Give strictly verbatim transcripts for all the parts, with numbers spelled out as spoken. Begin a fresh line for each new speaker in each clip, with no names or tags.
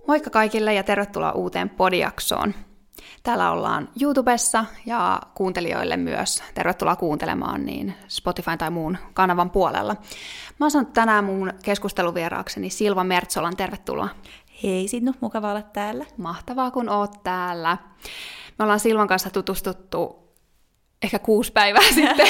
Moikka kaikille ja tervetuloa uuteen podijaksoon. Täällä ollaan YouTubessa ja kuuntelijoille myös tervetuloa kuuntelemaan niin Spotify tai muun kanavan puolella. Mä oon saanut tänään mun keskusteluvieraakseni Silva Mertsolan, tervetuloa.
Hei Sinnu, mukava olla täällä.
Mahtavaa kun oot täällä. Me ollaan Silvan kanssa tutustuttu ehkä kuusi päivää sitten,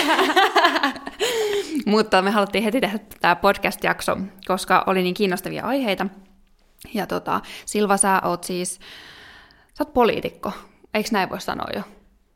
mutta me haluttiin heti tehdä tämä podcast-jakso, koska oli niin kiinnostavia aiheita. Ja tota, Silva, sä oot siis, sä oot poliitikko, eikö näin voi sanoa jo?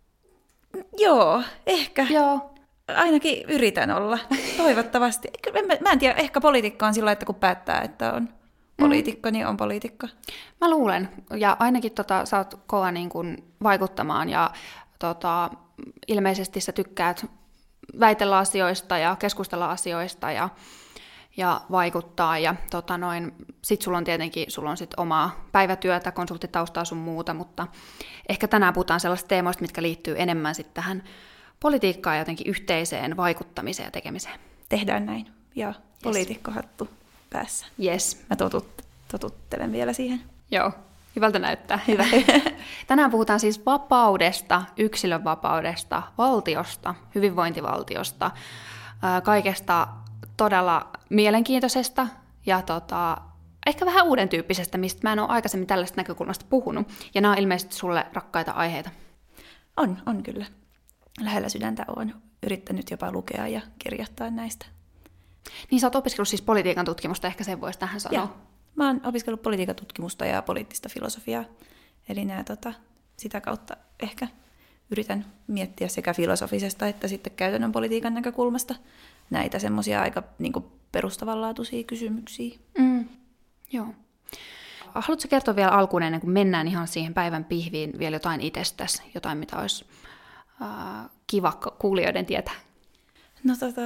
Joo, ehkä.
Joo.
Ainakin yritän olla, toivottavasti. Mä, mä en tiedä, ehkä poliitikko on sillä, että kun päättää, että on poliitikko, mm. niin on poliitikko.
Mä luulen, ja ainakin tota, sä oot kova niin kun vaikuttamaan, ja tota, ilmeisesti sä tykkäät väitellä asioista ja keskustella asioista, ja ja vaikuttaa, ja tota noin, sit sulla on tietenkin, sulla on sit omaa päivätyötä, konsulttitaustaa sun muuta, mutta ehkä tänään puhutaan sellaisista teemoista, mitkä liittyy enemmän sit tähän politiikkaan ja jotenkin yhteiseen vaikuttamiseen ja tekemiseen.
Tehdään näin, ja poliitikkohattu päässä.
Yes.
Mä totut, totuttelen vielä siihen.
Joo, hyvältä näyttää.
Hyvä.
Tänään puhutaan siis vapaudesta, yksilön vapaudesta, valtiosta, hyvinvointivaltiosta, kaikesta todella mielenkiintoisesta ja tota, ehkä vähän uuden tyyppisestä, mistä mä en ole aikaisemmin tällaista näkökulmasta puhunut. Ja nämä on ilmeisesti sulle rakkaita aiheita.
On, on kyllä. Lähellä sydäntä olen yrittänyt jopa lukea ja kirjoittaa näistä.
Niin sä oot opiskellut siis politiikan tutkimusta, ehkä sen voisi tähän sanoa.
Ja, mä oon opiskellut politiikan tutkimusta ja poliittista filosofiaa. Eli nää, tota, sitä kautta ehkä yritän miettiä sekä filosofisesta että sitten käytännön politiikan näkökulmasta näitä semmoisia aika niin kuin perustavanlaatuisia kysymyksiä.
Mm, joo. Haluatko kertoa vielä alkuun, ennen kuin mennään ihan siihen päivän pihviin, vielä jotain itsestäsi, jotain, mitä olisi äh, kiva kuulijoiden tietää?
No tota,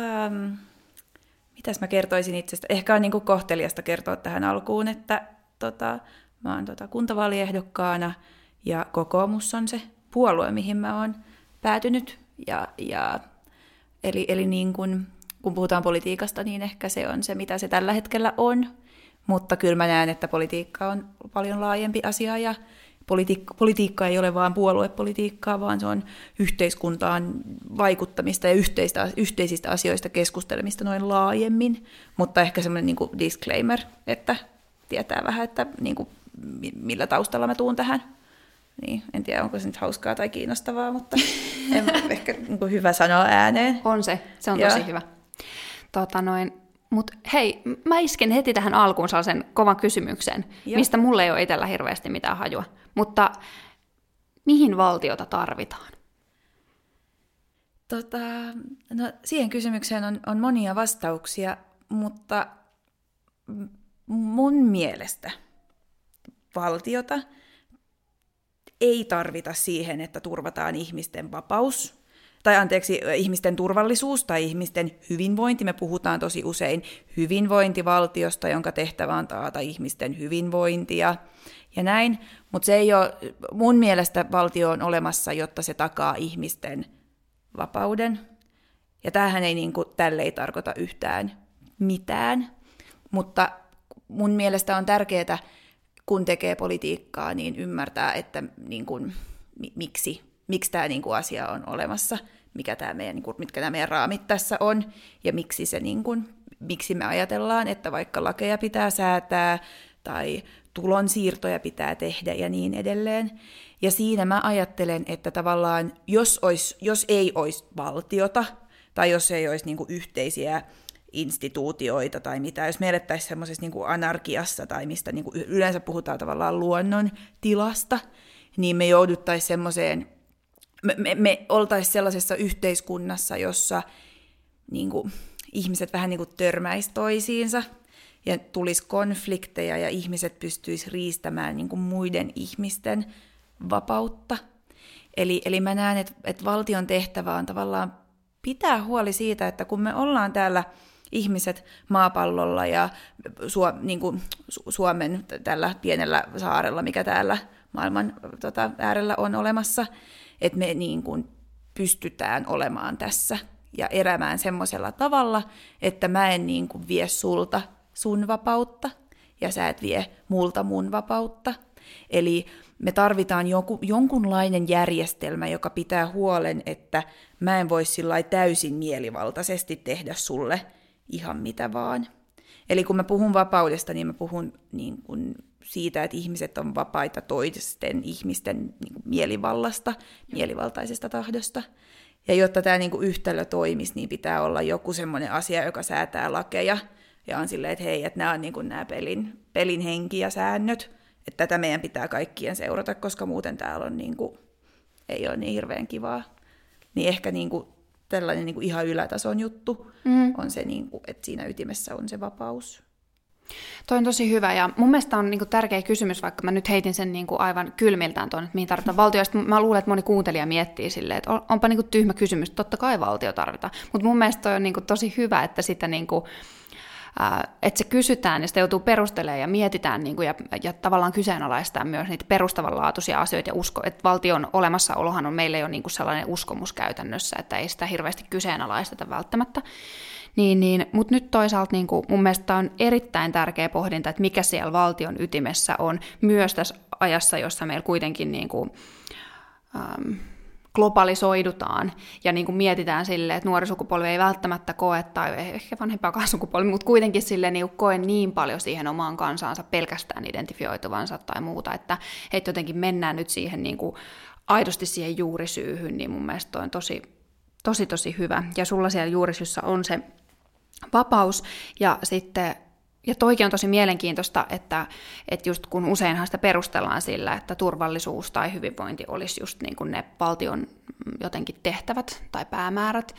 mitäs mä kertoisin itsestä? Ehkä on niin kuin kohteliasta kertoa tähän alkuun, että tota, mä oon tota kuntavaaliehdokkaana ja kokoomus on se puolue, mihin mä oon päätynyt. Ja, ja, eli eli niin kuin kun puhutaan politiikasta, niin ehkä se on se, mitä se tällä hetkellä on. Mutta kyllä mä näen, että politiikka on paljon laajempi asia, ja politi- politiikka ei ole vain puoluepolitiikkaa, vaan se on yhteiskuntaan vaikuttamista ja yhteistä, yhteisistä asioista keskustelemista noin laajemmin. Mutta ehkä semmoinen niin kuin disclaimer, että tietää vähän, että niin kuin, millä taustalla mä tuun tähän. Niin, en tiedä, onko se nyt hauskaa tai kiinnostavaa, mutta en, ehkä niin kuin hyvä sanoa ääneen.
On se, se on tosi ja. hyvä. Tota noin, mut hei, mä isken heti tähän alkuun sellaisen kovan kysymyksen, ja. mistä mulle ei ole itsellä hirveästi mitään hajua. Mutta mihin valtiota tarvitaan?
Tota, no, siihen kysymykseen on, on monia vastauksia, mutta mun mielestä valtiota ei tarvita siihen, että turvataan ihmisten vapaus, tai anteeksi, ihmisten turvallisuus tai ihmisten hyvinvointi. Me puhutaan tosi usein hyvinvointivaltiosta, jonka tehtävä on taata ihmisten hyvinvointia ja näin, mutta se ei ole, mun mielestä valtio on olemassa, jotta se takaa ihmisten vapauden. Ja tämähän ei niin kuin, tälle ei tarkoita yhtään mitään, mutta mun mielestä on tärkeää, kun tekee politiikkaa, niin ymmärtää, että niin kuin, miksi, miksi tämä niin kuin asia on olemassa, mikä tämä meidän, niin kuin, mitkä nämä meidän raamit tässä on, ja miksi, se, niin kuin, miksi me ajatellaan, että vaikka lakeja pitää säätää, tai tulonsiirtoja pitää tehdä, ja niin edelleen. Ja siinä mä ajattelen, että tavallaan, jos, olisi, jos ei olisi valtiota, tai jos ei olisi niin kuin yhteisiä instituutioita tai mitä, jos me elettäisiin semmoisessa niin kuin anarkiassa tai mistä niin kuin yleensä puhutaan tavallaan luonnon tilasta, niin me jouduttaisiin semmoiseen, me, me, me oltaisiin sellaisessa yhteiskunnassa, jossa niin kuin, ihmiset vähän niin kuin törmäisi toisiinsa ja tulisi konflikteja ja ihmiset pystyisivät riistämään niin kuin muiden ihmisten vapautta. Eli, eli mä näen, että, että valtion tehtävä on tavallaan pitää huoli siitä, että kun me ollaan täällä ihmiset maapallolla ja Suo, niin kuin Suomen tällä pienellä saarella, mikä täällä maailman tota, äärellä on olemassa, että me niin kuin pystytään olemaan tässä ja elämään semmoisella tavalla, että mä en niin kuin vie sulta sun vapautta ja sä et vie multa mun vapautta. Eli me tarvitaan joku, jonkunlainen järjestelmä, joka pitää huolen, että mä en voi sillai täysin mielivaltaisesti tehdä sulle ihan mitä vaan. Eli kun mä puhun vapaudesta, niin mä puhun niin kuin siitä, että ihmiset on vapaita toisten ihmisten niin kuin mielivallasta, mielivaltaisesta tahdosta. Ja jotta tämä niin kuin yhtälö toimisi, niin pitää olla joku semmoinen asia, joka säätää lakeja. Ja on silleen, että hei, että nämä on niin kuin nämä pelin, pelin henki ja säännöt. Että tätä meidän pitää kaikkien seurata, koska muuten täällä on niin kuin, ei ole niin hirveän kivaa. Niin ehkä niin kuin tällainen niin kuin ihan ylätason juttu mm. on se, niin kuin, että siinä ytimessä on se vapaus.
Toi on tosi hyvä, ja mun mielestä on niin kuin tärkeä kysymys, vaikka mä nyt heitin sen niin kuin aivan kylmiltään tuonne, että mihin tarvitaan valtio. Sitten mä luulen, että moni kuuntelija miettii silleen, että onpa niin kuin tyhmä kysymys, totta kai valtio tarvitaan. Mutta mun mielestä toi on niin kuin tosi hyvä, että sitä niin kuin, että se kysytään ja sitä joutuu perustelemaan ja mietitään niin kuin, ja, ja tavallaan kyseenalaistaa myös niitä perustavanlaatuisia asioita ja usko, että valtion olemassaolohan on meille jo niin kuin sellainen uskomus käytännössä, että ei sitä hirveästi kyseenalaisteta välttämättä. Niin, niin, mutta nyt toisaalta niin kuin, mun mielestä on erittäin tärkeä pohdinta, että mikä siellä valtion ytimessä on myös tässä ajassa, jossa meillä kuitenkin niin kuin, ähm, globalisoidutaan ja niin kuin mietitään silleen, että nuori sukupolvi ei välttämättä koe, tai ehkä vanhempaakaan sukupolvi, mutta kuitenkin silleen niin koe niin paljon siihen omaan kansaansa pelkästään identifioituvansa tai muuta, että, että jotenkin mennään nyt siihen niin kuin aidosti siihen juurisyyhyn, niin mun mielestä on tosi, tosi, tosi hyvä. Ja sulla siellä juurisyyssä on se vapaus, ja sitten ja toikin on tosi mielenkiintoista, että, että just kun useinhan sitä perustellaan sillä, että turvallisuus tai hyvinvointi olisi just niin kuin ne valtion jotenkin tehtävät tai päämäärät,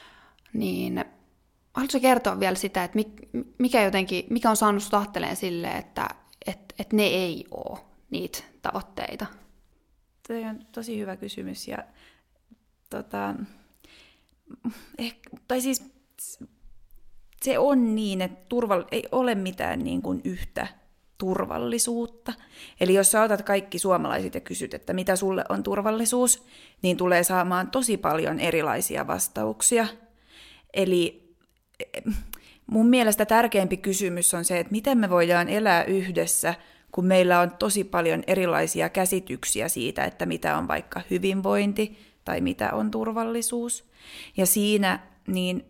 niin haluatko kertoa vielä sitä, että mikä, jotenkin, mikä on saanut sut ajattelemaan silleen, että, että, että ne ei ole niitä tavoitteita?
Tämä on tosi hyvä kysymys. Ja, tota, ehkä, tai siis se on niin, että turval... ei ole mitään niin kuin yhtä turvallisuutta. Eli jos sä otat kaikki suomalaiset ja kysyt, että mitä sulle on turvallisuus, niin tulee saamaan tosi paljon erilaisia vastauksia. Eli mun mielestä tärkeämpi kysymys on se, että miten me voidaan elää yhdessä, kun meillä on tosi paljon erilaisia käsityksiä siitä, että mitä on vaikka hyvinvointi tai mitä on turvallisuus. Ja siinä niin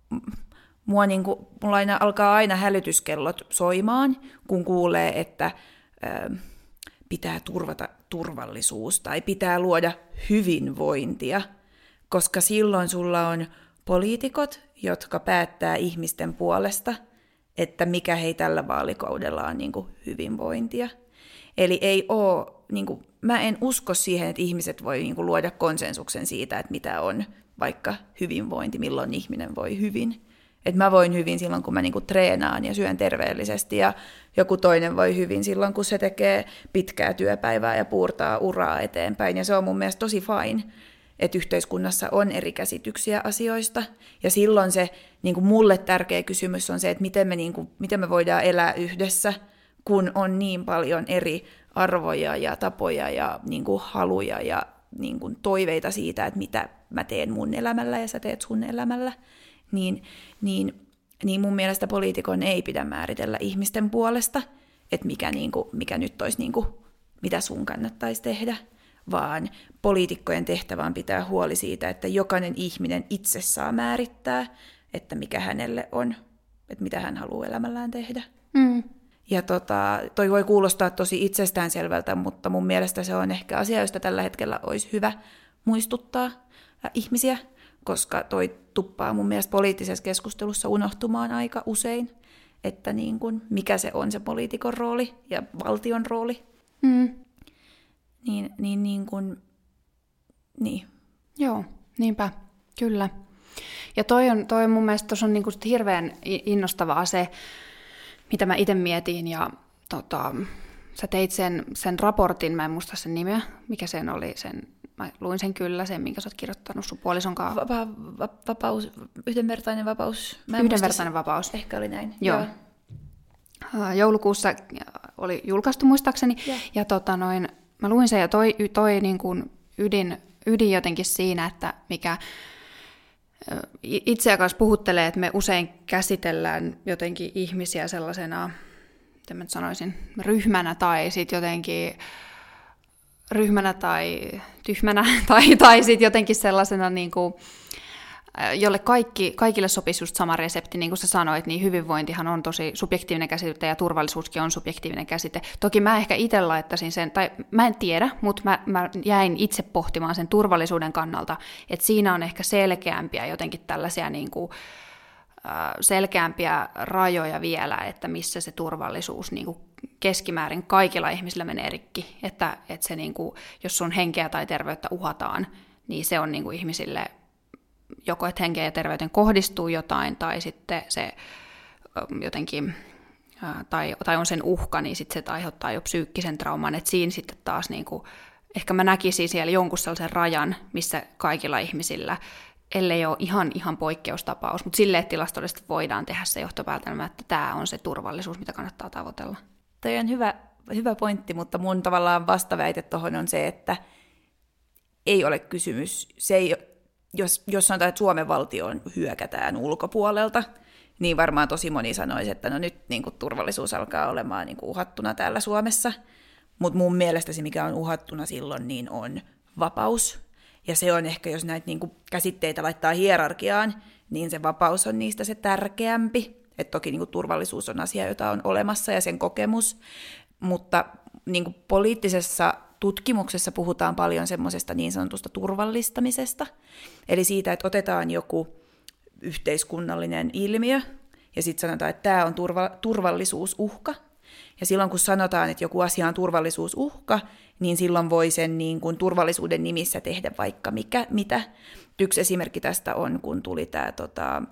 Mua niin kuin, mulla aina, alkaa aina hälytyskellot soimaan, kun kuulee, että ö, pitää turvata turvallisuus tai pitää luoda hyvinvointia, koska silloin sulla on poliitikot, jotka päättää ihmisten puolesta, että mikä hei tällä vaalikaudella on niin kuin hyvinvointia. Eli ei ole, niin kuin, mä en usko siihen, että ihmiset voi niin kuin, luoda konsensuksen siitä, että mitä on vaikka hyvinvointi, milloin ihminen voi hyvin. Että mä voin hyvin silloin, kun mä niinku treenaan ja syön terveellisesti, ja joku toinen voi hyvin silloin, kun se tekee pitkää työpäivää ja puurtaa uraa eteenpäin. Ja se on mun mielestä tosi fine, että yhteiskunnassa on eri käsityksiä asioista. Ja silloin se niinku mulle tärkeä kysymys on se, että miten me, niinku, miten me voidaan elää yhdessä, kun on niin paljon eri arvoja ja tapoja ja niinku haluja ja niinku toiveita siitä, että mitä mä teen mun elämällä ja sä teet sun elämällä. Niin, niin, niin mun mielestä poliitikon ei pidä määritellä ihmisten puolesta, että mikä, niin kuin, mikä nyt olisi, niin kuin, mitä sun kannattaisi tehdä, vaan poliitikkojen tehtävä on pitää huoli siitä, että jokainen ihminen itse saa määrittää, että mikä hänelle on, että mitä hän haluaa elämällään tehdä. Mm. Ja tota, toi voi kuulostaa tosi itsestäänselvältä, mutta mun mielestä se on ehkä asia, josta tällä hetkellä olisi hyvä muistuttaa ihmisiä, koska toi tuppaa mun mielestä poliittisessa keskustelussa unohtumaan aika usein, että niin kun, mikä se on se poliitikon rooli ja valtion rooli. Mm. Niin, niin, niin kun, niin.
Joo, niinpä, kyllä. Ja toi on, toi on mun mielestä tuossa on niin kun hirveän innostavaa se, mitä mä itse mietin, ja tota, sä teit sen, sen raportin, mä en muista sen nimeä, mikä sen oli, sen mä luin sen kyllä, sen, minkä sä oot kirjoittanut sun puolison kanssa.
Va- va- vapaus, yhdenvertainen vapaus.
Mä yhdenvertainen vapaus.
Ehkä oli näin.
Joo. Joo. Joulukuussa oli julkaistu muistaakseni, yeah. ja tota noin, mä luin sen, ja toi, toi niin kuin ydin, ydin jotenkin siinä, että mikä itse kanssa puhuttelee, että me usein käsitellään jotenkin ihmisiä sellaisena miten mä nyt sanoisin, ryhmänä tai sitten jotenkin ryhmänä tai tyhmänä tai, tai sitten jotenkin sellaisena, niin kuin, jolle kaikki, kaikille sopisi just sama resepti, niin kuin sä sanoit, niin hyvinvointihan on tosi subjektiivinen käsite ja turvallisuuskin on subjektiivinen käsite. Toki mä ehkä itse laittaisin sen, tai mä en tiedä, mutta mä, mä jäin itse pohtimaan sen turvallisuuden kannalta, että siinä on ehkä selkeämpiä jotenkin tällaisia niin kuin, selkeämpiä rajoja vielä, että missä se turvallisuus niin kuin keskimäärin kaikilla ihmisillä menee rikki, että, että se, niin kuin, jos sun henkeä tai terveyttä uhataan, niin se on niin kuin ihmisille joko, että henkeen ja terveyteen kohdistuu jotain, tai sitten se jotenkin, tai, tai on sen uhka, niin sitten se aiheuttaa jo psyykkisen trauman, että siinä sitten taas niin kuin, ehkä mä näkisin siellä jonkun sellaisen rajan, missä kaikilla ihmisillä, ellei ole ihan, ihan poikkeustapaus, mutta silleen tilastollisesti voidaan tehdä se johtopäätelmä, että tämä on se turvallisuus, mitä kannattaa tavoitella.
Toi on hyvä, hyvä pointti, mutta mun tavallaan vastaväite tuohon on se, että ei ole kysymys, se ei, jos, jos sanotaan, että Suomen valtioon hyökätään ulkopuolelta, niin varmaan tosi moni sanoisi, että no nyt niin kuin turvallisuus alkaa olemaan niin kuin uhattuna täällä Suomessa, mutta mun mielestä se, mikä on uhattuna silloin, niin on vapaus. Ja se on ehkä, jos näitä niin kuin käsitteitä laittaa hierarkiaan, niin se vapaus on niistä se tärkeämpi. Että toki niin kuin turvallisuus on asia, jota on olemassa ja sen kokemus, mutta niin kuin poliittisessa tutkimuksessa puhutaan paljon semmoisesta niin sanotusta turvallistamisesta. Eli siitä, että otetaan joku yhteiskunnallinen ilmiö ja sitten sanotaan, että tämä on turva, turvallisuusuhka. Ja silloin kun sanotaan, että joku asia on turvallisuusuhka, niin silloin voi sen niin kuin turvallisuuden nimissä tehdä vaikka mikä, mitä. Yksi esimerkki tästä on, kun tuli tämä tota,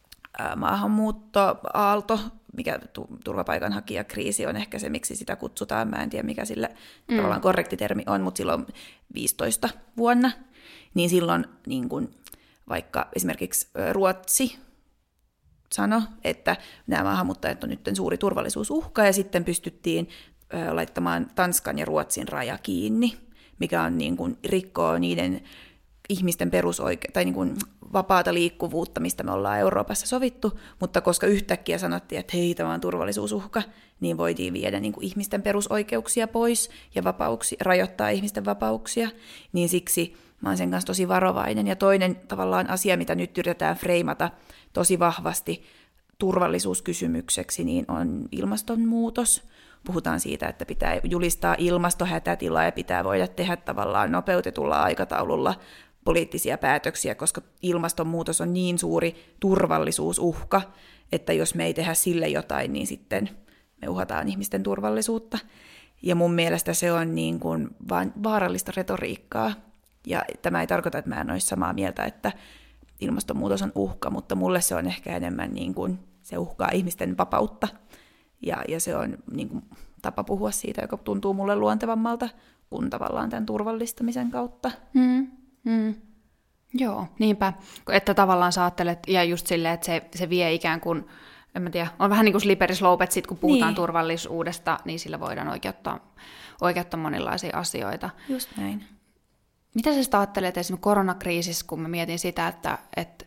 maahanmuuttoaalto, mikä turvapaikanhakijakriisi on ehkä se, miksi sitä kutsutaan. Mä en tiedä, mikä sillä mm. tavallaan korrekti termi on, mutta silloin viisitoista vuonna, niin silloin niin kuin, vaikka esimerkiksi Ruotsi sanoi, että nämä maahanmuuttajat on nyt suuri turvallisuusuhka, ja sitten pystyttiin ö, laittamaan Tanskan ja Ruotsin raja kiinni, mikä on niin kuin, rikkoo niiden ihmisten perusoike- tai niin kuin, vapaata liikkuvuutta, mistä me ollaan Euroopassa sovittu, mutta koska yhtäkkiä sanottiin, että hei, tämä on turvallisuusuhka, niin voitiin viedä niin kuin, ihmisten perusoikeuksia pois ja vapauksia, rajoittaa ihmisten vapauksia, niin siksi mä oon sen kanssa tosi varovainen. Ja toinen tavallaan asia, mitä nyt yritetään freimata tosi vahvasti turvallisuuskysymykseksi, niin on ilmastonmuutos. Puhutaan siitä, että pitää julistaa ilmastohätätila ja pitää voida tehdä tavallaan nopeutetulla aikataululla poliittisia päätöksiä, koska ilmastonmuutos on niin suuri turvallisuusuhka, että jos me ei tehdä sille jotain, niin sitten me uhataan ihmisten turvallisuutta. Ja mun mielestä se on niin kuin vaan vaarallista retoriikkaa. Ja tämä ei tarkoita, että mä en olisi samaa mieltä, että ilmastonmuutos on uhka, mutta mulle se on ehkä enemmän niin kuin se uhkaa ihmisten vapautta. Ja, ja se on niin kuin tapa puhua siitä, joka tuntuu mulle luontevammalta kuin tavallaan tämän turvallistamisen kautta.
Mm, mm. Joo, niinpä. Että tavallaan sä ajattelet, ja just silleen, että se, se vie ikään kuin, en mä tiedä, on vähän niin kuin slippery slope, että sit kun puhutaan niin turvallisuudesta, niin sillä voidaan oikeuttaa, oikeuttaa monenlaisia asioita.
Just näin.
Mitä sä sitä ajattelet esimerkiksi koronakriisissä, kun mä mietin sitä, että, että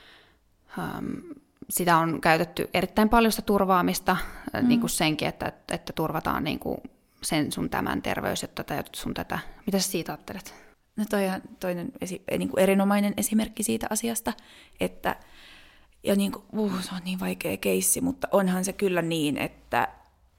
um, sitä on käytetty erittäin paljon sitä turvaamista, mm. niin kuin senkin, että, että turvataan niin kuin sen sun tämän terveys ja tätä ja sun tätä. Mitä sä siitä ajattelet?
No toi on toinen esi- niin kuin erinomainen esimerkki siitä asiasta, että ja niin kuin, uh, se on niin vaikea keissi, mutta onhan se kyllä niin, että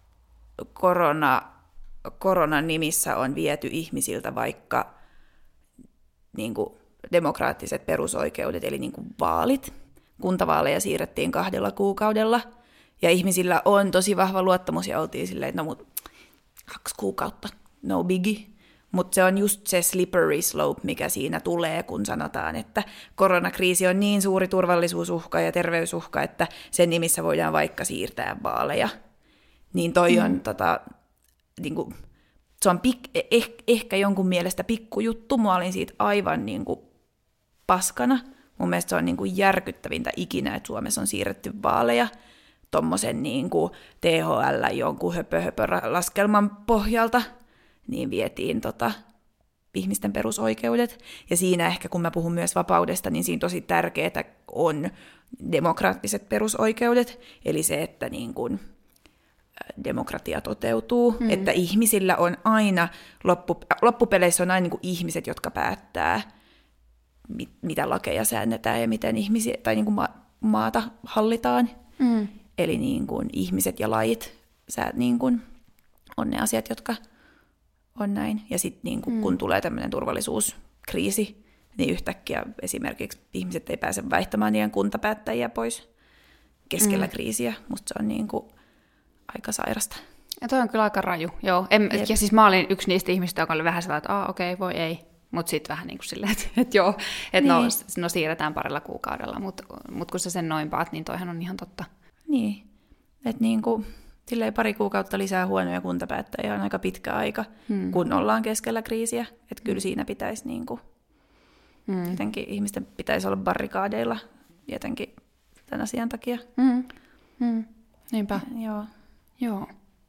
korona, koronan nimissä on viety ihmisiltä vaikka niin kuin demokraattiset perusoikeudet, eli niin kuin vaalit. Kuntavaaleja siirrettiin kahdella kuukaudella, ja ihmisillä on tosi vahva luottamus, ja oltiin silleen, että no mut kaksi kuukautta, no biggie. Mutta se on just se slippery slope, mikä siinä tulee, kun sanotaan, että koronakriisi on niin suuri turvallisuusuhka ja terveysuhka, että sen nimissä voidaan vaikka siirtää vaaleja. Niin toi mm. on, tota, niinku, se on pik, eh, ehkä jonkun mielestä pikkujuttu. Mä olin siitä aivan niinku, paskana. Mun mielestä se on niinku, järkyttävintä ikinä, että Suomessa on siirretty vaaleja tommosen niinku, T H L jonkun höpö, höpö laskelman pohjalta. Niin vietiin tota, ihmisten perusoikeudet. Ja siinä ehkä, kun mä puhun myös vapaudesta, niin siinä tosi tärkeää on demokraattiset perusoikeudet. Eli se, että niin kun, demokratia toteutuu, mm. että ihmisillä on aina, loppu, loppupeleissä on aina niin kuin ihmiset, jotka päättää, mit, mitä lakeja säännetään ja miten ihmisiä, tai niin kuin ma, maata hallitaan. Mm. Eli niin kuin ihmiset ja lajit sä, niin kuin, on ne asiat, jotka on näin. Ja sitten niin kuin, mm. kun tulee tämmöinen turvallisuuskriisi, niin yhtäkkiä esimerkiksi ihmiset ei pääse vaihtamaan niiden kuntapäättäjiä pois keskellä mm. kriisiä. Musta se on niin kuin aika sairasta.
Ja toi on kyllä aika raju, joo. En, ja siis mä olin yksi niistä ihmistä, joka oli vähän sellainen, että aah, okei, okay, voi ei. Mutta sitten vähän niin kuin silleen, että, että joo, että niin. no, no siirretään parilla kuukaudella. Mutta mut kun sä sen noin paat, niin toihan on ihan totta.
Niin, että niin kuin silleen pari kuukautta lisää huonoja kuntapäättäjiä on aika pitkä aika, hmm. kun ollaan keskellä kriisiä. Että kyllä siinä pitäisi niin kuin, hmm. jotenkin ihmisten pitäisi olla barrikaadeilla jotenkin tämän asian takia.
Hmm. Hmm. Niinpä.
Joo.
Joo.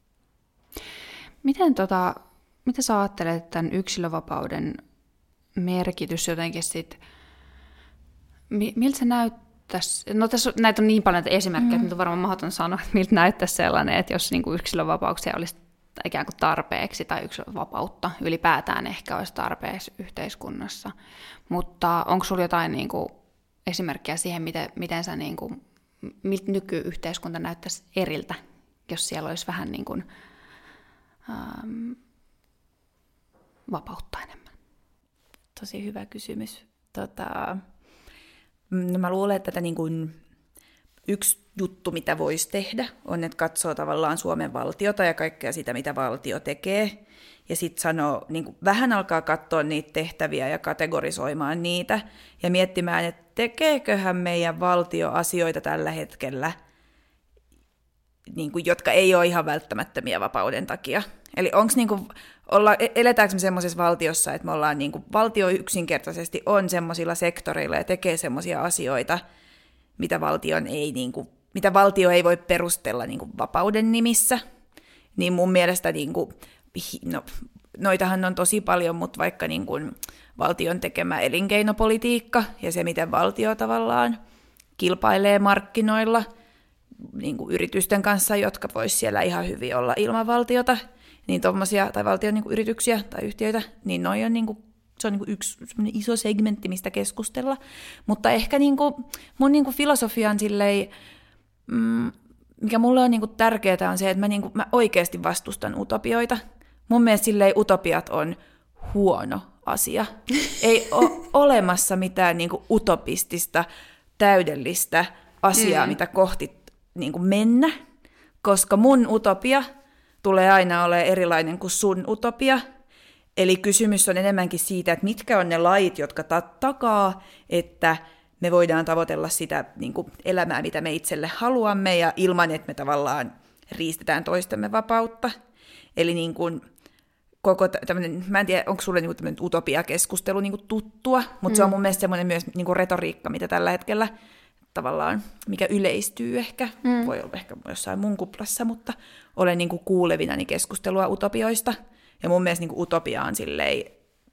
Miten, tota, miten sä ajattelet tämän yksilövapauden merkitys jotenkin sit, miltä se näyttäisi? No tässä näitä on niin paljon esimerkkejä, mm. että on varmaan mahdoton sanoa, että miltä näyttäisi sellainen, että jos niin kuin yksilövapauksia olisi ikään kuin tarpeeksi tai yksilövapautta ylipäätään ehkä olisi tarpeeksi yhteiskunnassa. Mutta onko sulla jotain niin kuin esimerkkejä siihen, miten, miten sä niin kuin, miltä nykyyhteiskunta näyttäisi eriltä, jos siellä olisi vähän niin kuin, ähm, vapautta enemmän?
Tosi hyvä kysymys. Tota, no mä luulen, että tätä niin kuin yksi juttu, mitä voisi tehdä, on, että katsoo tavallaan Suomen valtiota ja kaikkea sitä, mitä valtio tekee. Ja sitten sanoo, niin kuin vähän alkaa katsoa niitä tehtäviä ja kategorisoimaan niitä ja miettimään, että tekeeköhän meidän valtio asioita tällä hetkellä, niin kuin, jotka ei ole ihan välttämättömiä vapauden takia. Eli onko niin kuin, olla, eletäänkö me semmoisessa valtiossa, että me ollaan niin kuin, valtio yksinkertaisesti on semmoisilla sektoreilla ja tekee semmoisia asioita, mitä, valtion ei, niin kuin, mitä valtio ei voi perustella niin kuin, vapauden nimissä. Niin mun mielestä, niin kuin, no, noitahan on tosi paljon, mutta vaikka niin kuin, valtion tekemä elinkeinopolitiikka ja se, miten valtio tavallaan kilpailee markkinoilla niin kuin yritysten kanssa, jotka vois siellä ihan hyvin olla ilman valtiota, niin tommosia, tai valtion niin kuin yrityksiä tai yhtiöitä, niin noi on, niin kuin, se on niin kuin yksi iso segmentti, mistä keskustella. Mutta ehkä niin kuin, mun niin kuin filosofian silleen, mm, mikä mulle on niin kuin tärkeää, on se, että mä, niin kuin, mä oikeasti vastustan utopioita. Mun mielestä silleen utopiat on huono asia. Ei ole olemassa mitään niin kuin utopistista, täydellistä asiaa, mm. mitä kohti niin kuin mennä, koska mun utopia tulee aina olemaan erilainen kuin sun utopia. Eli kysymys on enemmänkin siitä, että mitkä on ne lait, jotka ta- takaa, että me voidaan tavoitella sitä niin kuin elämää, mitä me itselle haluamme, ja ilman, että me tavallaan riistetään toistemme vapautta. Eli niin kuin koko tämmöinen, mä en tiedä, onko sulle niin tämmöinen utopia-keskustelu niin tuttua, mutta mm. se on mun mielestä semmoinen myös niin retoriikka, mitä tällä hetkellä tavallaan, mikä yleistyy ehkä, mm. voi olla ehkä jossain mun kuplassa, mutta olen niin kuin kuulevinani keskustelua utopioista, ja mun mielestä niin kuin utopia on silleen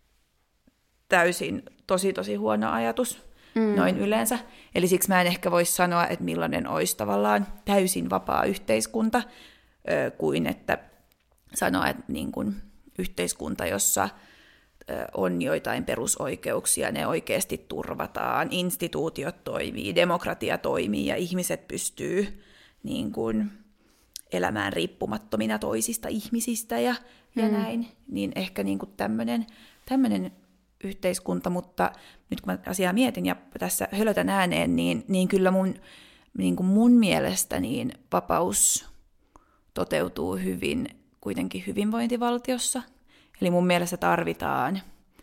täysin tosi tosi huono ajatus, mm. noin yleensä, eli siksi mä en ehkä voisi sanoa, että millainen olisi tavallaan täysin vapaa yhteiskunta, kuin että sanoa, että niin kuin yhteiskunta, jossa on joitain perusoikeuksia, ne oikeasti turvataan, instituutiot toimii, demokratia toimii ja ihmiset pystyy niin kuin elämään riippumattomina toisista ihmisistä ja, mm. ja näin. Niin ehkä niin kuin tämmöinen, tämmöinen yhteiskunta, mutta nyt kun mä asiaa mietin ja tässä hölötän ääneen, niin, niin kyllä mun, niin kuin mun mielestä niin vapaus toteutuu hyvin kuitenkin hyvinvointivaltiossa. Eli mun mielestä tarvitaan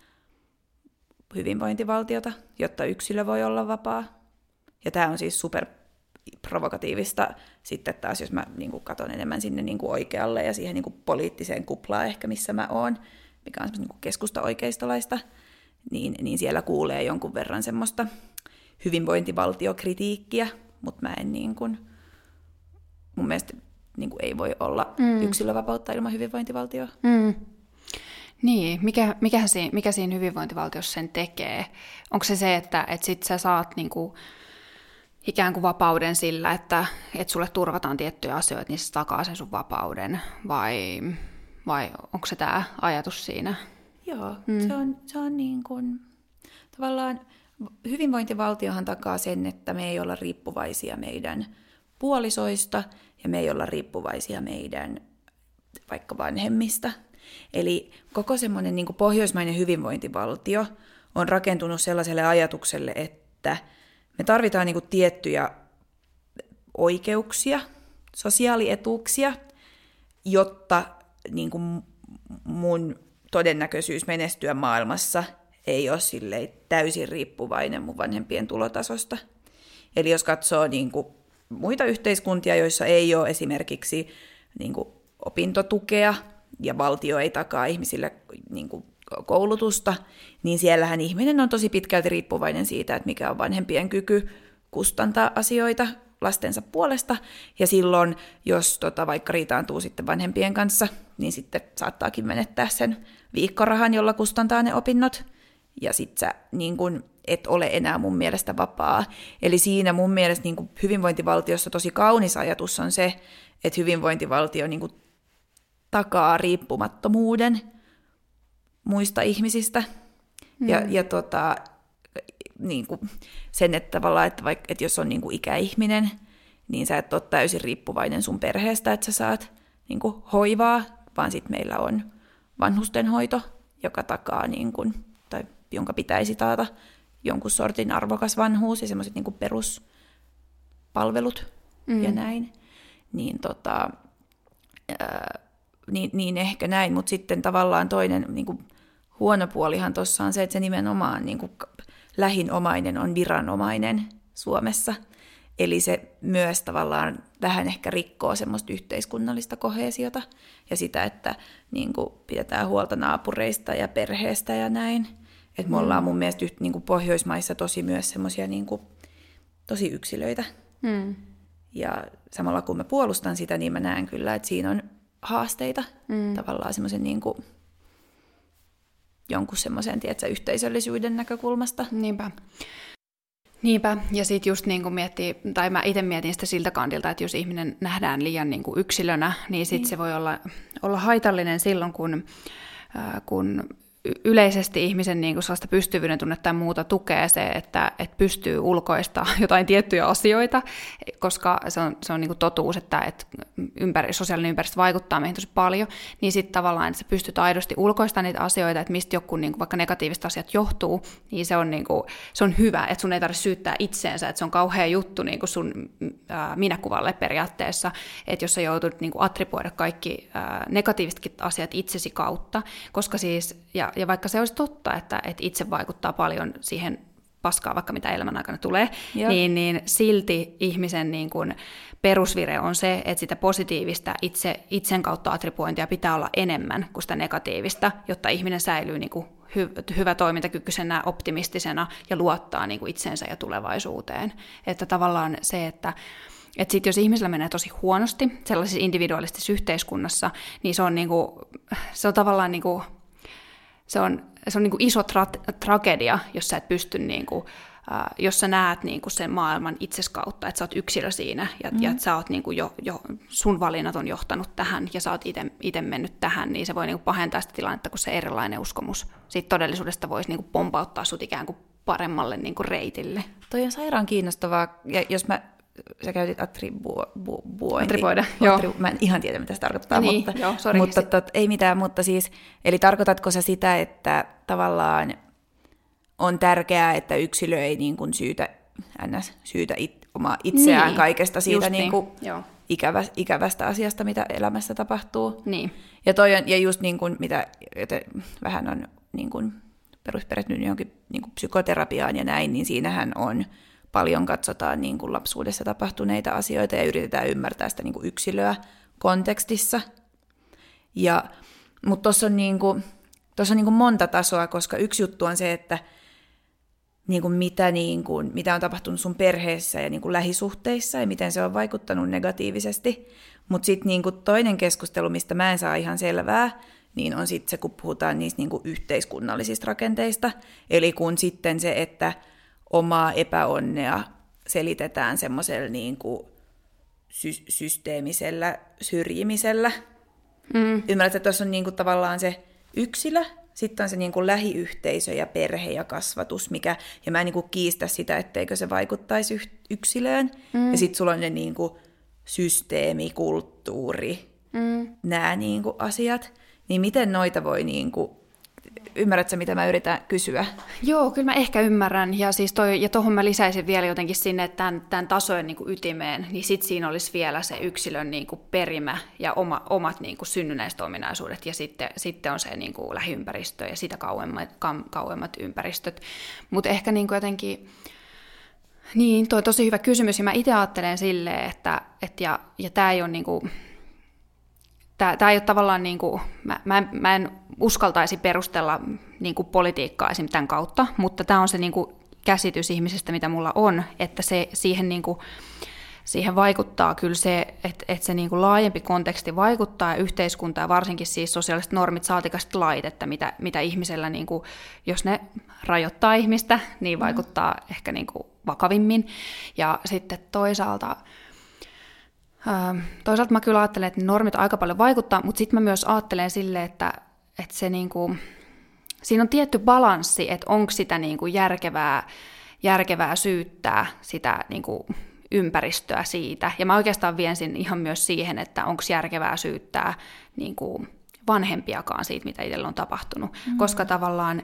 hyvinvointivaltiota, jotta yksilö voi olla vapaa. Ja tämä on siis super provokatiivista sitten taas, jos mä niin kuin katson enemmän sinne niin kuin oikealle ja siihen niin kuin poliittiseen kuplaan ehkä, missä mä oon, mikä on niin kuin keskusta-oikeistolaista, niin, niin siellä kuulee jonkun verran semmoista hyvinvointivaltiokritiikkiä, mutta mä en niin kuin, mun mielestä niin kuin ei voi olla mm. yksilövapautta ilman hyvinvointivaltioa.
Mm. Niin, mikä, mikä, siinä, mikä siinä hyvinvointivaltiossa sen tekee? Onko se se, että, että sit sä saat niinku ikään kuin vapauden sillä, että, että sulle turvataan tiettyjä asioita, niin se takaa sen sun vapauden, vai, vai onko se tämä ajatus siinä?
Joo, mm. se on, se on niin kuin, tavallaan hyvinvointivaltiohan takaa sen, että me ei olla riippuvaisia meidän puolisoista ja me ei olla riippuvaisia meidän vaikka vanhemmista. Eli koko semmoinen niin kuin pohjoismainen hyvinvointivaltio on rakentunut sellaiselle ajatukselle, että me tarvitaan niin kuin tiettyjä oikeuksia, sosiaalietuuksia, jotta niin kuin mun todennäköisyys menestyä maailmassa ei ole silleen täysin riippuvainen mun vanhempien tulotasosta. Eli jos katsoo niin kuin muita yhteiskuntia, joissa ei ole esimerkiksi niin kuin opintotukea ja valtio ei takaa ihmisille niin kuin koulutusta, niin siellähän ihminen on tosi pitkälti riippuvainen siitä, että mikä on vanhempien kyky kustantaa asioita lastensa puolesta. Ja silloin, jos tota, vaikka riitaantuu sitten vanhempien kanssa, niin sitten saattaakin menettää sen viikkorahan, jolla kustantaa ne opinnot. Ja sit sä niin kun, et ole enää mun mielestä vapaa. Eli siinä mun mielestä niin kun hyvinvointivaltiossa tosi kaunis ajatus on se, että hyvinvointivaltio niin kun takaa riippumattomuuden muista ihmisistä. Mm. Ja, ja tota, niin kuin sen, että, tavallaan, että, vaikka, että jos on niin kuin ikäihminen, niin sä et ole täysin riippuvainen sun perheestä, että sä saat niin kuin hoivaa, vaan sitten meillä on vanhustenhoito, joka takaa, niin kuin, tai jonka pitäisi taata jonkun sortin arvokas vanhuus ja semmoiset niin kuin peruspalvelut mm. ja näin. Niin, tota, ää, niin, niin ehkä näin, mutta sitten tavallaan toinen niin kuin huono puolihan tuossa on se, että se nimenomaan niin kuin lähin omainen on viranomainen Suomessa. Eli se myös tavallaan vähän ehkä rikkoo semmoista yhteiskunnallista koheesiota ja sitä, että niin kuin pidetään huolta naapureista ja perheestä ja näin. Että me ollaan mun mielestä niin kuin Pohjoismaissa tosi myös semmoisia niin kuin tosi yksilöitä. Mm. Ja samalla kun mä puolustan sitä, niin mä näen kyllä, että siinä on haasteita mm. tavallaan semmoisen niin kuin jonkun semmoisen, tiedätkö, yhteisöllisyyden näkökulmasta.
Niinpä. Niinpä, ja sitten just niin kuin miettii, tai mä itse mietin sitä siltä kantilta, että jos ihminen nähdään liian niin kuin yksilönä, niin sitten niin. se voi olla, olla haitallinen silloin, kun, äh, kun yleisesti ihmisen niin kuin sellaista pystyvyyden tunnetta tai muuta tukee se, että, että pystyy ulkoista jotain tiettyjä asioita, koska se on, se on niin kuin totuus, että, että ympäri, sosiaalinen ympäristö vaikuttaa meihin tosi paljon, niin sitten tavallaan, että sä pystyt aidosti ulkoistamaan niitä asioita, että mistä joku niin kuin vaikka negatiiviset asiat johtuu, niin se on, niin kuin, se on hyvä, että sun ei tarvitse syyttää itseensä, että se on kauhea juttu niin kuin sun ää, minäkuvalle periaatteessa, että jos sä joutut niin kuin attribuoida kaikki ää, negatiivisetkin asiat itsesi kautta, koska siis, ja Ja vaikka se olisi totta, että, että itse vaikuttaa paljon siihen paskaan, vaikka mitä elämän aikana tulee, niin, niin silti ihmisen niin kuin perusvire on se, että sitä positiivista itse, itsen kautta attribuointia pitää olla enemmän kuin sitä negatiivista, jotta ihminen säilyy niin kuin hy, hyvä toimintakykyisenä, optimistisena ja luottaa niin kuin itsensä ja tulevaisuuteen. Että tavallaan se, että Että sitten jos ihmisellä menee tosi huonosti sellaisessa individualistisessa yhteiskunnassa, niin se on, niinku, se on tavallaan niinku, se on, se on niinku iso tra- tragedia, jos sä et pysty, niinku, äh, jos sä näet niinku sen maailman itses kautta, että sä oot yksilö siinä ja, mm. ja että sä oot niinku jo, jo, sun valinnat on johtanut tähän ja sä oot itse mennyt tähän, niin se voi niinku pahentaa sitä tilannetta, kun se erilainen uskomus siitä todellisuudesta voisi niinku pompauttaa sut ikään kuin paremmalle niinku reitille.
Toi on sairaan kiinnostavaa, ja jos mä sä käytit attribuointi.
Attribuoida, joo.
Attribu- Mä en ihan tiedä, mitä se tarkoittaa,
niin,
mutta,
joo, sorry,
mutta tot, ei mitään. Mutta siis, eli tarkoitatko sä sitä, että tavallaan on tärkeää, että yksilö ei niin kuin syytä, ns, syytä it, omaa itseään niin, kaikesta siitä niin kuin niin, ikävä, ikävästä asiasta, mitä elämässä tapahtuu.
Niin.
Ja, toi on, ja just niin kuin, mitä vähän on niin kuin perusperehtynyt johonkin niin kuin psykoterapiaan ja näin, niin siinähän on paljon katsotaan niin kuin lapsuudessa tapahtuneita asioita ja yritetään ymmärtää sitä niin kuin yksilöä kontekstissa. Ja, mutta tuossa on, niin kuin, on niin kuin monta tasoa, koska yksi juttu on se, että niin kuin mitä, niin kuin, mitä on tapahtunut sun perheessä ja niin kuin lähisuhteissa ja miten se on vaikuttanut negatiivisesti. Mutta sitten niin kuin toinen keskustelu, mistä mä en saa ihan selvää, niin on sitten se, kun puhutaan niistä niin kuin yhteiskunnallisista rakenteista. Eli kun sitten se, että omaa epäonnea selitetään semmoisella niin kuin sy- systeemisellä syrjimisellä. Mm. Ymmärrät, että tuossa on niin kuin tavallaan se yksilö, sitten on se niin kuin lähiyhteisö ja perhe ja kasvatus, mikä, ja mä en niin kuin kiistä sitä, etteikö se vaikuttaisi yksilöön. Mm. Ja sitten sulla on ne niin kuin systeemi, kulttuuri, mm. nämä niin kuin asiat. Niin miten noita voi, niin kuin, ymmärrätkö mitä mä yritän kysyä?
Joo, kyllä mä ehkä ymmärrän. Ja, siis toi, ja tuohon mä lisäisin vielä jotenkin sinne, että tämän, tämän tasojen niin kuin ytimeen, niin sitten siinä olisi vielä se yksilön niin kuin perimä ja oma, omat niin kuin synnynnäiset ominaisuudet. Ja sitten, sitten on se niin kuin lähiympäristö ja sitä kauemmat, kauemmat ympäristöt. Mutta ehkä niin kuin jotenkin, niin toi on tosi hyvä kysymys. Ja mä itse ajattelen silleen, että, että ja, ja tämä ei ole niin kuin, Tämä ei ole tavallaan, niin kuin, mä, mä, en, mä en uskaltaisi perustella niin kuin politiikkaa esimerkiksi tämän kautta, mutta tämä on se niin kuin käsitys ihmisestä, mitä mulla on, että se, siihen, niin kuin, siihen vaikuttaa kyllä se, että, että se niin kuin laajempi konteksti vaikuttaa ja yhteiskunta ja varsinkin siis sosiaaliset normit, saatikaiset lait, että mitä, mitä ihmisellä, niin kuin, jos ne rajoittaa ihmistä, niin vaikuttaa mm. ehkä niin kuin vakavimmin. Ja sitten toisaalta Toisaalta mä kyllä ajattelen, että normit aika paljon vaikuttaa, mutta sitten mä myös ajattelen silleen, että, että se niinku, siinä on tietty balanssi, että onko sitä niinku järkevää, järkevää syyttää sitä niinku ympäristöä siitä. Ja mä oikeastaan vien sen ihan myös siihen, että onko järkevää syyttää niinku vanhempiakaan siitä, mitä itsellä on tapahtunut. Mm-hmm. Koska tavallaan,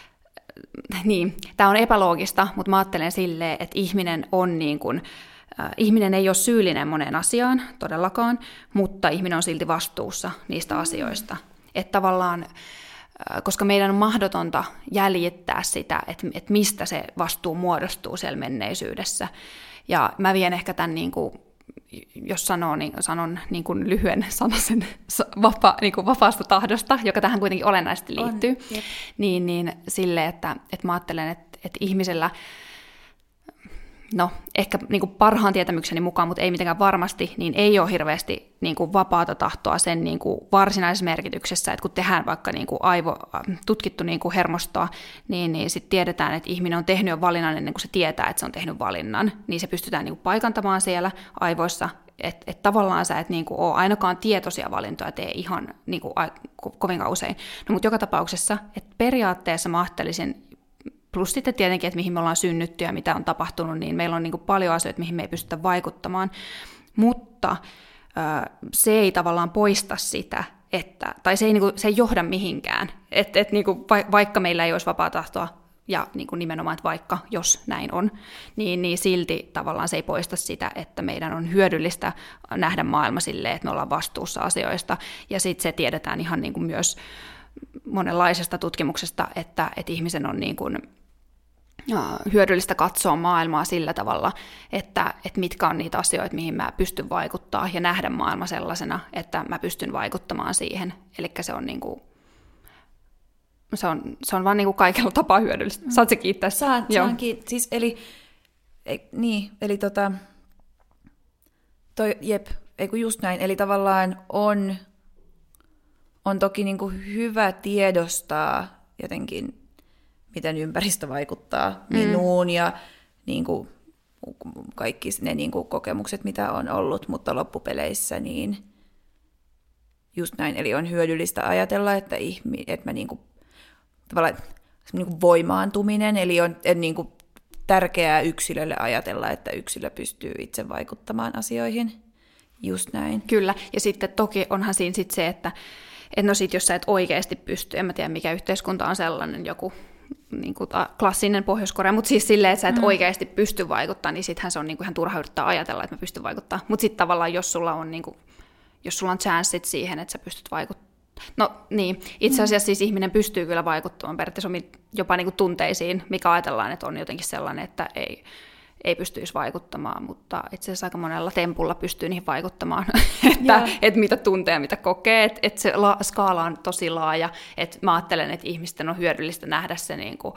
niin, tämä on epäloogista, mutta mä ajattelen silleen, että ihminen on niin kuin, ihminen ei ole syyllinen moneen asiaan, todellakaan, mutta ihminen on silti vastuussa niistä mm. asioista. Että tavallaan, koska meidän on mahdotonta jäljittää sitä, että, että mistä se vastuu muodostuu siellä menneisyydessä. Ja mä vien ehkä tämän, niin kuin, jos sanoo, niin sanon niin kuin lyhyen sanasen vapa, niin kuin vapaasta tahdosta, joka tähän kuitenkin olennaisesti liittyy, on, niin, niin sille, että, että mä ajattelen, että, että ihmisellä, no ehkä niin kuin parhaan tietämykseni mukaan, mutta ei mitenkään varmasti, niin ei ole hirveästi niin kuin vapaata tahtoa sen niin kuin varsinaisessa merkityksessä, että kun tehdään vaikka niin kuin aivo, tutkittu niin kuin hermostoa, niin, niin sitten tiedetään, että ihminen on tehnyt jo valinnan ennen kuin se tietää, että se on tehnyt valinnan, niin se pystytään niin kuin paikantamaan siellä aivoissa, että et tavallaan sä et niin kuin ole ainakaan tietoisia valintoja tee ihan niin kuin, ko- kovinkaan usein. No mutta joka tapauksessa, että periaatteessa mä ajattelisin, plus sitten tietenkin, että mihin me ollaan synnytty ja mitä on tapahtunut, niin meillä on niin kuin paljon asioita, mihin me ei pystytä vaikuttamaan, mutta se ei tavallaan poista sitä, että, tai se ei, niin kuin, se ei johda mihinkään, että, että niin kuin, vaikka meillä ei olisi vapaa tahtoa, ja niin kuin nimenomaan, että vaikka jos näin on, niin, niin silti tavallaan se ei poista sitä, että meidän on hyödyllistä nähdä maailma silleen, että me ollaan vastuussa asioista, ja sitten se tiedetään ihan niin kuin myös monenlaisesta tutkimuksesta, että, että ihmisen on niin kuin hyödyllistä katsoa maailmaa sillä tavalla, että, että mitkä on niitä asioita, mihin mä pystyn vaikuttaa ja nähdä maailma sellaisena, että mä pystyn vaikuttamaan siihen. Eli se on, niin kuin, se on, se on vaan niin kuin kaikella tapaa hyödyllistä. Saat se kiittää?
Saan, saan kiittää. Siis eli, ei, niin, eli tota, toi, jep, ei kun just näin, eli tavallaan on, on toki niin kuin hyvä tiedostaa jotenkin, miten ympäristö vaikuttaa minuun mm. ja niin kuin, kaikki ne niin kuin, kokemukset, mitä on ollut, mutta loppupeleissä niin just näin. Eli on hyödyllistä ajatella, että, ihmi, että mä niin kuin, tavallaan niin kuin voimaantuminen, eli on niin kuin, tärkeää yksilölle ajatella, että yksilö pystyy itse vaikuttamaan asioihin. Just näin.
Kyllä, ja sitten toki onhan siinä sitten se, että et no sit, jos sä et oikeasti pysty, en mä tiedä mikä yhteiskunta on sellainen, joku niin kuin klassinen Pohjois-Korea, mutta siis silleen, että sä et mm. oikeasti pysty vaikuttamaan, niin sittenhän se on niin kuin ihan turha yrittää ajatella, että mä pystyn vaikuttamaan. Mutta sitten tavallaan, jos sulla on, niin kuin, jos sulla on chanssit siihen, että sä pystyt vaikuttamaan. No niin, itse asiassa mm. siis ihminen pystyy kyllä vaikuttamaan periaatteessa jopa niin kuin tunteisiin, mikä ajatellaan, että on jotenkin sellainen, että ei, ei pystyisi vaikuttamaan, mutta itse asiassa aika monella tempulla pystyy niihin vaikuttamaan, että, että mitä tuntee ja mitä kokee, että, että se la- skaala on tosi laaja, että mä ajattelen, että ihmisten on hyödyllistä nähdä se, niin kuin,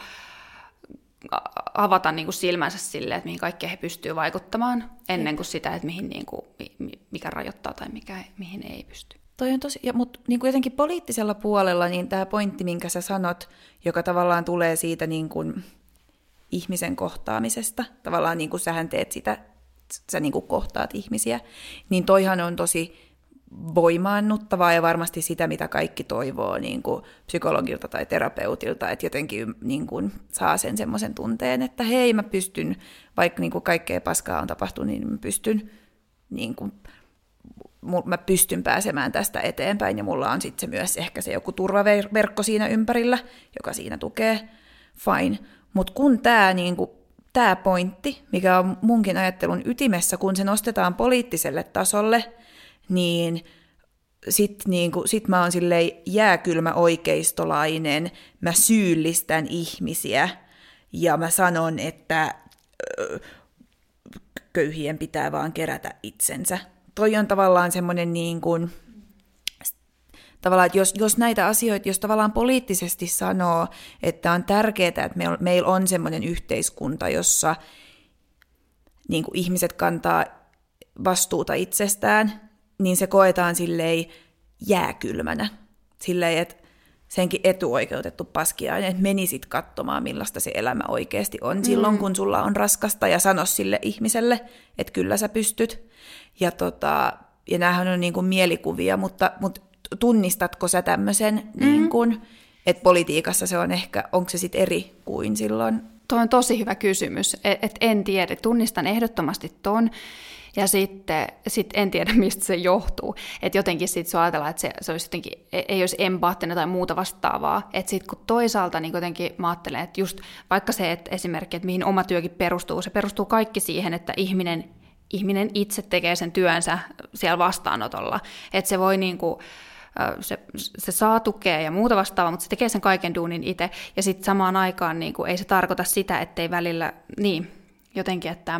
avata niin kuin silmänsä silleen, että mihin kaikkeen he pystyy vaikuttamaan, ennen kuin sitä, että mihin, niin kuin, mikä rajoittaa tai mikä, mihin ei pysty.
Toi on tosi, ja, mutta niin kuin jotenkin poliittisella puolella, niin tämä pointti, minkä sä sanot, joka tavallaan tulee siitä niin kuin ihmisen kohtaamisesta. Tavallaan niin kuin sähän teet sitä, sä niin kuin kohtaat ihmisiä. Niin toihan on tosi voimaannuttavaa ja varmasti sitä, mitä kaikki toivoo niin kuin psykologilta tai terapeutilta, että jotenkin niin kuin saa sen semmoisen tunteen, että hei, mä pystyn, vaikka niin kuin kaikkea paskaa on tapahtunut, niin mä pystyn, niin kuin, mä pystyn pääsemään tästä eteenpäin, ja mulla on sitten se myös ehkä se joku turvaverkko siinä ympärillä, joka siinä tukee, fine. Mutta kun tämä niin kuin tämä pointti, mikä on munkin ajattelun ytimessä, kun se nostetaan poliittiselle tasolle, niin sit, niinku, sit mä oon silleen jääkylmä oikeistolainen, mä syyllistän ihmisiä ja mä sanon, että ö, köyhien pitää vaan kerätä itsensä. Toi on tavallaan semmoinen, niin kuin, tavallaan, että jos, jos näitä asioita, jos tavallaan poliittisesti sanoo, että on tärkeää, että meillä meil on semmoinen yhteiskunta, jossa niin kuin ihmiset kantaa vastuuta itsestään, niin se koetaan silleen jääkylmänä. Silleen, että senkin etuoikeutettu paskiainen, että menisit katsomaan, millaista se elämä oikeasti on mm. silloin, kun sulla on raskasta, ja sano sille ihmiselle, että kyllä sä pystyt. Ja, tota, ja näähän on niin kuin mielikuvia, mutta, mutta tunnistatko sä tämmöisen, mm. niin kuin, että politiikassa se on ehkä, onko se sitten eri kuin silloin?
Tuo on tosi hyvä kysymys, että et en tiedä, tunnistan ehdottomasti ton. Ja sitten sit en tiedä, mistä se johtuu. Että jotenkin sitten sua ajatellaan, että se, se olisi jotenkin, ei olisi empaattinen tai muuta vastaavaa. Että sitten kun toisaalta niin jotenkin mä ajattelen, että just vaikka se, että esimerkki, että mihin oma työkin perustuu, se perustuu kaikki siihen, että ihminen, ihminen itse tekee sen työnsä siellä vastaanotolla. Että se voi niin kuin, se, se saa tukea ja muuta vastaavaa, mutta se tekee sen kaiken duunin itse. Ja sitten samaan aikaan niin kuin, ei se tarkoita sitä, ettei välillä, niin jotenkin, että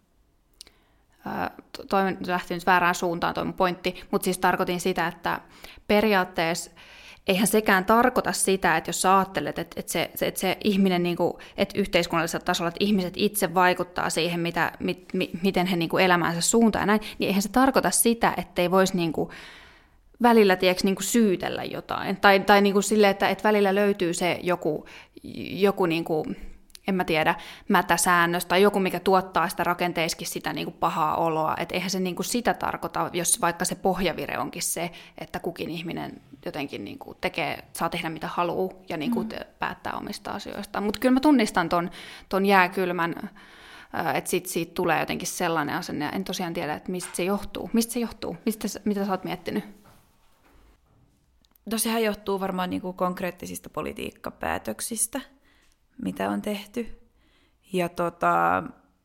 toi lähti nyt väärään suuntaan toi mun pointti, mutta siis tarkoitin sitä, että periaatteessa eihän sekään tarkoita sitä, että jos sä ajattelet, että, että, se, että se ihminen, niin kuin, että yhteiskunnallisella tasolla, että ihmiset itse vaikuttaa siihen, mitä, mit, mi, miten he niin kuin elämäänsä suuntaan ja näin, niin eihän se tarkoita sitä, että ei voisi niin kuin välillä tiedätkö, niin kuin syytellä jotain. Tai, tai niin kuin sille, että, että välillä löytyy se joku, joku niin kuin, en mä tiedä, mätäsäännös tai joku, mikä tuottaa sitä rakenteiskin sitä niin kuin pahaa oloa. Että eihän se niin kuin sitä tarkoita, jos vaikka se pohjavire onkin se, että kukin ihminen jotenkin niin kuin tekee, saa tehdä mitä haluaa ja niin kuin mm. päättää omista asioistaan. Mutta kyllä mä tunnistan ton, ton jääkylmän, että sit siitä tulee jotenkin sellainen asenne. En tosiaan tiedä, että mistä se johtuu. Mistä se johtuu? Mistä, mitä sä oot miettinyt?
No sehän johtuu varmaan niin kuin konkreettisista politiikkapäätöksistä, mitä on tehty. Ja tota,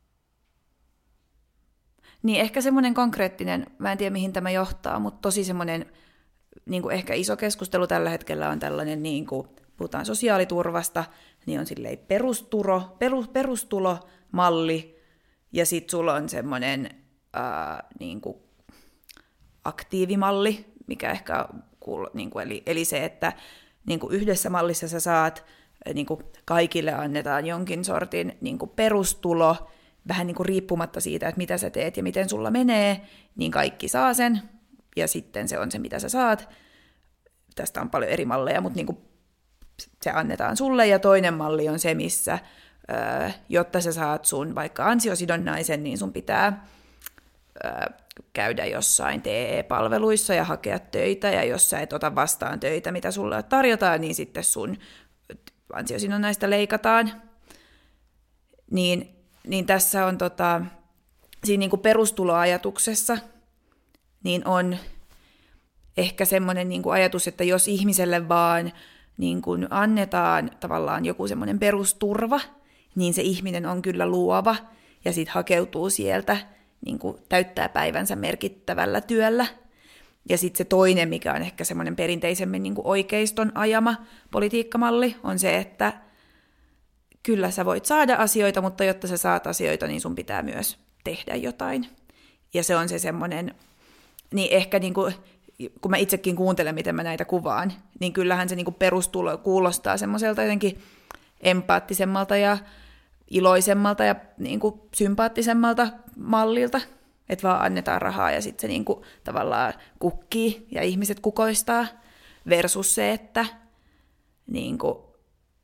niin ehkä semmoinen konkreettinen, mä en tiedä mihin tämä johtaa, mutta tosi semmoinen niin kuin ehkä iso keskustelu tällä hetkellä on tällainen, niin kuin puhutaan sosiaaliturvasta, niin on silleen perusturo, perus, perustulomalli, ja sitten sulla on semmoinen ää, niin kuin aktiivimalli, mikä ehkä kuul, niin kuin, eli, eli se, että niin kuin yhdessä mallissa sä saat, niin kuin kaikille annetaan jonkin sortin niin kuin perustulo, vähän niin kuin riippumatta siitä, että mitä sä teet ja miten sulla menee, niin kaikki saa sen, ja sitten se on se, mitä sä saat. Tästä on paljon eri malleja, mutta niin kuin se annetaan sulle, ja toinen malli on se, missä jotta sä saat sun vaikka ansiosidonnaisen, niin sun pitää käydä jossain T E-palveluissa ja hakea töitä, ja jos sä et ota vastaan töitä, mitä sulle tarjotaan, niin sitten sun ansiosidonnaista leikataan. Niin, niin tässä on tota, siinä niin kuin perustuloajatuksessa niin on ehkä semmoinen niin kuin ajatus, että jos ihmiselle vaan niin kuin annetaan tavallaan joku semmoinen perusturva, niin se ihminen on kyllä luova ja sitten hakeutuu sieltä, niin kuin täyttää päivänsä merkittävällä työllä. Ja sitten se toinen, mikä on ehkä semmoinen perinteisemmin niin kuin oikeiston ajama politiikkamalli, on se, että kyllä sä voit saada asioita, mutta jotta sä saat asioita, niin sun pitää myös tehdä jotain. Ja se on se semmoinen, niin ehkä niin kuin, kun mä itsekin kuuntelen, miten mä näitä kuvaan, niin kyllähän se niin kuin perustulo kuulostaa semmoiselta jotenkin empaattisemmalta ja iloisemmalta ja niin kuin sympaattisemmalta mallilta, että vaan annetaan rahaa ja sitten se niin kuin tavallaan kukkii ja ihmiset kukoistaa, versus se, että niin kuin,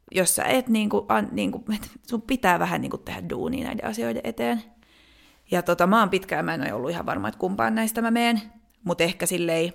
jos sä et, niin kuin, an, niin kuin, sun pitää vähän niin kuin tehdä duunia näiden asioiden eteen. Ja tota, mä oon pitkään, mä en ole ollut ihan varma, että kumpaan näistä mä meen, mutta ehkä silleen,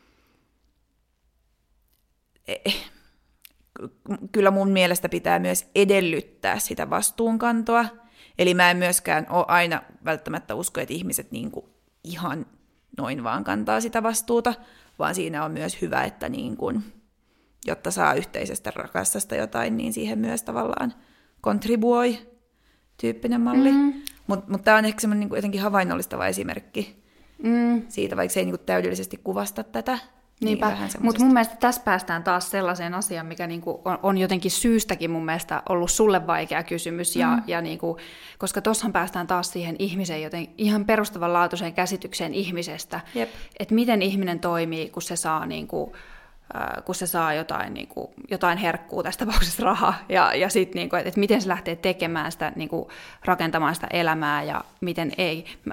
kyllä mun mielestä pitää myös edellyttää sitä vastuunkantoa. Eli mä en myöskään ole aina välttämättä usko, että ihmiset niin kuin ihan noin vaan kantaa sitä vastuuta, vaan siinä on myös hyvä, että niin kuin, jotta saa yhteisestä rakassasta jotain, niin siihen myös tavallaan kontribuoi tyyppinen malli. Mm. Mutta mut tämä on ehkä semmoinen niin jotenkin havainnollistava esimerkki mm. siitä, vaikka se ei niin kuin täydellisesti kuvasta tätä.
Niinpä, niin mutta mun mielestä tässä päästään taas sellaiseen asiaan, mikä niinku on, on jotenkin syystäkin mun mielestä ollut sulle vaikea kysymys, ja, mm. ja niinku, koska tuossahan päästään taas siihen ihmisen joten ihan perustavanlaatuiseen käsitykseen ihmisestä, että miten ihminen toimii, kun se saa, niinku, äh, kun se saa jotain, niinku, jotain herkkuu, tässä tapauksessa rahaa, ja, ja sitten niinku, että et miten se lähtee tekemään sitä, niinku, rakentamaan sitä elämää, ja miten ei. Mä,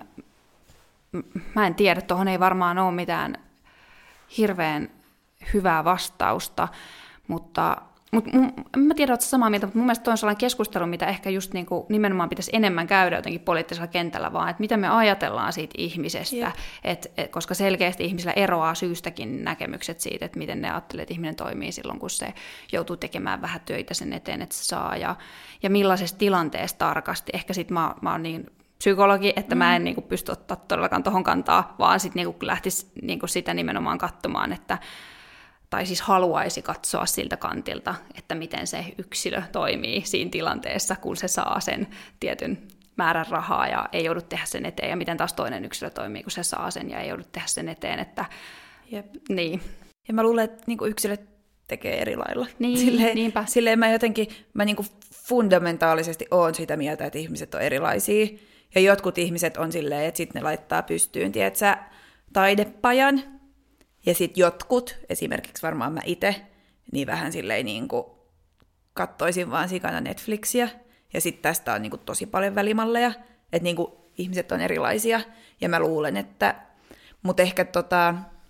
mä en tiedä, tuohon ei varmaan ole mitään hirveän hyvää vastausta, mutta, mutta en mä tiedä, oletko samaa mieltä, mutta mun mielestä toi on sellainen keskustelu, mitä ehkä just niin kuin nimenomaan pitäisi enemmän käydä jotenkin poliittisella kentällä, vaan että mitä me ajatellaan siitä ihmisestä, et, et, koska selkeästi ihmisillä eroaa syystäkin näkemykset siitä, että miten ne ajattelee, että ihminen toimii silloin, kun se joutuu tekemään vähän töitä sen eteen, että se saa, ja, ja millaisessa tilanteessa tarkasti. Ehkä sit mä, mä oon niin psykologi, että mm. mä en niinku pysty ottaa todellakaan tohon kantaa, vaan sitten niinku lähtisi niinku sitä nimenomaan katsomaan, että, tai siis haluaisi katsoa siltä kantilta, että miten se yksilö toimii siinä tilanteessa, kun se saa sen tietyn määrän rahaa ja ei joudu tehdä sen eteen, ja miten taas toinen yksilö toimii, kun se saa sen ja ei joudu tehdä sen eteen. Että,
Jep.
Niin.
Ja mä luulen, että niinku yksilöt tekee eri lailla.
Niin,
silleen,
niinpä.
Silleen mä jotenkin, mä niinku fundamentaalisesti oon sitä mieltä, että ihmiset on erilaisia. Ja jotkut ihmiset on silleen, että sitten ne laittaa pystyyn, tiedätkö, taidepajan. Ja sitten jotkut, esimerkiksi varmaan mä itse, niin vähän silleen niin kuin kattoisin vaan sikana Netflixiä. Ja sitten tästä on niin kuin tosi paljon välimalleja, että niin kuin ihmiset on erilaisia. Ja mä luulen, että, mutta ehkä tota,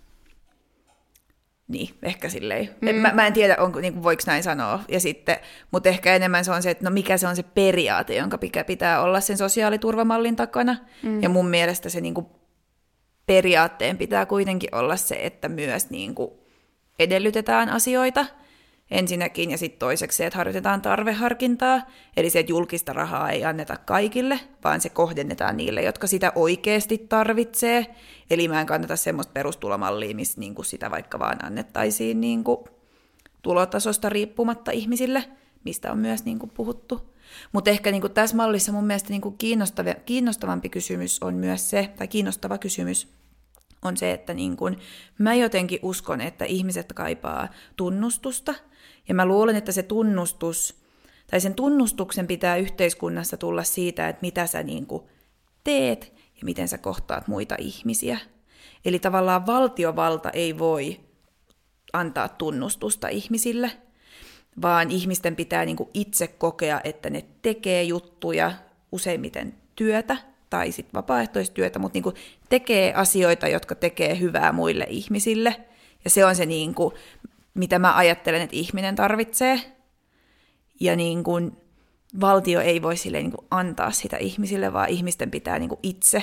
niin, ehkä silleen. Mm. Mä, mä en tiedä, onko, niin kuin, voiko näin sanoa. Ja sitten, mutta ehkä enemmän se on se, että no mikä se on se periaate, jonka pitää olla sen sosiaaliturvamallin takana. Mm. Ja mun mielestä se niin kuin, periaatteen pitää kuitenkin olla se, että myös niin kuin, edellytetään asioita ensinnäkin, ja sitten toiseksi se, että harjoitetaan tarveharkintaa, eli se, että julkista rahaa ei anneta kaikille, vaan se kohdennetaan niille, jotka sitä oikeasti tarvitsee. Eli mä en kannata semmoista perustulomallia, missä niin kuin sitä vaikka vaan annettaisiin niin kuin tulotasosta riippumatta ihmisille, mistä on myös niin kuin puhuttu. Mutta ehkä niin kuin tässä mallissa mun mielestä niin kuin kiinnostavampi kysymys on myös se, tai kiinnostava kysymys on se, että niin kuin mä jotenkin uskon, että ihmiset kaipaa tunnustusta, ja mä luulen, että se tunnustus, tai sen tunnustuksen pitää yhteiskunnassa tulla siitä, että mitä sä niin kuin teet, ja miten sä kohtaat muita ihmisiä. Eli tavallaan valtiovalta ei voi antaa tunnustusta ihmisille, vaan ihmisten pitää niin kuin itse kokea, että ne tekee juttuja, useimmiten työtä, tai sitten vapaaehtoistyötä, mutta niinku tekee asioita, jotka tekee hyvää muille ihmisille. Ja se on se, niinku, mitä mä ajattelen, että ihminen tarvitsee. Ja niinku, valtio ei voi silleen, niinku, antaa sitä ihmisille, vaan ihmisten pitää niinku, itse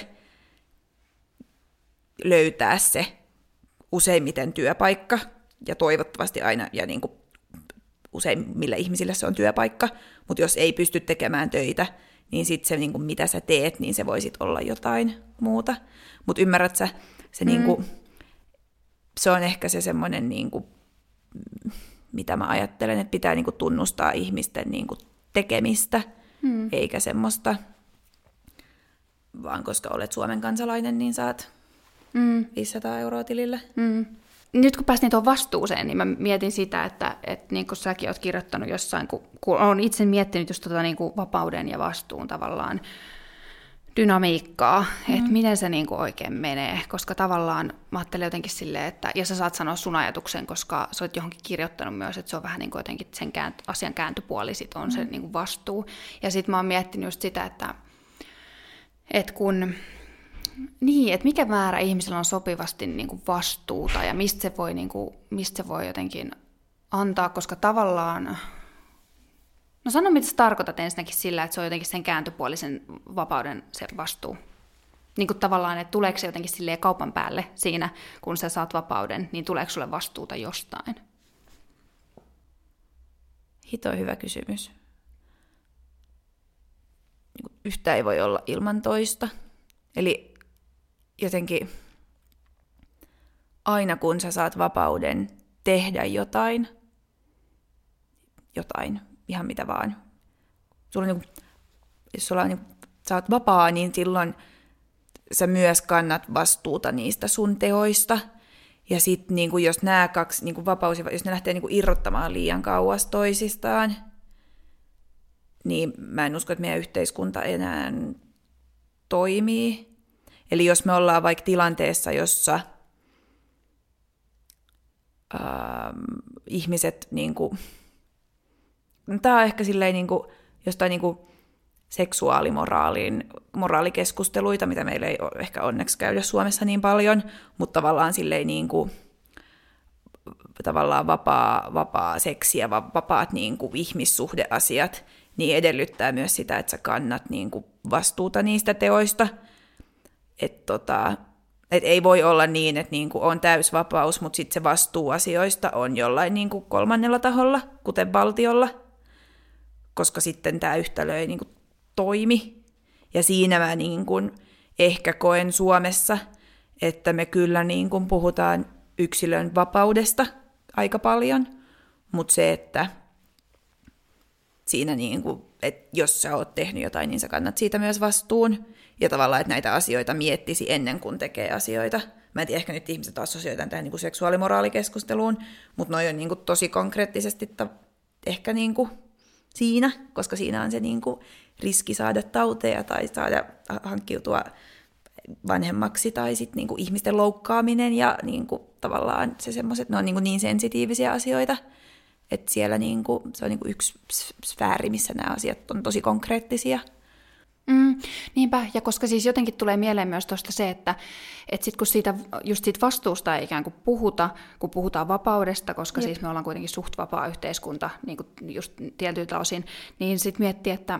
löytää se useimmiten työpaikka. Ja toivottavasti aina, ja niinku, useimmille ihmisille se on työpaikka. Mutta jos ei pysty tekemään töitä, niin sitten se, niin kuin, mitä sä teet, niin se voisit olla jotain muuta. Mutta ymmärrät sä, se, mm. niin kuin, se on ehkä se semmoinen, niin kuin, mitä mä ajattelen, että pitää niin kuin, tunnustaa ihmisten niin kuin, tekemistä, mm. eikä semmoista, vaan koska olet Suomen kansalainen, niin saat mm. viisisataa euroa tilille.
Mm. Nyt kun päästiin tuon vastuuseen, niin mä mietin sitä, että, että niin kuin säkin oot kirjoittanut jossain, kun, kun olen itse miettinyt just tota niin kuin vapauden ja vastuun tavallaan dynamiikkaa, mm-hmm. että miten se niin kuin oikein menee, koska tavallaan mä ajattelen jotenkin silleen, että, ja sä saat sanoa sun ajatuksen, koska sä oot johonkin kirjoittanut myös, että se on vähän niin kuin jotenkin sen kääntö, asian kääntöpuoli sit on mm-hmm. se niin kuin vastuu. Ja sit mä oon miettinyt just sitä, että, että kun niin, että mikä määrä ihmisellä on sopivasti niin kuin vastuuta ja mistä se, voi, niin kuin, mistä se voi jotenkin antaa, koska tavallaan No sano, mitä sä tarkoitat ensinnäkin sillä, että se on jotenkin sen kääntöpuolisen vapauden se vastuu. Niin kuin tavallaan, että tuleeko se jotenkin silleen kaupan päälle siinä, kun sä saat vapauden, niin tuleeko sulle vastuuta jostain?
Hito hyvä kysymys. Yhtä ei voi olla ilman toista. Eli jotenkin aina kun sä saat vapauden tehdä jotain, jotain, ihan mitä vaan. Sulla niin kuin, jos sulla on, niin, sä oot vapaa, niin silloin sä myös kannat vastuuta niistä sun teoista. Ja sitten niin jos nämä kaksi niin vapaus, jos ne lähtee niin irrottamaan liian kauas toisistaan, niin mä en usko, että meidän yhteiskunta enää toimii. Eli jos me ollaan vaikka tilanteessa, jossa ähm, ihmiset, niin kuin, no tämä on ehkä silleen niin kuin, jostain niin kuin seksuaalimoraalin moraalikeskusteluita, mitä meillä ei ole ehkä onneksi käydä Suomessa niin paljon, mutta tavallaan silleen niin kuin, tavallaan vapaa, vapaa seksi ja vapaat niin kuin ihmissuhdeasiat, niin edellyttää myös sitä, että sä kannat niin kuin vastuuta niistä teoista. Että tota, et ei voi olla niin, että niin kuin on täysvapaus, mutta sitten se vastuu asioista on jollain niin kuin kolmannella taholla, kuten valtiolla, koska sitten tämä yhtälö ei niin kuin toimi. Ja siinä mä niin kuin ehkä koen Suomessa, että me kyllä niin kuin puhutaan yksilön vapaudesta aika paljon, mutta se, että siinä niin kuin, että jos sä oot tehnyt jotain, niin sä kannat siitä myös vastuun. Ja tavallaan, että näitä asioita miettisi ennen kuin tekee asioita. Mä en tiedä, ehkä nyt ihmiset assosioitaan tähän niin kuin seksuaalimoraalikeskusteluun, mutta noi on niin kuin tosi konkreettisesti ta- ehkä niin kuin siinä, koska siinä on se niin kuin riski saada tauteja tai saada hankkiutua vanhemmaksi tai sitten niin kuin ihmisten loukkaaminen ja niin kuin tavallaan se semmoiset, ne on niin, kuin niin sensitiivisiä asioita, että siellä niin kuin, se on niin kuin yksi sfääri, missä nämä asiat on tosi konkreettisia.
Mm, niinpä, ja koska siis jotenkin tulee mieleen myös tuosta se, että et sit kun siitä, just siitä vastuusta ei ikään kuin puhuta, kun puhutaan vapaudesta, koska Jep. siis me ollaan kuitenkin suht vapaa yhteiskunta niin kuin just tietyiltä osin, niin sitten miettii, että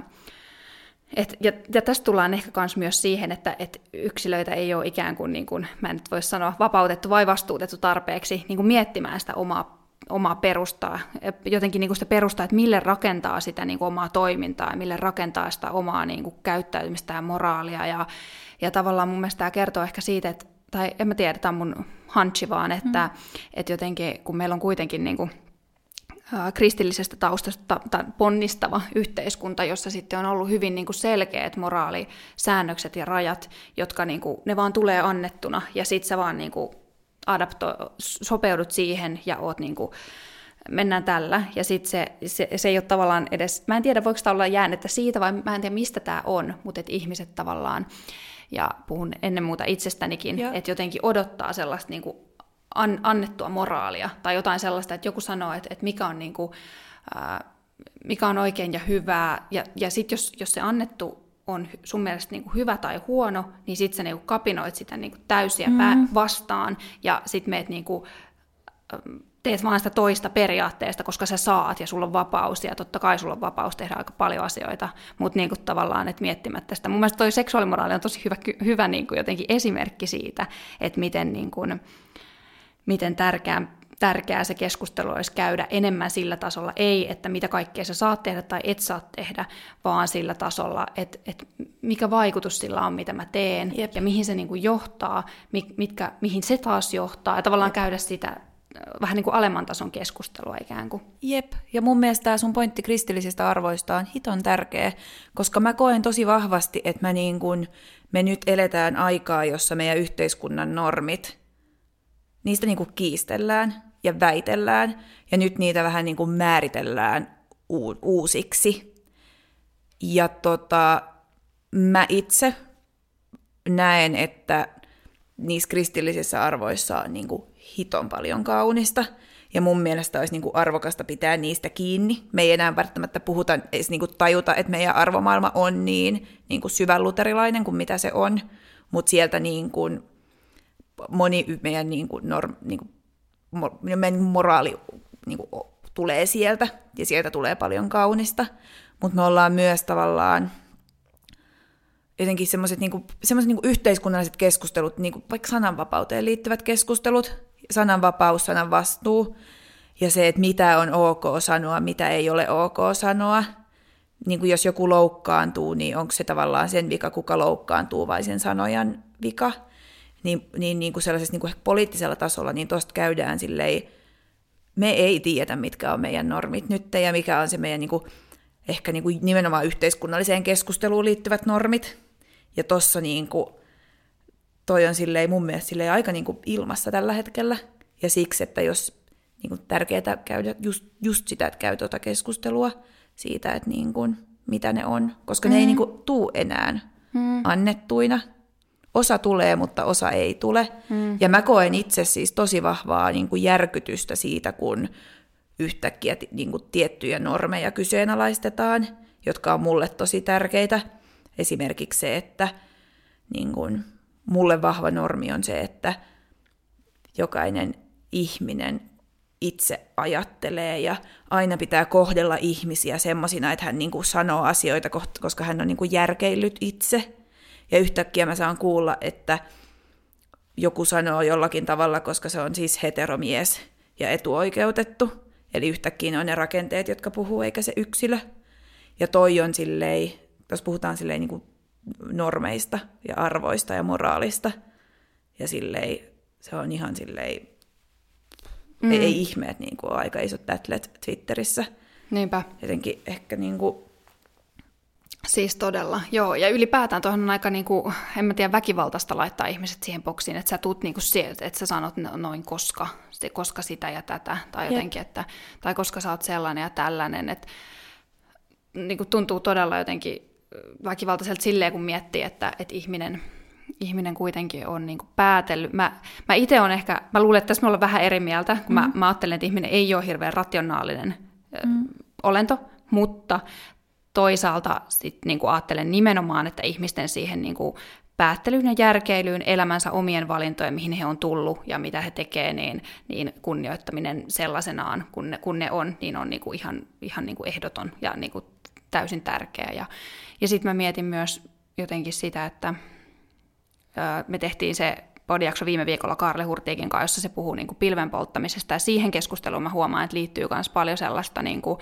et, ja, ja tästä tullaan ehkä myös siihen, että et yksilöitä ei ole ikään kuin, niin kuin, mä en nyt voi sanoa vapautettu vai vastuutettu tarpeeksi niin kuin miettimään sitä omaa omaa perustaa, jotenkin niin kuin sitä perustaa, että mille rakentaa sitä niin kuin omaa toimintaa ja mille rakentaa sitä omaa niin kuin käyttäytymistä ja moraalia. Ja, ja tavallaan mun mielestä tämä kertoo ehkä siitä, että, tai en mä tiedä, tämä on mun hunchi vaan, että, mm. että jotenkin kun meillä on kuitenkin niin kuin, äh, kristillisestä taustasta ta, ponnistava yhteiskunta, jossa sitten on ollut hyvin niin kuin selkeät moraalisäännökset ja rajat, jotka niin kuin, ne vaan tulee annettuna ja sitten sä vaan niin kuin adapto, sopeudut siihen ja oot niinku, mennään tällä. Ja sitten se, se, se ei ole tavallaan edes, mä en tiedä voiko tämä olla jäännettä siitä vai mä en tiedä mistä tämä on, mutta että ihmiset tavallaan, ja puhun ennen muuta itsestänikin, ja. että jotenkin odottaa sellaista niinku an, annettua moraalia tai jotain sellaista, että joku sanoo, että, että mikä, on niinku, ää, mikä on oikein ja hyvää. Ja, ja sitten jos, jos se annettu on sun mielestä niinku hyvä tai huono, niin sit sä niinku kapinoit sitä niinku täysiä mm. pää vastaan, ja sit meet niinku, teet vaan sitä toista periaatteesta, koska sä saat, ja sulla on vapaus, ja totta kai sulla on vapaus tehdä aika paljon asioita, mutta niinku tavallaan, että miettimättä sitä. Mun mielestä toi seksuaalimoraali on tosi hyvä, hyvä niinku jotenkin esimerkki siitä, että miten, niinku, miten tärkeää tärkeää se keskustelu olisi käydä enemmän sillä tasolla, ei, että mitä kaikkea sä saat tehdä tai et saa tehdä, vaan sillä tasolla, että, että mikä vaikutus sillä on, mitä mä teen, Jep. ja mihin se niin kuin johtaa, mitkä, mihin se taas johtaa, ja tavallaan Jep. käydä sitä vähän niin kuin alemman tason keskustelua ikään kuin.
Jep, ja mun mielestä tämä sun pointti kristillisistä arvoista on hiton tärkeä, koska mä koen tosi vahvasti, että mä niin kuin, me nyt eletään aikaa, jossa meidän yhteiskunnan normit, niistä niin kuin kiistellään ja väitellään, ja nyt niitä vähän niin kuin määritellään u- uusiksi. Ja tota, mä itse näen, että niissä kristillisissä arvoissa on niin kuin hiton paljon kaunista, ja mun mielestä olisi niin kuin arvokasta pitää niistä kiinni. Me ei enää välttämättä puhuta, edes niin kuin tajuta, että meidän arvomaailma on niin, niin kuin syvän luterilainen kuin mitä se on, mutta sieltä niin kuin moni meidän niin kuin norm, niin kuin, meidän moraali niin kuin, tulee sieltä, ja sieltä tulee paljon kaunista, mutta me ollaan myös tavallaan jotenkin semmoiset niinku, niinku yhteiskunnalliset keskustelut, niinku vaikka sananvapauteen liittyvät keskustelut, sananvapaus, sanan vastuu, ja se, että mitä on ok sanoa, mitä ei ole ok sanoa. Niin kuin jos joku loukkaantuu, niin onko se tavallaan sen vika, kuka loukkaantuu, vai sen sanojan vika. Niin, niin, niin kuin sellaisessa niin kuin poliittisella tasolla, niin tuosta käydään silleen, me ei tiedä, mitkä on meidän normit nyt, ja mikä on se meidän niin kuin, ehkä niin kuin nimenomaan yhteiskunnalliseen keskusteluun liittyvät normit. Ja tuossa niin kuin, toi on silleen, mun mielestä silleen aika niin kuin ilmassa tällä hetkellä. Ja siksi, että jos niin kuin tärkeää käydä just, just sitä, että käy tuota keskustelua siitä, että niin kuin, mitä ne on. Koska mm. ne ei niin kuin, tuu enää mm. annettuina. Osa tulee, mutta osa ei tule. Mm. Ja mä koen itse siis tosi vahvaa niin kuin järkytystä siitä, kun yhtäkkiä niin kuin tiettyjä normeja kyseenalaistetaan, jotka on mulle tosi tärkeitä. Esimerkiksi se, että niin kuin, mulle vahva normi on se, että jokainen ihminen itse ajattelee ja aina pitää kohdella ihmisiä semmoisina, että hän niin kuin sanoo asioita, koska hän on niin kuin järkeillyt itse. Ja yhtäkkiä mä saan kuulla, että joku sanoo jollakin tavalla, koska se on siis heteromies ja etuoikeutettu. Eli yhtäkkiä ne on ne rakenteet, jotka puhuu, eikä se yksilö. Ja toi on silleen, jos puhutaan silleen niin kuin normeista ja arvoista ja moraalista. Ja silleen, se on ihan silleen, mm. ei, ei ihme, että niin kuin on aika isot tätlet Twitterissä.
Niinpä.
Jotenkin ehkä niin kuin
siis todella, joo. Ja ylipäätään tuohon on aika, niin kuin, en mä tiedä, väkivaltaista laittaa ihmiset siihen boksiin, että sä tuut niin kuin sieltä, että sä sanot noin koska, koska sitä ja tätä, tai jotenkin, että, tai koska sä oot sellainen ja tällainen, että niin kuin tuntuu todella jotenkin väkivaltaiselta silleen, kun miettii, että, että ihminen, ihminen kuitenkin on niin kuin päätellyt. Mä, mä itse on ehkä, mä luulen, että tässä me ollaan vähän eri mieltä, kun mm. mä, mä ajattelen, että ihminen ei ole hirveän rationaalinen mm. olento, mutta toisaalta sit niinku ajattelen nimenomaan, että ihmisten siihen niinku päättelyyn ja järkeilyyn, elämänsä omien valintojen, mihin he on tullut ja mitä he tekevät, niin, niin kunnioittaminen sellaisenaan, kun ne, kun ne on, niin on niinku ihan, ihan niinku ehdoton ja niinku täysin tärkeä. Ja, ja sitten mä mietin myös jotenkin sitä, että ää, me tehtiin se podijakso viime viikolla Kaarle Hurtiikin kanssa, jossa se puhuu niinku pilven polttamisesta, ja siihen keskusteluun mä huomaan, että liittyy myös paljon sellaista niinku,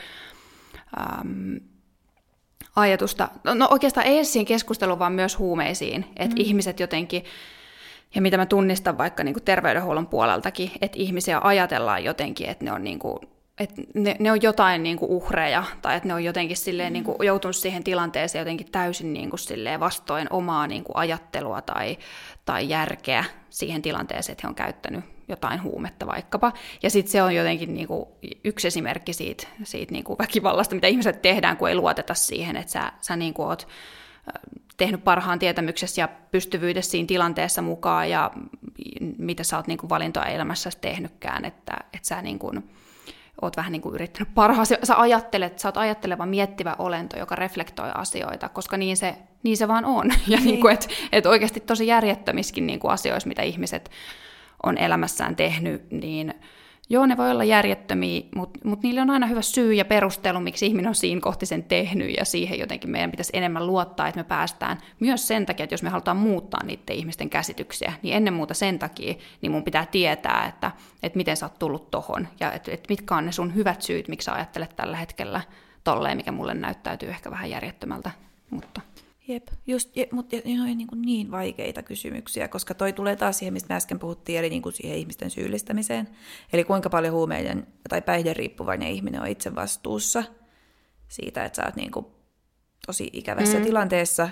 äm, ajatusta, no oikeastaan ei edes siihen keskusteluun, vaan myös huumeisiin, että mm. ihmiset jotenkin, ja mitä mä tunnistan vaikka niin kuin terveydenhuollon puoleltakin, että ihmisiä ajatellaan jotenkin, että ne on, niin kuin, että ne, ne on jotain niin kuin uhreja, tai että ne on jotenkin silleen, mm. niin kuin joutunut siihen tilanteeseen jotenkin täysin niin kuin silleen vastoin omaa niin kuin ajattelua tai, tai järkeä siihen tilanteeseen, että he on käyttänyt jotain huumetta vaikkapa. Ja sitten se on jotenkin niinku yksi esimerkki siitä, siitä niinku väkivallasta, mitä ihmiset tehdään, kun ei luoteta siihen, että sä, sä niinku oot tehnyt parhaan tietämyksessä ja pystyvyydessä siinä tilanteessa mukaan ja mitä sä oot niinku valintoa elämässäsi tehnytkään, että, että sä niinku oot vähän niinku yrittänyt parhaasi. Sä ajattelet, sä oot ajatteleva, miettivä olento, joka reflektoi asioita, koska niin se, niin se vaan on. Ja niinku, että et oikeasti tosi järjettömiskin niinku asioissa, mitä ihmiset on elämässään tehnyt, niin joo, ne voi olla järjettömiä, mutta mut niillä on aina hyvä syy ja perustelu, miksi ihminen on siinä kohti sen tehnyt, ja siihen jotenkin meidän pitäisi enemmän luottaa, että me päästään myös sen takia, että jos me halutaan muuttaa niiden ihmisten käsityksiä, niin ennen muuta sen takia, niin mun pitää tietää, että, että miten sä oot tullut tohon, ja että, että mitkä on ne sun hyvät syyt, miksi sä ajattelet tällä hetkellä tolleen, mikä mulle näyttäytyy ehkä vähän järjettömältä, mutta
Jep, just, je, mutta ne on niin, niin vaikeita kysymyksiä, koska toi tulee taas siihen, mistä me äsken puhuttiin, eli niin kuin siihen ihmisten syyllistämiseen. Eli kuinka paljon huumeiden tai päihderiippuvainen ihminen on itse vastuussa siitä, että sä oot niin kuin tosi ikävässä mm. tilanteessa.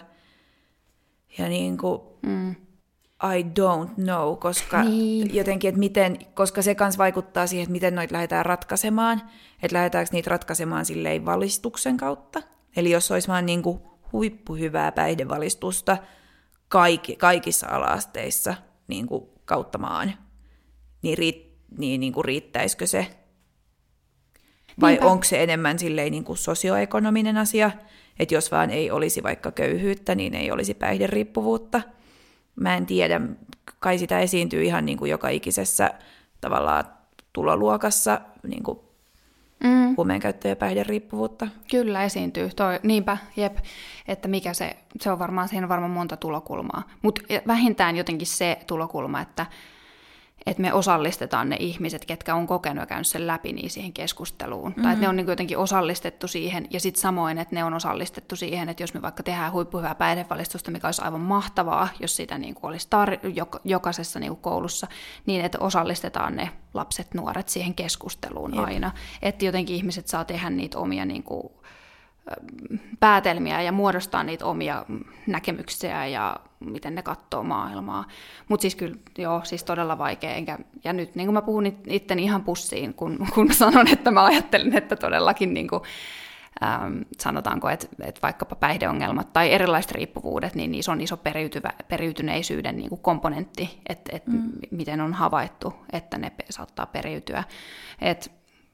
Ja niin kuin, mm. I don't know, koska niin. jotenkin, että miten, koska se kans vaikuttaa siihen, että miten noita lähdetään ratkaisemaan. Että lähdetäänkö niitä ratkaisemaan silleen valistuksen kautta. Eli jos olisi vaan niin kuin huippuhyvää päihdevalistusta kaikki, kaikissa ala-asteissa niin kuin kautta maan, niin, riitt, niin, niin kuin riittäisikö se? Vai Niinpä. Onko se enemmän silleen niin kuin sosioekonominen asia, että jos vaan ei olisi vaikka köyhyyttä, niin ei olisi päihderiippuvuutta? Mä en tiedä, kai sitä esiintyy ihan niin kuin joka ikisessä tavallaan tuloluokassa, niin kuin mm. huumeenkäyttö- ja päihderiippuvuutta.
Kyllä esiintyy. Toi, niinpä, jep, että mikä se, se on varmaan, siinä on varmaan monta tulokulmaa. Mutta vähintään jotenkin se tulokulma, että että me osallistetaan ne ihmiset, ketkä on kokenut ja käynyt sen läpi niin siihen keskusteluun. Mm-hmm. Tai että ne on niin jotenkin osallistettu siihen, ja sitten samoin, että ne on osallistettu siihen, että jos me vaikka tehdään huippuhyvää päihdevalistusta, mikä olisi aivan mahtavaa, jos sitä niin kuin olisi tar- jok- jokaisessa niin kuin koulussa, niin että osallistetaan ne lapset, nuoret siihen keskusteluun Jep. aina. Että jotenkin ihmiset saa tehdä niitä omia niin kuin päätelmiä ja muodostaa niitä omia näkemyksiä ja miten ne katsoo maailmaa. Mutta siis kyllä, joo, siis todella vaikea. Enkä, ja nyt niin kuin mä puhun itteni ihan pussiin, kun, kun mä sanon, että mä ajattelen, että todellakin niin kuin, ähm, sanotaanko, että, että vaikkapa päihdeongelmat tai erilaiset riippuvuudet, niin niissä on iso periytyvä, periytyneisyyden niin kuin komponentti, että et mm. miten on havaittu, että ne saattaa periytyä. Et,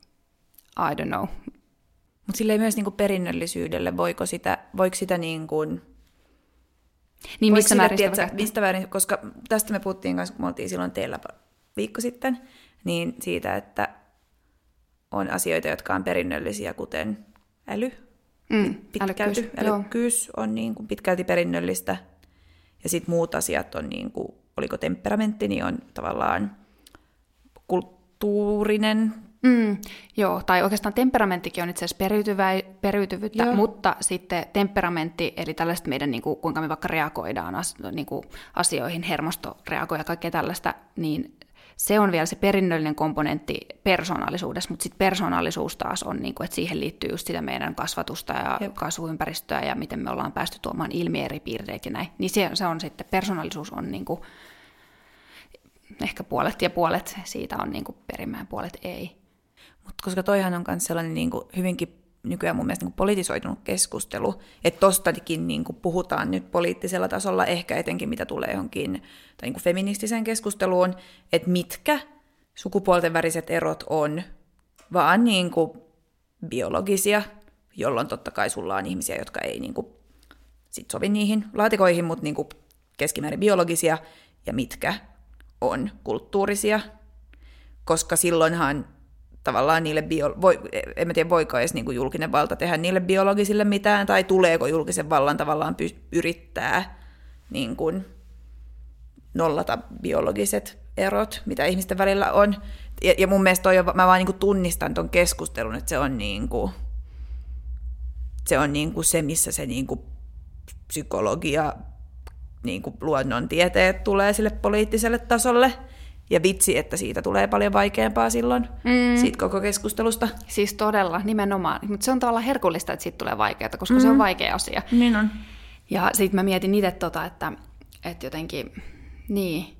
I don't know.
Mutta silleen myös niinku perinnöllisyydelle, voiko sitä, voiko sitä niin kuin...
Niin mistä määrin
sitä, mistä väärin, koska tästä me puhuttiin kanssa, kun me oltiin silloin teillä viikko sitten, niin siitä, että on asioita, jotka on perinnöllisiä, kuten äly,
mm,
pitkäyty,
älykkyys,
älykkyys on niin kuin pitkälti perinnöllistä, ja sitten muut asiat on, niin kuin, oliko temperamentti, niin on tavallaan kulttuurinen.
Mm, joo, tai oikeastaan temperamenttikin on itse asiassa periytyvyyttä, joo. Mutta sitten temperamentti, eli tällaista meidän, niin kuin, kuinka me vaikka reagoidaan as, niin kuin asioihin, hermosto reagoi ja kaikkea tällaista, niin se on vielä se perinnöllinen komponentti persoonallisuudessa, mutta sitten persoonallisuus taas on, niin kuin, että siihen liittyy just sitä meidän kasvatusta ja Jep. kasvuympäristöä ja miten me ollaan päästy tuomaan ilmi eri piirteitä ja näin. Niin se, se on sitten, persoonallisuus on niin kuin, ehkä puolet ja puolet siitä on niin kuin perimään, puolet ei.
Mutta koska toihan on myös sellainen niin kuin hyvinkin nykyään mun mielestä niin kuin politisoitunut keskustelu, että tostakin niin kuin puhutaan nyt poliittisella tasolla, ehkä etenkin mitä tulee johonkin tai niin kuin feministiseen keskusteluun, että mitkä sukupuolten väriset erot on vaan niin kuin biologisia, jolloin totta kai sulla on ihmisiä, jotka ei niin kuin sit sovi niihin laatikoihin, mutta niin kuin keskimäärin biologisia, ja mitkä on kulttuurisia, koska silloinhan tavallaan niille, bio, voi, en mä tiedä voiko edes niin kuin julkinen valta tehdä niille biologisille mitään, tai tuleeko julkisen vallan tavallaan py, yrittää niin kuin nollata biologiset erot, mitä ihmisten välillä on. Ja, ja mun mielestä toi on, mä vaan niin kuin tunnistan ton keskustelun, että se on, niin kuin, se, on niin kuin se, missä se niin kuin psykologia, niin kuin luonnontieteet tulee sille poliittiselle tasolle. Ja vitsi, että siitä tulee paljon vaikeampaa silloin, mm. siitä koko keskustelusta.
Siis todella, nimenomaan. Mutta se on tavallaan herkullista, että siitä tulee vaikeaa, koska mm. se on vaikea asia.
Niin on.
Ja sitten mä mietin itse tota, että, että jotenkin, niin,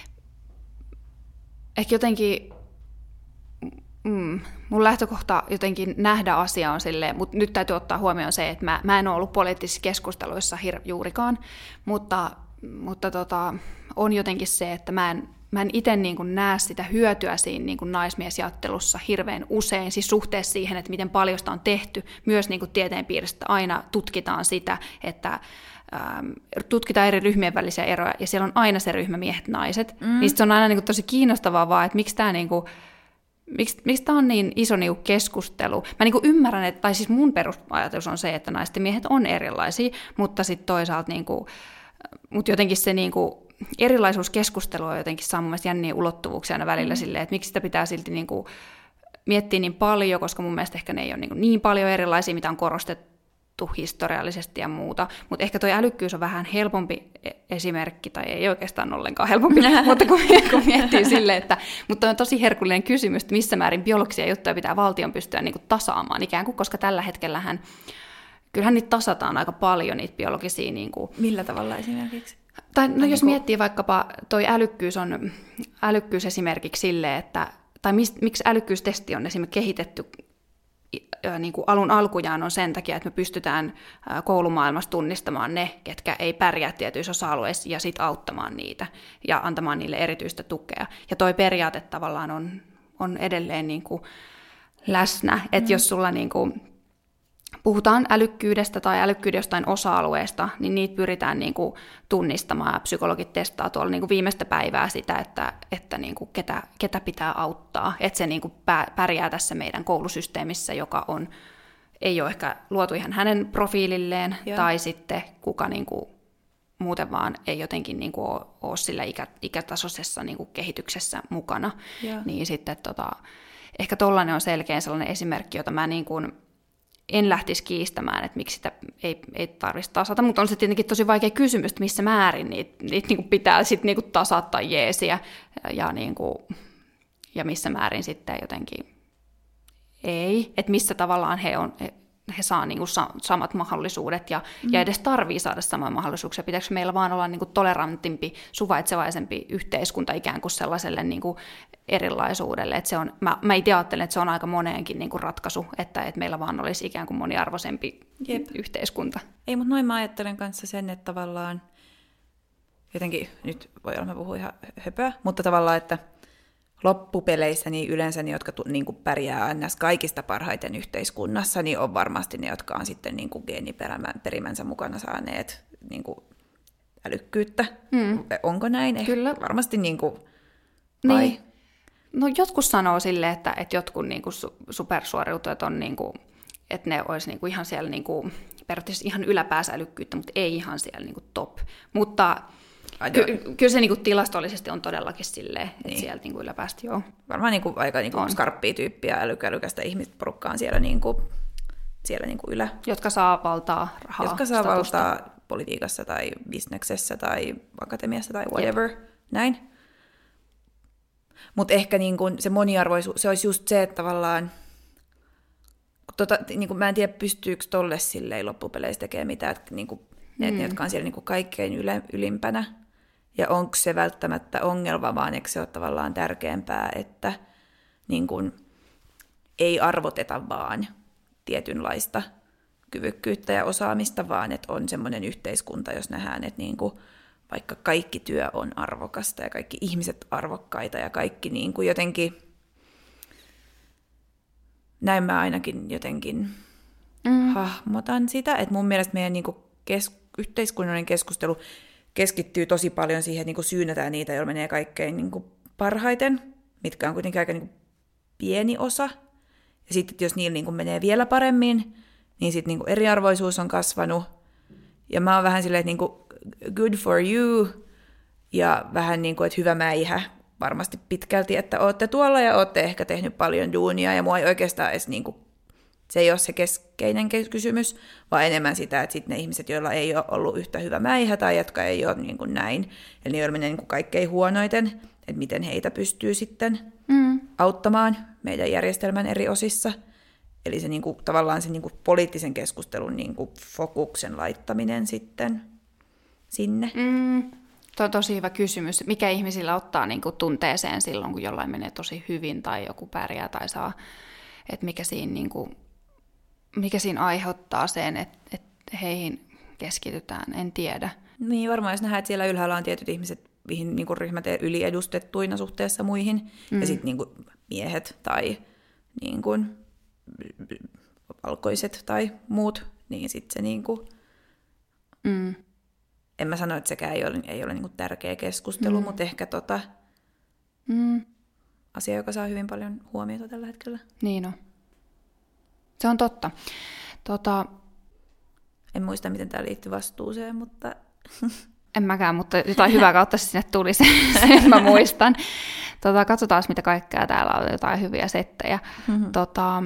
ehkä jotenkin, mm, mun lähtökohta jotenkin nähdä asia on silleen, mutta nyt täytyy ottaa huomioon se, että mä, mä en ole ollut poliittisissa keskusteluissa hir- juurikaan, mutta, mutta tota, on jotenkin se, että mä en, Mä en itse niin kuin näe sitä hyötyä siinä niin kuin naismiesjattelussa hirveän usein, siis suhteessa siihen, että miten paljon sitä on tehty. Myös niin kuin tieteen piirissä aina tutkitaan sitä, että ähm, tutkitaan eri ryhmien välisiä eroja, ja siellä on aina se ryhmä miehet-naiset. Mm. Niin se on aina niin kuin tosi kiinnostavaa vaan, että miksi tämä niin kuin, miksi, miksi tämä on niin iso niin kuin keskustelu. Mä niin kuin ymmärrän, että, tai siis mun perusajatus on se, että naiset ja miehet on erilaisia, mutta sitten toisaalta niin kuin, mutta jotenkin se niin kuin, erilaisuuskeskustelu on jotenkin saa mun mielestä jänniä ulottuvuuksia aina välillä mm. silleen, että miksi sitä pitää silti niin kuin miettiä niin paljon, koska mun mielestä ehkä ne ei ole niin, niin paljon erilaisia, mitä on korostettu historiallisesti ja muuta. Mutta ehkä toi älykkyys on vähän helpompi esimerkki, tai ei oikeastaan ollenkaan helpompi, mutta kun, kun miettii silleen, että mutta on tosi herkullinen kysymys, että missä määrin biologisia juttuja pitää valtion pystyä niin kuin tasaamaan ikään kuin, koska tällä hetkellähän kyllähän niitä tasataan aika paljon, niitä biologisia. Niin kuin,
millä tavalla esimerkiksi?
Tai no, jos miettii vaikkapa, toi älykkyys on älykkyys esimerkiksi sille, että, tai mist, miksi älykkyystesti on esimerkiksi kehitetty niin kuin alun alkujaan on sen takia, että me pystytään koulumaailmassa tunnistamaan ne, ketkä ei pärjää tietyissä osa-alueissa, ja sitten auttamaan niitä ja antamaan niille erityistä tukea. Ja toi periaate tavallaan on, on edelleen niin kuin läsnä, että mm. jos sulla niin kuin puhutaan älykkyydestä tai älykkyyden jostain osa-alueesta, niin niitä pyritään niin kuin tunnistamaan, ja psykologit testaa tuolla niin kuin viimeistä päivää sitä, että, että niin kuin ketä, ketä pitää auttaa, että se niin kuin pärjää tässä meidän koulusysteemissä, joka on, ei ole ehkä luotu ihan hänen profiililleen, Joo. tai sitten kuka niin kuin muuten vaan ei jotenkin niin kuin ole, ole sillä ikä, ikätasoisessa niin kuin kehityksessä mukana, Joo. niin sitten tota, ehkä tollainen on selkeä sellainen esimerkki, jota mä niin kuin en lähtisi kiistämään, että miksi sitä ei, ei tarvitsisi tasata, mutta on se tietenkin tosi vaikea kysymys, että missä määrin niitä, niitä niin kuin pitää sit niin kuin tasata jeesiä ja, niin kuin, ja missä määrin sitten jotenkin ei, että missä tavallaan he, on, he, he saa niin kuin samat mahdollisuudet ja, mm. ja edes tarvii saada samoja mahdollisuuksia. Pitääkö meillä vaan olla niin kuin tolerantimpi, suvaitsevaisempi yhteiskunta ikään kuin sellaiselle niin kuin erilaisuudelle. Että se on, mä, mä itse ajattelen, että se on aika moneenkin niin kuin ratkaisu, että, että meillä vaan olisi ikään kuin moniarvoisempi Jep. yhteiskunta.
Ei, mutta noin mä ajattelen kanssa sen, että tavallaan, jotenkin nyt voi olla, mä puhun ihan höpöä, mutta tavallaan, että loppupeleissä niin yleensä ne, jotka niin kuin pärjää ns. Kaikista parhaiten yhteiskunnassa, niin on varmasti ne, jotka on sitten niin kuin geeniperimänsä mukana saaneet niin kuin älykkyyttä. Mm. Onko näin? Eh,
Kyllä.
Varmasti niin kuin,
vai? Niin. No jotkut sanoo silleen, että, että jotkut niin kuin supersuoriutujat on, niin kuin, että ne olisi niin kuin ihan siellä niin kuin, periaatteessa ihan yläpäässä älykkyyttä, mutta ei ihan siellä niin kuin top. Mutta Ky- kyllä se niinku tilastollisesti on todellakin silleen, että niin. sieltä niinku yläpäästä joo.
Varmaan niinku aika niinku skarppia tyyppiä, älykälykästä ihmisporukkaa on siellä, niinku, siellä niinku ylä.
Jotka saa valtaa, rahaa,
Jotka saa
statusta.
valtaa politiikassa tai bisneksessä tai akatemiassa tai whatever. Jep. Näin. Mutta ehkä niinku se moniarvoisuus, se olisi just se, että tavallaan, tota, niinku, mä en tiedä pystyykö tolle silleen loppupeleissä tekemään mitään, että niinku, ne, mm. jotka on siellä niinku kaikkein yle, ylimpänä. Ja onko se välttämättä ongelma, vaan eikö se ole tavallaan tärkeämpää, että niin kun, ei arvoteta vaan tietynlaista kyvykkyyttä ja osaamista, vaan että on semmoinen yhteiskunta, jos nähdään, että niin kun, vaikka kaikki työ on arvokasta ja kaikki ihmiset arvokkaita ja kaikki niin kun jotenkin, näin mä ainakin jotenkin mm. hahmotan sitä, että mun mielestä meidän niin kun kes, yhteiskunnallinen keskustelu keskittyy tosi paljon siihen, että niinku syynätään niitä, joilla menee kaikkein niinku parhaiten, mitkä on kuitenkin aika niinku pieni osa. Ja sitten, jos niillä niinku menee vielä paremmin, niin sitten niinku eriarvoisuus on kasvanut. Ja mä oon vähän silleen, että niinku good for you, ja vähän niin kuin, että hyvä mäihä varmasti pitkälti, että ootte tuolla ja ootte ehkä tehnyt paljon duunia, ja mua ei oikeastaan edes niinku, se ei ole se keskeinen kysymys, vaan enemmän sitä, että sitten ne ihmiset, joilla ei ole ollut yhtä hyvä mäihä tai jotka ei ole niin kuin näin, eli joilla menee niin kuin kaikkein huonoiten, että miten heitä pystyy sitten mm. auttamaan meidän järjestelmän eri osissa. Eli se niin kuin, tavallaan se niin kuin poliittisen keskustelun niin kuin fokuksen laittaminen sitten sinne.
Mm. Tuo on tosi hyvä kysymys. Mikä ihmisillä ottaa niin kuin tunteeseen silloin, kun jollain menee tosi hyvin tai joku pärjää tai saa, että mikä siinä niin kuin mikä siinä aiheuttaa sen, että, että heihin keskitytään, en tiedä.
Niin, varmaan jos nähdään, että siellä ylhäällä on tietyt ihmiset, mihin niin kuin ryhmät yliedustettuina suhteessa muihin, mm. ja sitten niin kuin miehet tai niin kuin valkoiset tai muut, niin sitten se niin kuin, mm. en mä sano, että sekään ei ole, ei ole niin kuin tärkeä keskustelu, mm. mutta ehkä tota, mm. asia, joka saa hyvin paljon huomiota tällä hetkellä.
Niin on. Se on totta. Tota,
en muista, miten tämä liittyy vastuuseen, mutta
en mäkään, mutta jotain hyvää kautta sinne tuli, se, sen mä muistan. Tota, katsotaan, mitä kaikkea täällä on, jotain hyviä settejä. Mm-hmm. Tota,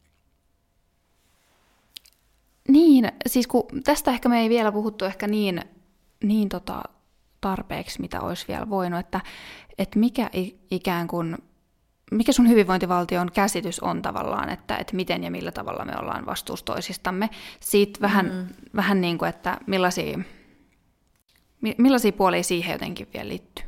niin, siis kun tästä ehkä me ei vielä puhuttu ehkä niin, niin tota, tarpeeksi, mitä olisi vielä voinut, että, että mikä ikään kuin mikä sun hyvinvointivaltion käsitys on tavallaan, että, että miten ja millä tavalla me ollaan vastuussa toisistamme. Siitä vähän, mm. vähän niin kuin, että millaisia, millaisia puolia siihen jotenkin vielä liittyy?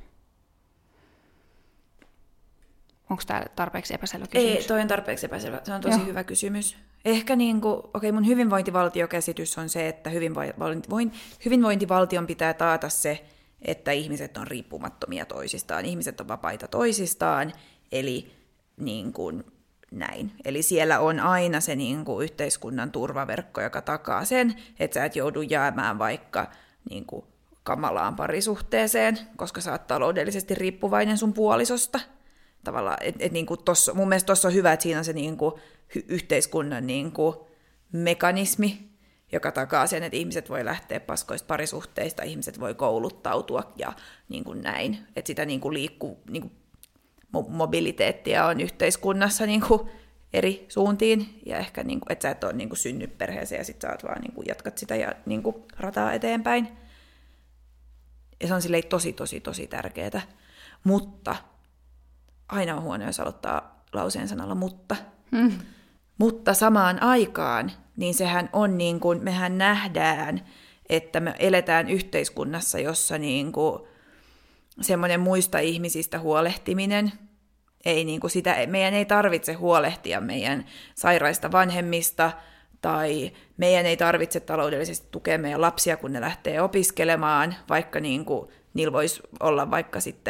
Onko tämä tarpeeksi epäselvä kysymys?
Ei, toi on tarpeeksi epäselvä. Se on tosi Joo. hyvä kysymys. Ehkä niin kuin, okei, mun hyvinvointivaltiokäsitys on se, että hyvinvointivaltion pitää taata se, että ihmiset on riippumattomia toisistaan, ihmiset on vapaita toisistaan, eli niin kuin, näin. Eli siellä on aina se niin kuin yhteiskunnan turvaverkko, joka takaa sen, että sä et joudu jäämään vaikka niin kuin kamalaan parisuhteeseen, koska sä oot taloudellisesti riippuvainen sun puolisosta. Tavallaan, et, et niin kuin tossa, mun mielestä tuossa on hyvä, että siinä on se niin kuin yhteiskunnan niin kuin mekanismi, joka takaa sen, että ihmiset voi lähteä paskoista parisuhteista, ihmiset voi kouluttautua ja niin kuin näin. Että sitä niin kuin liikkuu, niin kuin mobiliteettia on yhteiskunnassa niin kuin eri suuntiin, ja ehkä, niin kuin, että sä et ole niin kuin synnyt perheeseen, ja sit sä oot vaan niin kuin jatkat sitä ja niin kuin rataa eteenpäin. Ja se on silleen tosi, tosi, tosi tärkeää. Mutta aina on huono, jos aloittaa lauseen sanalla mutta. Mm. Mutta samaan aikaan, niin sehän on niin kuin, mehän nähdään, että me eletään yhteiskunnassa, jossa niin kuin semmoinen muista ihmisistä huolehtiminen, ei niin kuin sitä, meidän ei tarvitse huolehtia meidän sairaista vanhemmista, tai meidän ei tarvitse taloudellisesti tukea meidän lapsia, kun ne lähtee opiskelemaan, vaikka niin kuin, niillä voisi olla vaikka sitten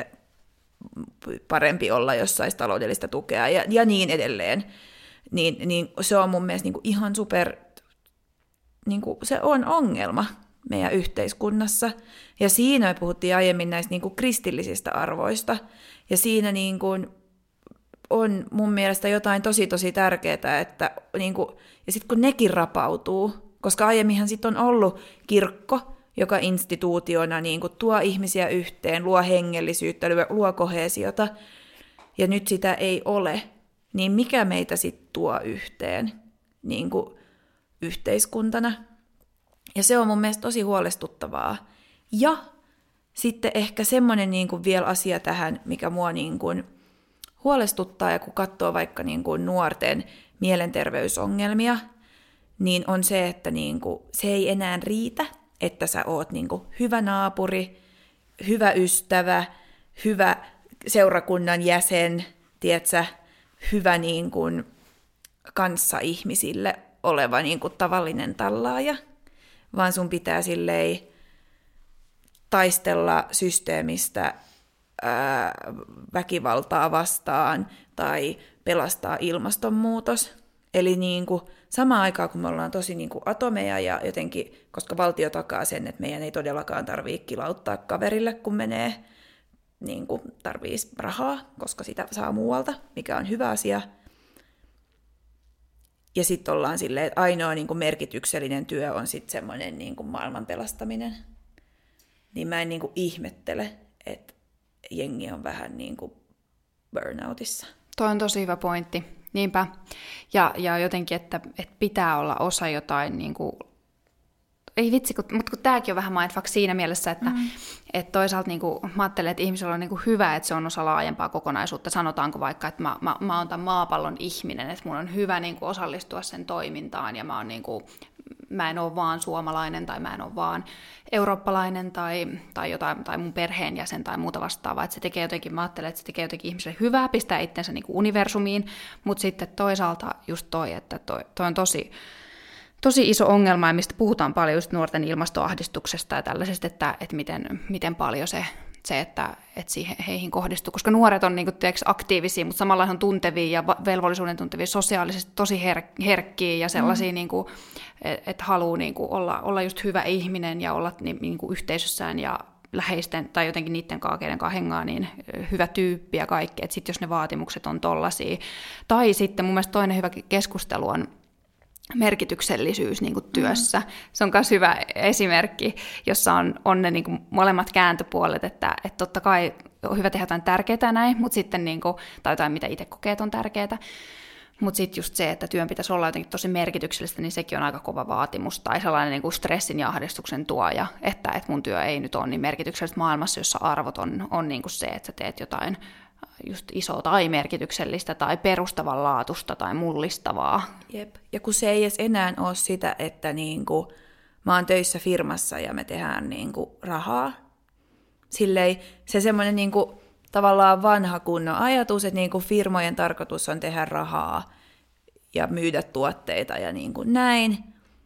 parempi olla, jos saisi taloudellista tukea, ja, ja niin edelleen. Niin, niin se on mun mielestä niin kuin ihan super, niin kuin se on ongelma meidän yhteiskunnassa. Ja siinä me puhuttiin aiemmin näistä niin kuin kristillisistä arvoista. Ja siinä niin kuin on mun mielestä jotain tosi tosi tärkeää, että niin kuin, ja sitten kun nekin rapautuu, koska aiemminhan sitten on ollut kirkko, joka instituutiona niin kuin tuo ihmisiä yhteen, luo hengellisyyttä, luo koheesiota, ja nyt sitä ei ole, niin mikä meitä sitten tuo yhteen niin kuin yhteiskuntana? Ja se on mun mielestä tosi huolestuttavaa. Ja sitten ehkä semmoinen niin kuin vielä asia tähän, mikä mua niin kuin huolestuttaa, ja kun katsoo vaikka niin kuin nuorten mielenterveysongelmia, niin on se, että niin kuin se ei enää riitä, että sä oot niin kuin hyvä naapuri, hyvä ystävä, hyvä seurakunnan jäsen, tiedätkö, hyvä niin kuin kanssaihmisille oleva niin kuin tavallinen tallaaja, vaan sun pitää silleen taistella systeemistä ää, väkivaltaa vastaan tai pelastaa ilmastonmuutos. Eli niin kuin samaan aikaan, kun me ollaan tosi niin kuin atomeja ja jotenkin, koska valtio takaa sen, että meidän ei todellakaan tarvitse kilauttaa kaverille, kun menee, niin kuin tarvitsisi rahaa, koska sitä saa muualta, mikä on hyvä asia. Ja sitten ollaan silleen, että ainoa niin kuin merkityksellinen työ on sitten semmoinen niin kuin maailman pelastaminen. Niin mä en niin kuin ihmettele, että jengi on vähän niin kuin burnoutissa.
Toi on tosi hyvä pointti. Niinpä. Ja, ja jotenkin, että, että pitää olla osa jotain, niin kuin, ei vitsi, kun, mutta kun tämäkin on vähän mindfuck siinä mielessä, että, mm. että toisaalta niin kuin, mä ajattelen, että ihmisellä on niin kuin hyvä, että se on osa laajempaa kokonaisuutta. Sanotaanko vaikka, että mä, mä, mä oon tämän maapallon ihminen, että mun on hyvä niin kuin, osallistua sen toimintaan, ja mä, oon, niin kuin, mä en ole vaan suomalainen, tai mä en ole vaan eurooppalainen, tai, tai, jotain, tai mun perheenjäsen, tai muuta vastaavaa. Että se tekee jotenkin, mä ajattelen, että se tekee jotenkin ihmiselle hyvää, pistää itsensä niin kuin universumiin, mutta sitten toisaalta just toi, että toi, toi on tosi... tosi iso ongelma, ja mistä puhutaan paljon just nuorten ilmastoahdistuksesta ja tällaisesta, että, että miten, miten paljon se, se että, että siihen, heihin kohdistuu. Koska nuoret on niin kuin, tiedätkö, aktiivisia, mutta samalla on tuntevia ja velvollisuuden tuntevia, sosiaalisesti tosi her- herkkiä ja sellaisia, mm. niin kuin, että et haluaa niin kuin, olla, olla just hyvä ihminen ja olla niin, niin kuin yhteisössään ja läheisten tai jotenkin niiden kanssa, keiden kanssa hengaa, niin hyvä tyyppi ja kaikki. Että sitten jos ne vaatimukset on tollaisia. Tai sitten mun mielestä toinen hyvä keskustelu on merkityksellisyys niin kuin työssä. Mm. Se on myös hyvä esimerkki, jossa on, on ne niin kuin molemmat kääntöpuolet, että, että totta kai on hyvä tehdä jotain tärkeää näin, mutta sitten, niin kuin, tai jotain, mitä itse kokee on tärkeää, mutta sitten just se, että työn pitäisi olla jotenkin tosi merkityksellistä, niin sekin on aika kova vaatimus, tai sellainen niin kuin stressin ja ahdistuksen tuoja, että, että mun työ ei nyt ole niin merkityksellistä maailmassa, jossa arvot on, on niin kuin se, että sä teet jotain just isoa tai merkityksellistä tai perustavanlaatusta tai mullistavaa.
Jep. Ja kun se ei edes enää ole sitä, että niinku, mä oon töissä firmassa ja me tehdään niinku rahaa. Silleen se semmoinen niinku, tavallaan vanha kunnon ajatus, että niinku firmojen tarkoitus on tehdä rahaa ja myydä tuotteita ja niinku näin.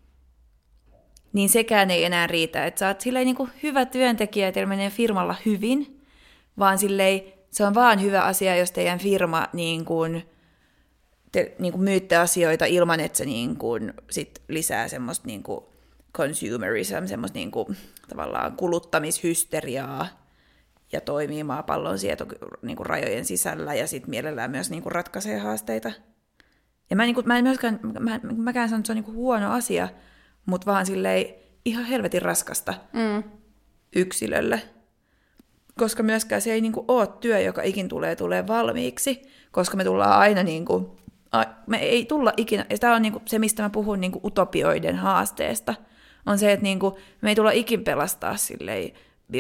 Niin sekään ei enää riitä, että sä oot silleen niinku hyvä työntekijä ja teillä menee firmalla hyvin, vaan silleen se on vaan hyvä asia, jos teidän firma niin kuin te niin kuin myytte asioita ilman, että se niin kuin sit lisää semmoista niin kuin consumerism, semmoista niin kuin tavallaan kuluttamishysteriaa ja toimii maapallon sieto niin kuin rajojen sisällä ja sitten mielellään myös niin kuin ratkaisee haasteita. Ja mä, niin kuin, mä en myöskään, mä, mäkään sano, että se on niin kuin huono asia, mutta vaan silleen ihan helvetin raskasta mm. yksilölle. Koska myöskään se ei niin kuin ole työ, joka ikin tulee, tulee valmiiksi, koska me tullaan aina, niin kuin, me ei tulla ikinä, ja tämä on niin kuin se, mistä mä puhun niin kuin utopioiden haasteesta, on se, että niin kuin, me ei tulla ikin pelastaa silleen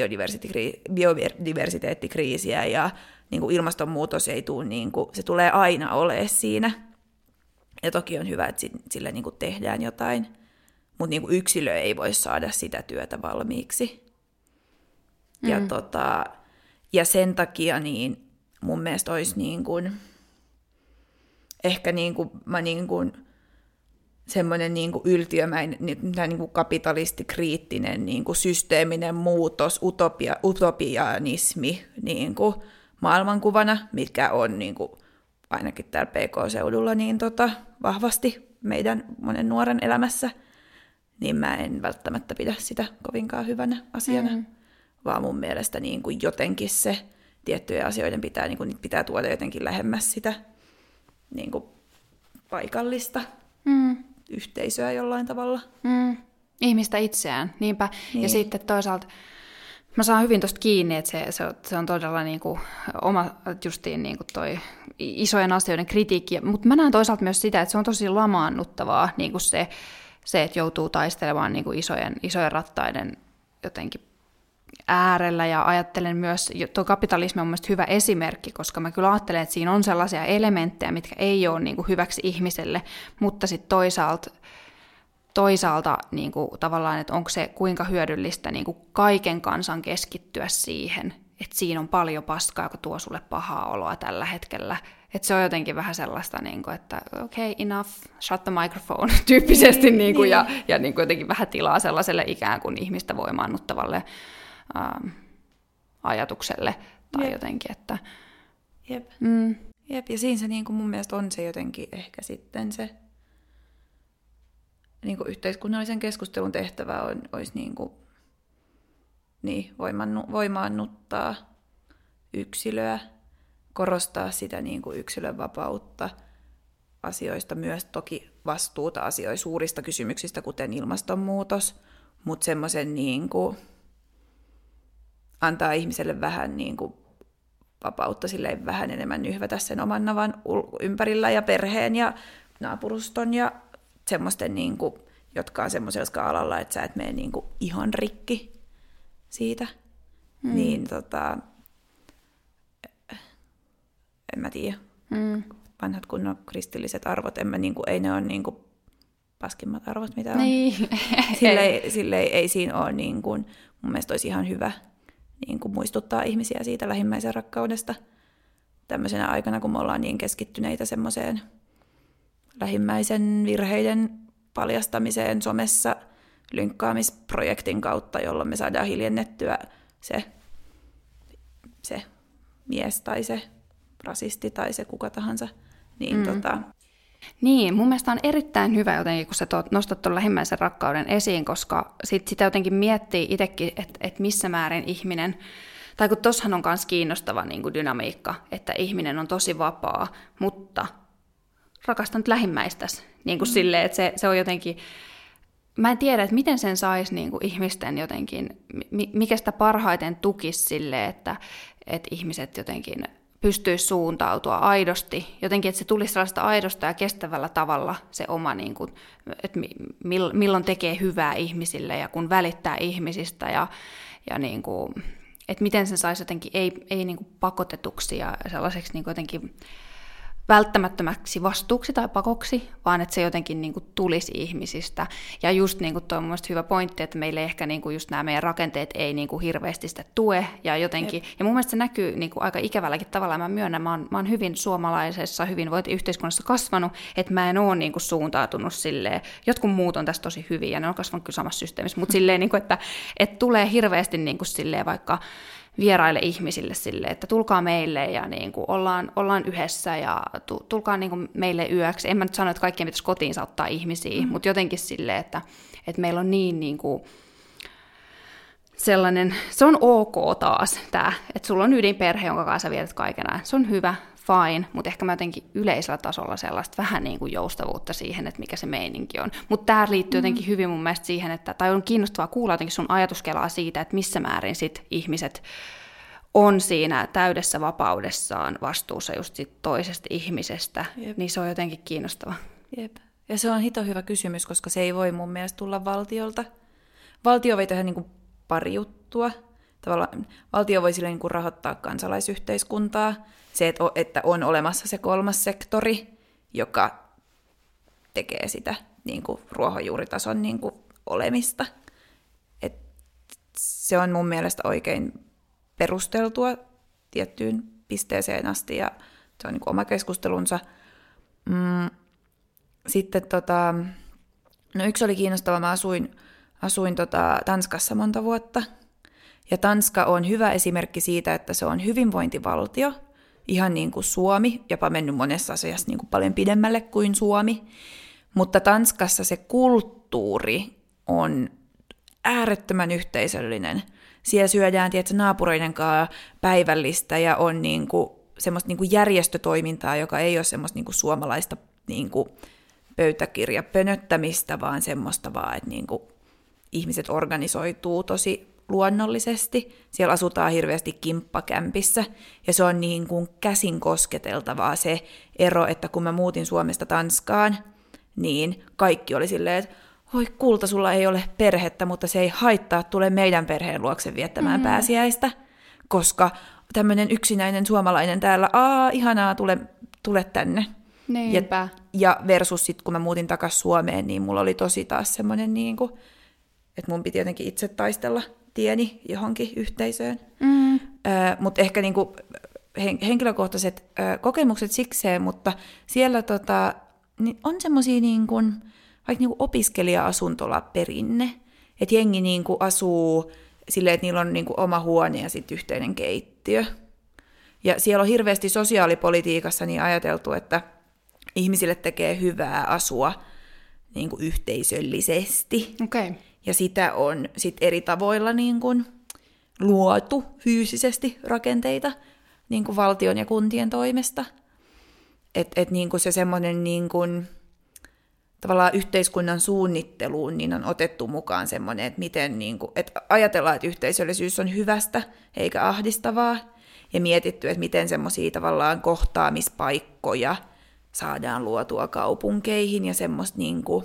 biodiversiteettikriisiä ja niin kuin ilmastonmuutos ei tule, niin kuin, se tulee aina olemaan siinä. Ja toki on hyvä, että sille niin kuin tehdään jotain, mutta niin kuin yksilö ei voi saada sitä työtä valmiiksi. Mm. Ja, tota, ja sen takia niin mun mielestä olisi niin kuin, ehkä niin kuin, mä niin kuin, semmoinen niin kuin yltiömäinen, niin kuin kapitalistikriittinen niin kuin systeeminen muutos, utopia, utopianismi niin kuin maailmankuvana, mikä on niin kuin, ainakin täällä P K-seudulla niin tota, vahvasti meidän monen nuoren elämässä, niin mä en välttämättä pidä sitä kovinkaan hyvänä asiana, mm. vaan mun mielestä niin kuin jotenkin se tiettyjen asioiden pitää, niin kuin, niitä pitää tuoda jotenkin lähemmäs sitä niin kuin paikallista mm. yhteisöä jollain tavalla.
Mm. Ihmistä itseään, niinpä. Niin. Ja sitten toisaalta mä saan hyvin tuosta kiinni, että se, se, on, se on todella niin kuin oma justiin niin kuin toi isojen asioiden kritiikki, mutta mä näen toisaalta myös sitä, että se on tosi lamaannuttavaa niin kuin se, se, että joutuu taistelemaan niin kuin isojen, isojen rattaiden jotenkin äärellä, ja ajattelen myös, tuo kapitalismi on mielestäni hyvä esimerkki, koska mä kyllä ajattelen, että siinä on sellaisia elementtejä, mitkä ei ole niin kuin hyväksi ihmiselle, mutta sitten toisaalta, toisaalta niin kuin tavallaan, että onko se kuinka hyödyllistä niin kuin kaiken kansan keskittyä siihen, että siinä on paljon paskaa, joka tuo sulle pahaa oloa tällä hetkellä. Että se on jotenkin vähän sellaista, niin kuin, että okei, okay, enough, shut the microphone tyyppisesti, niin kuin, ja, ja niin kuin jotenkin vähän tilaa sellaiselle ikään kuin ihmistä voimaannuttavalle ähm, ajatukselle. Tai Jep. jotenkin, että...
Jep. Mm. Jep, ja siinä se niin kuin mun mielestä on se jotenkin ehkä sitten se niin kuin yhteiskunnallisen keskustelun tehtävä on, olisi niin kuin, niin, voimannu, voimaannuttaa yksilöä, korostaa sitä niin kuin yksilön vapautta asioista, myös toki vastuuta asioista, suurista kysymyksistä, kuten ilmastonmuutos, mutta semmoisen niin kuin, antaa ihmiselle vähän niin kuin, vapautta silleen vähän enemmän nyhvätä sen oman navan ympärillä ja perheen ja naapuruston ja semmoisten, niin kuin, jotka on semmoisella skaalalla, että sä et mene niin kuin, ihan rikki siitä, mm. niin tota, en mä tiedä. Mm. Vanhat kunnon kristilliset arvot, en mä, niin kuin, ei ne ole niin kuin, paskimmat arvot, mitä on.
Niin.
Silleen, silleen ei siinä ole, niin kuin, mun mielestä olisi ihan hyvä niin kuin muistuttaa ihmisiä siitä lähimmäisen rakkaudesta tämmöisenä aikana, kun me ollaan niin keskittyneitä semmoiseen lähimmäisen virheiden paljastamiseen somessa lynkkaamisprojektin kautta, jolloin me saadaan hiljennettyä se, se mies tai se rasisti tai se kuka tahansa. Niin, mm. tota...
niin, mun mielestä on erittäin hyvä jotenkin, kun sä nostat tuon lähimmäisen rakkauden esiin, koska sit sitä jotenkin miettii itsekin, että et missä määrin ihminen, tai kun tossahan on myös kiinnostava niin kuin dynamiikka, että ihminen on tosi vapaa, mutta rakastan lähimmäistäsi. Niin kuin mm. silleen, että se, se on jotenkin, mä en tiedä, että miten sen saisi niin kuin ihmisten jotenkin, mikä sitä parhaiten tukisi silleen, että, että ihmiset jotenkin pystyisi suuntautua aidosti, jotenkin, että se tulisi sellaista aidosta ja kestävällä tavalla se oma, niin kuin, että milloin tekee hyvää ihmisille ja kun välittää ihmisistä ja, ja niin kuin, että miten sen saisi jotenkin ei, ei niin kuin pakotetuksi ja sellaiseksi niin kuin jotenkin välttämättömäksi vastuuksi tai pakoksi, vaan että se jotenkin niin kuin tulisi ihmisistä. Ja just niin kuin tuo on mun mielestä hyvä pointti, että meillä ehkä niin kuin just nämä meidän rakenteet ei niin kuin hirveästi sitä tue. Ja, jotenkin, ja mun mielestä se näkyy niin kuin aika ikävälläkin tavalla. Mä myönnän, mä oon, mä oon hyvin suomalaisessa hyvinvointiyhteiskunnassa kasvanut, että mä en ole niin kuin suuntautunut silleen. Jotkut muut on tässä tosi hyviä ja ne on kasvanut kyllä samassa systeemissä, mutta silleen, niin kuin, että, että tulee hirveästi niin kuin silleen vaikka vieraille ihmisille sille, että tulkaa meille ja niin kuin ollaan, ollaan yhdessä ja tulkaa niin kuin meille yöksi. En mä nyt sano, että kaikkien pitäisi kotiinsa ottaa ihmisiä, mm. mutta jotenkin sille, että, että meillä on niin, niin kuin sellainen, se on ok taas tämä, että sulla on ydinperhe, jonka kanssa sä vietät kaikenaan. Se on hyvä, fine, mutta ehkä mä jotenkin yleisellä tasolla sellaista vähän niin kuin joustavuutta siihen, että mikä se meininki on. Mutta tämä liittyy jotenkin hyvin mun mielestä siihen, että, tai on kiinnostavaa kuulla jotenkin sun ajatuskelaa siitä, että missä määrin sit ihmiset on siinä täydessä vapaudessaan vastuussa just sit toisesta ihmisestä, Jep. niin se on jotenkin kiinnostavaa.
Jep. Ja se on hito hyvä kysymys, koska se ei voi mun mielestä tulla valtiolta. Valtio voi tehdä niin kuin pari juttua. Tavallaan valtio voi silleen niin kuin rahoittaa kansalaisyhteiskuntaa. Se, että on olemassa se kolmas sektori, joka tekee sitä niin kuin ruohonjuuritason niin kuin olemista. Et se on mun mielestä oikein perusteltua tiettyyn pisteeseen asti, ja se on niin kuin oma keskustelunsa. Mm. Sitten tota, no yksi oli kiinnostava, mä asuin, asuin tota Tanskassa monta vuotta, ja Tanska on hyvä esimerkki siitä, että se on hyvinvointivaltio, ihan niin kuin Suomi, jopa mennyt monessa asiassa niin kuin paljon pidemmälle kuin Suomi, mutta Tanskassa se kulttuuri on äärettömän yhteisöllinen. Siellä syödään tietysti naapureiden kanssa päivällistä ja on niin kuin semmoista niin kuin järjestötoimintaa, joka ei ole semmoista niin kuin suomalaista niin kuin pöytäkirjapönöttämistä, vaan semmoista vaan, että niin kuin ihmiset organisoituu tosi luonnollisesti. Siellä asutaan hirveästi kimppakämpissä, ja se on niin kuin käsin kosketeltavaa se ero, että kun mä muutin Suomesta Tanskaan, niin kaikki oli silleen, että oi kulta, sulla ei ole perhettä, mutta se ei haittaa, tule meidän perheen luokse viettämään mm-hmm. pääsiäistä, koska tämmöinen yksinäinen suomalainen täällä, aa, ihanaa, tule, tule tänne.
Niinpä.
Ja, ja versus sitten, kun mä muutin takaisin Suomeen, niin mulla oli tosi taas semmoinen, niin kuin, että mun piti jotenkin itse taistella tieni johonkin yhteisöön. Mm. Ö, mutta ehkä niin kuin henkilökohtaiset ö, kokemukset sikseen, mutta siellä tota, niin on semmoisia niin kuin, vaikka niin kuin opiskelija-asuntolaperinne, että jengi niin kuin asuu silleen, että niillä on niin kuin oma huone ja sitten yhteinen keittiö. Ja siellä on hirveästi sosiaalipolitiikassa niin ajateltu, että ihmisille tekee hyvää asua niin kuin yhteisöllisesti.
Okay.
Ja sitä on sit eri tavoilla niin kuin luotu fyysisesti rakenteita niin kuin valtion ja kuntien toimesta. Että et niin kuin se semmoinen niin kuin tavallaan yhteiskunnan suunnitteluun niin on otettu mukaan semmoinen, että miten niin kuin, että ajatellaan, että yhteisöllisyys on hyvästä eikä ahdistavaa. Ja mietitty, että miten semmoisia tavallaan kohtaamispaikkoja saadaan luotua kaupunkeihin ja semmoista niin kuin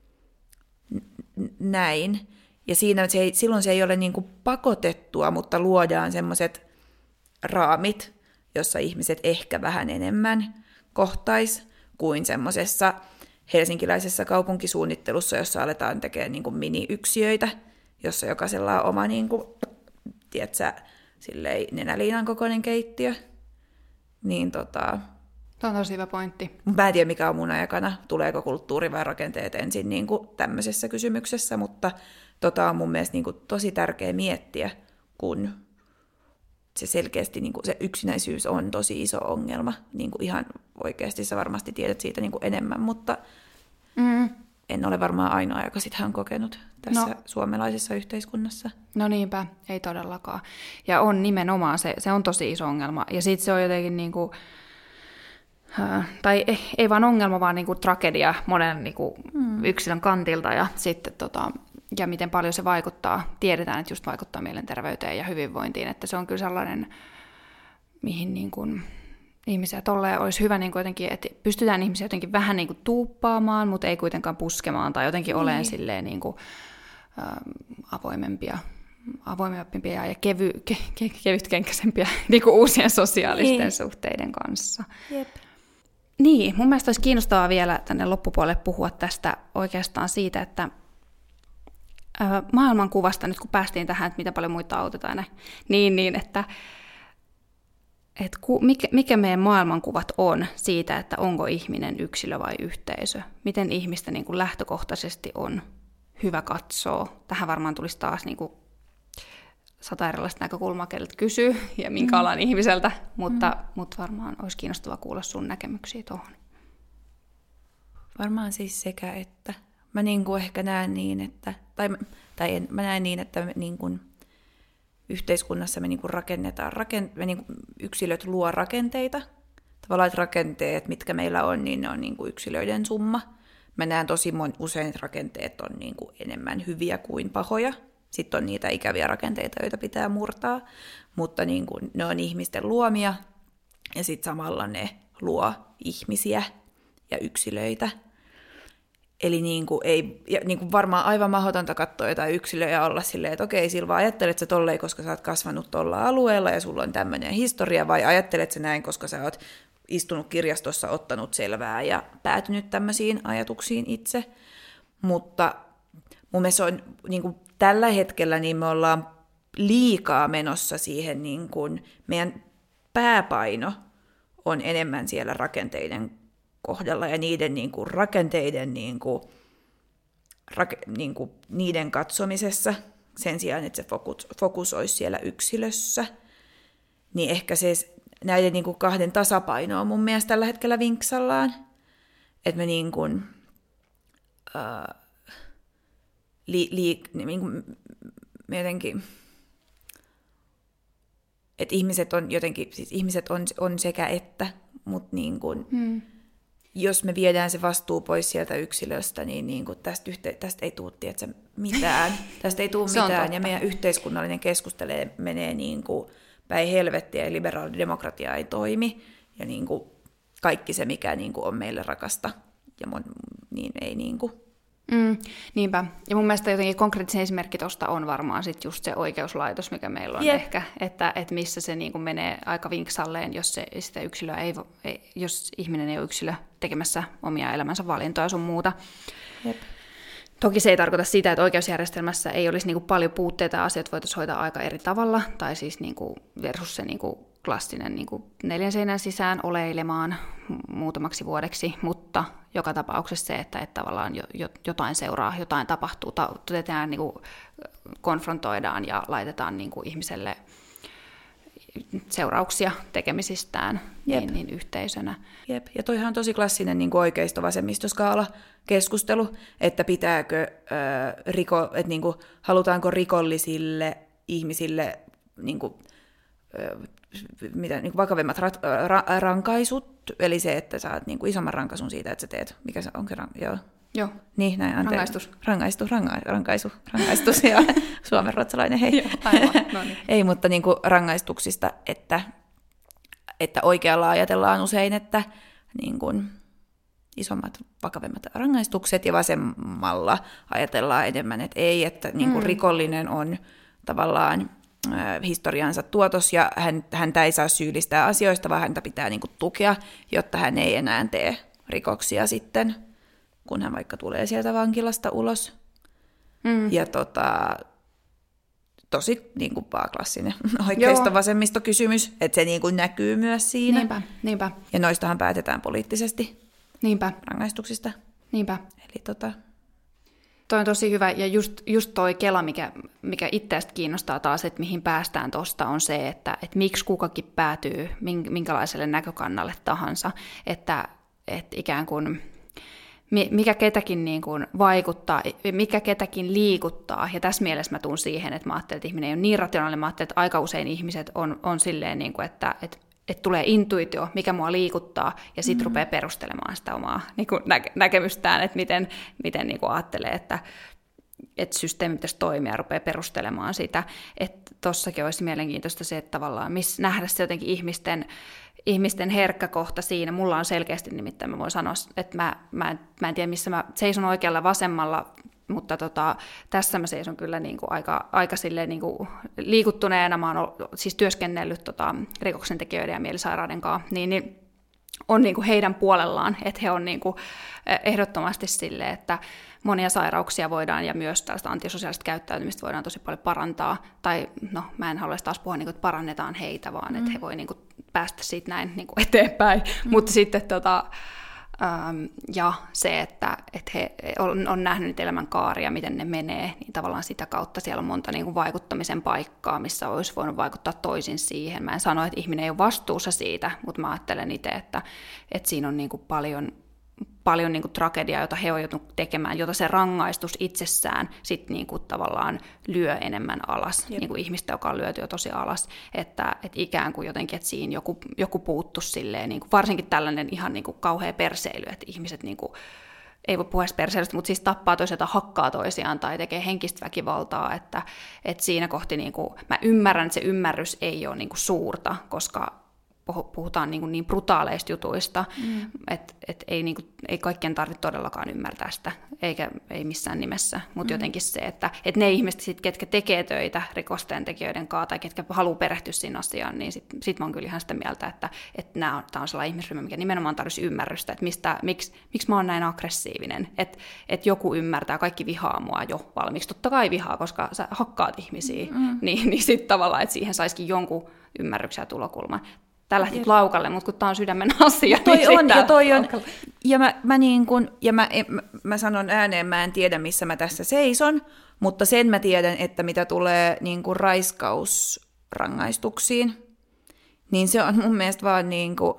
näin. Ja siinä se ei, silloin se ei ole niin kuin pakotettua, mutta luodaan semmoiset raamit, jossa ihmiset ehkä vähän enemmän kohtais kuin semmoisessa helsinkiläisessä kaupunkisuunnittelussa, jossa aletaan tekemään niin kuin mini-yksiöitä, jossa jokaisella on oma niin kuin, tiedätkö, silleen nenäliinan kokoinen keittiö. Niin tota...
Tuo on tosi hyvä pointti.
Mä en tiedä, mikä on mun aikana, tuleeko kulttuuri vai rakenteet ensin niin kuin tämmöisessä kysymyksessä, mutta tota on mun mielestä niin kuin tosi tärkeä miettiä, kun se selkeästi niin kuin se yksinäisyys on tosi iso ongelma. Niin kuin ihan oikeasti sä varmasti tiedät siitä niin kuin enemmän, mutta mm. en ole varmaan ainoa, joka sitä on kokenut tässä no. suomalaisessa yhteiskunnassa.
No niinpä, ei todellakaan. Ja on nimenomaan, se, se on tosi iso ongelma. Ja sitten se on jotenkin niin kuin, äh, tai ei, ei vaan ongelma, vaan niin kuin tragedia monen niin kuin mm. yksilön kantilta. Ja sitten tota, ja miten paljon se vaikuttaa. Tiedetään, että just vaikuttaa mielenterveyteen ja hyvinvointiin. Että se on kyllä sellainen, mihin niin kuin ihmisiä tolleen olisi hyvä niin kuin jotenkin, että pystytään ihmisiä jotenkin vähän niin kuin tuuppaamaan, mutta ei kuitenkaan puskemaan tai jotenkin oleen silleen niin kuin avoimempia, avoimempia ja kevy, ke, ke, kevytkenkäisempiä niin kuin uusien sosiaalisten niin. suhteiden kanssa.
Jep.
Niin, mun mielestä olisi kiinnostavaa vielä tänne loppupuolelle puhua tästä oikeastaan siitä, että ö, maailmankuvasta, nyt kun päästiin tähän, että mitä paljon muita autetaan, niin, niin että et ku, mikä, mikä meidän maailmankuvat on siitä, että onko ihminen yksilö vai yhteisö, miten ihmistä niin kuin lähtökohtaisesti on hyvä katsoa. Tähän varmaan tulisi taas niin kuin sata erilaista näkökulmaa, keltä kysyy ja minkä alan mm. ihmiseltä, mutta, mm. mutta varmaan olisi kiinnostavaa kuulla sun näkemyksiä tuohon.
Varmaan siis sekä että. Mä niin kuin ehkä näen niin, että, tai, tai en, mä näen niin, että me niin kuin yhteiskunnassa me niin kuin rakennetaan, rakent, me niin kuin yksilöt luo rakenteita. Tavallaan että rakenteet, mitkä meillä on, niin ne on niin kuin yksilöiden summa. Mä näen tosi mon, usein, että rakenteet on niin kuin enemmän hyviä kuin pahoja. Sitten on niitä ikäviä rakenteita, joita pitää murtaa, mutta niin kuin ne on ihmisten luomia ja sitten samalla ne luo ihmisiä ja yksilöitä. Eli niin kuin ei, ja niin kuin varmaan aivan mahdotonta katsoa jotain yksilöä ja olla silleen, että okei, Silva, ajattelet sä tolleen, koska sä oot kasvanut tuolla alueella ja sulla on tämmöinen historia, vai ajattelet sä näin, koska sä oot istunut kirjastossa, ottanut selvää ja päätynyt tämmöisiin ajatuksiin itse. Mutta mun mielestä on niin kuin tällä hetkellä niin me ollaan liikaa menossa siihen, niin kuin meidän pääpaino on enemmän siellä rakenteiden kohdalla ja niiden niin kuin rakenteiden niin kuin, rak, niin kuin, niiden katsomisessa sen sijaan, että se fokus, fokus olisi siellä yksilössä, niin ehkä se näiden niin kuin kahden tasapaino on mun mielestä tällä hetkellä vinksallaan, että me niin kuin, uh, li, li, niin kuin, jotenkin, että ihmiset on jotenkin, siis ihmiset on, on sekä että, mutta niin kuin, hmm. jos me viedään se vastuu pois sieltä yksilöstä, niin, niin kuin tästä, yhte, tästä ei tule tiedätkö, mitään. Tästä ei tule mitään, ja meidän yhteiskunnallinen keskustelu menee niin kuin päin helvettiä, ja liberaali demokratia ei toimi, ja niin kuin kaikki se, mikä niin kuin on meille rakasta, ja mon, niin ei niin kuin.
Mm, niinpä. Ja mun mielestä jotenkin konkreettinen esimerkki tuosta on varmaan sit just se oikeuslaitos, mikä meillä on yep. ehkä, että, että missä se niin kuin menee aika vinksalleen, jos se, sitä yksilöä ei, ei, jos ihminen ei ole yksilö tekemässä omia elämänsä valintoja sun muuta. Yep. Toki se ei tarkoita sitä, että oikeusjärjestelmässä ei olisi niin kuin paljon puutteita ja asiat voitaisiin hoitaa aika eri tavalla, tai siis niin kuin versus se niin kuin klassinen niin kuin neljän seinän sisään oleilemaan muutamaksi vuodeksi, mutta joka tapauksessa se, että, että tavallaan jo, jo, jotain seuraa, jotain tapahtuu, ta, tehdään, niin kuin konfrontoidaan ja laitetaan niin kuin ihmiselle seurauksia tekemisistään niin, niin yhteisönä.
Jep. Ja toihan on tosi klassinen niin kuin oikeisto-vasemmistoskaala keskustelu, että pitääkö äh, riko, että niin kuin, halutaanko rikollisille ihmisille niin kuin, äh, mitä, niin kuin vakavimmat rat, ra, rankaisut, eli se, että saat niin kuin isomman rankaisun siitä, että sä teet, mikä se onkin, joo.
Joo.
Niin, näin,
rangaistus.
Rangaistus, ranga, rankaisu, rangaistus ja suomenruotsalainen, hei.
Joo, aivan, no niin.
Ei, mutta niin kuin rangaistuksista, että, että oikealla ajatellaan usein, että niin kuin isommat, vakavimmat rangaistukset, ja vasemmalla ajatellaan enemmän, että ei, että niin kuin mm. rikollinen on tavallaan historiansa tuotos, ja hän, häntä ei saa syyllistää asioista, vaan häntä pitää niin kuin tukea, jotta hän ei enää tee rikoksia sitten, kun hän vaikka tulee sieltä vankilasta ulos. Mm. Ja tota, tosi niin kuin klassinen oikeisto-vasemmistokysymys, että se niin kuin näkyy myös siinä.
Niinpä, niinpä.
Ja noistahan päätetään poliittisesti.
Niinpä.
Rangaistuksista.
Niinpä.
Eli tota...
Toi on tosi hyvä, ja just, just toi Kela, mikä, mikä itseästä kiinnostaa taas, että mihin päästään tuosta, on se, että, että miksi kukakin päätyy minkälaiselle näkökannalle tahansa, että, että ikään kuin mikä ketäkin niin kuin vaikuttaa, mikä ketäkin liikuttaa, ja tässä mielessä mä tuun siihen, että mä ajattelen, että ihminen ei ole niin rationaalinen, mä ajattelen, että aika usein ihmiset on, on silleen, niin kuin, että, että että tulee intuitio, mikä mua liikuttaa, ja sitten mm-hmm. rupeaa perustelemaan sitä omaa niin kuin nä- näkemystään, että miten, miten niin kuin ajattelee, että, että systeemi pitäisi toimia, ja rupeaa perustelemaan sitä. Että tossakin olisi mielenkiintoista se, että tavallaan missä nähdä se jotenkin ihmisten, ihmisten herkkä kohta siinä. Mulla on selkeästi nimittäin, mä voin sanoa, että mä, mä, en, mä en tiedä, missä mä seison oikealla vasemmalla, mutta tota, tässä mä seison kyllä niin kuin aika, aika silleen niin kuin liikuttuneena. Mä oon siis työskennellyt tota, rikoksentekijöiden ja mielisairaiden kanssa, niin, niin on niin kuin heidän puolellaan, että he on niin kuin ehdottomasti silleen, että monia sairauksia voidaan ja myös tällaista antisosiaalista käyttäytymistä voidaan tosi paljon parantaa. Tai no, mä en haluaisi taas puhua, niin kuin, että parannetaan heitä, vaan mm. että he voi niin kuin päästä siitä näin niin kuin eteenpäin. Mm. Mutta sitten tota, Ähm, ja se, että, että he on, on nähnyt niitä elämänkaaria, miten ne menee, niin tavallaan sitä kautta siellä on monta niin kuin vaikuttamisen paikkaa, missä olisi voinut vaikuttaa toisin siihen. Mä en sano, että ihminen ei ole vastuussa siitä, mutta mä ajattelen itse, että, että siinä on niin kuin paljon, paljon niin kuin tragediaa, jota he on joutunut tekemään, jota se rangaistus itsessään sit niin kuin tavallaan lyö enemmän alas, niin kuin ihmistä, joka on lyöty jo tosi alas, että, että ikään kuin jotenkin, että siinä joku, joku puuttuisi silleen, niin kuin varsinkin tällainen ihan niin kuin kauhea perseily, että ihmiset niin kuin, ei voi puhua perseilystä, mutta siis tappaa toisiaan, hakkaa toisiaan tai tekee henkistä väkivaltaa, että, että siinä kohti niin kuin, mä ymmärrän, että se ymmärrys ei ole niin kuin suurta, koska puhutaan niin, niin brutaaleista jutuista, mm. että et ei, niin kuin, ei kaikkien tarvitse todellakaan ymmärtää sitä, eikä ei missään nimessä, mutta mm. jotenkin se, että et ne ihmiset, sit, ketkä tekee töitä rikosten tekijöiden kanssa tai ketkä haluaa perehtyä siinä asiaan, niin sitten sit mä oon kyllä ihan sitä mieltä, että et tämä on, on sellainen ihmisryhmä, mikä nimenomaan tarvitsisi ymmärrystä, että mistä, miksi, miksi mä oon näin aggressiivinen, että et joku ymmärtää, kaikki vihaa mua jo valmiiksi, totta kai vihaa, koska sä hakkaat ihmisiä, mm. niin, niin sitten tavallaan, että siihen saisikin jonkun ymmärryksen ja tulokulman. Tää lähti Jep. laukalle, mutta kun tää on sydämen asia,
toi
niin
on, ja toi on. Ja, mä, mä, niin kun, ja mä, mä, mä sanon ääneen, mä en tiedä, missä mä tässä seison, mutta sen mä tiedän, että mitä tulee niin kun raiskausrangaistuksiin, niin se on mun mielestä vaan niin kuin,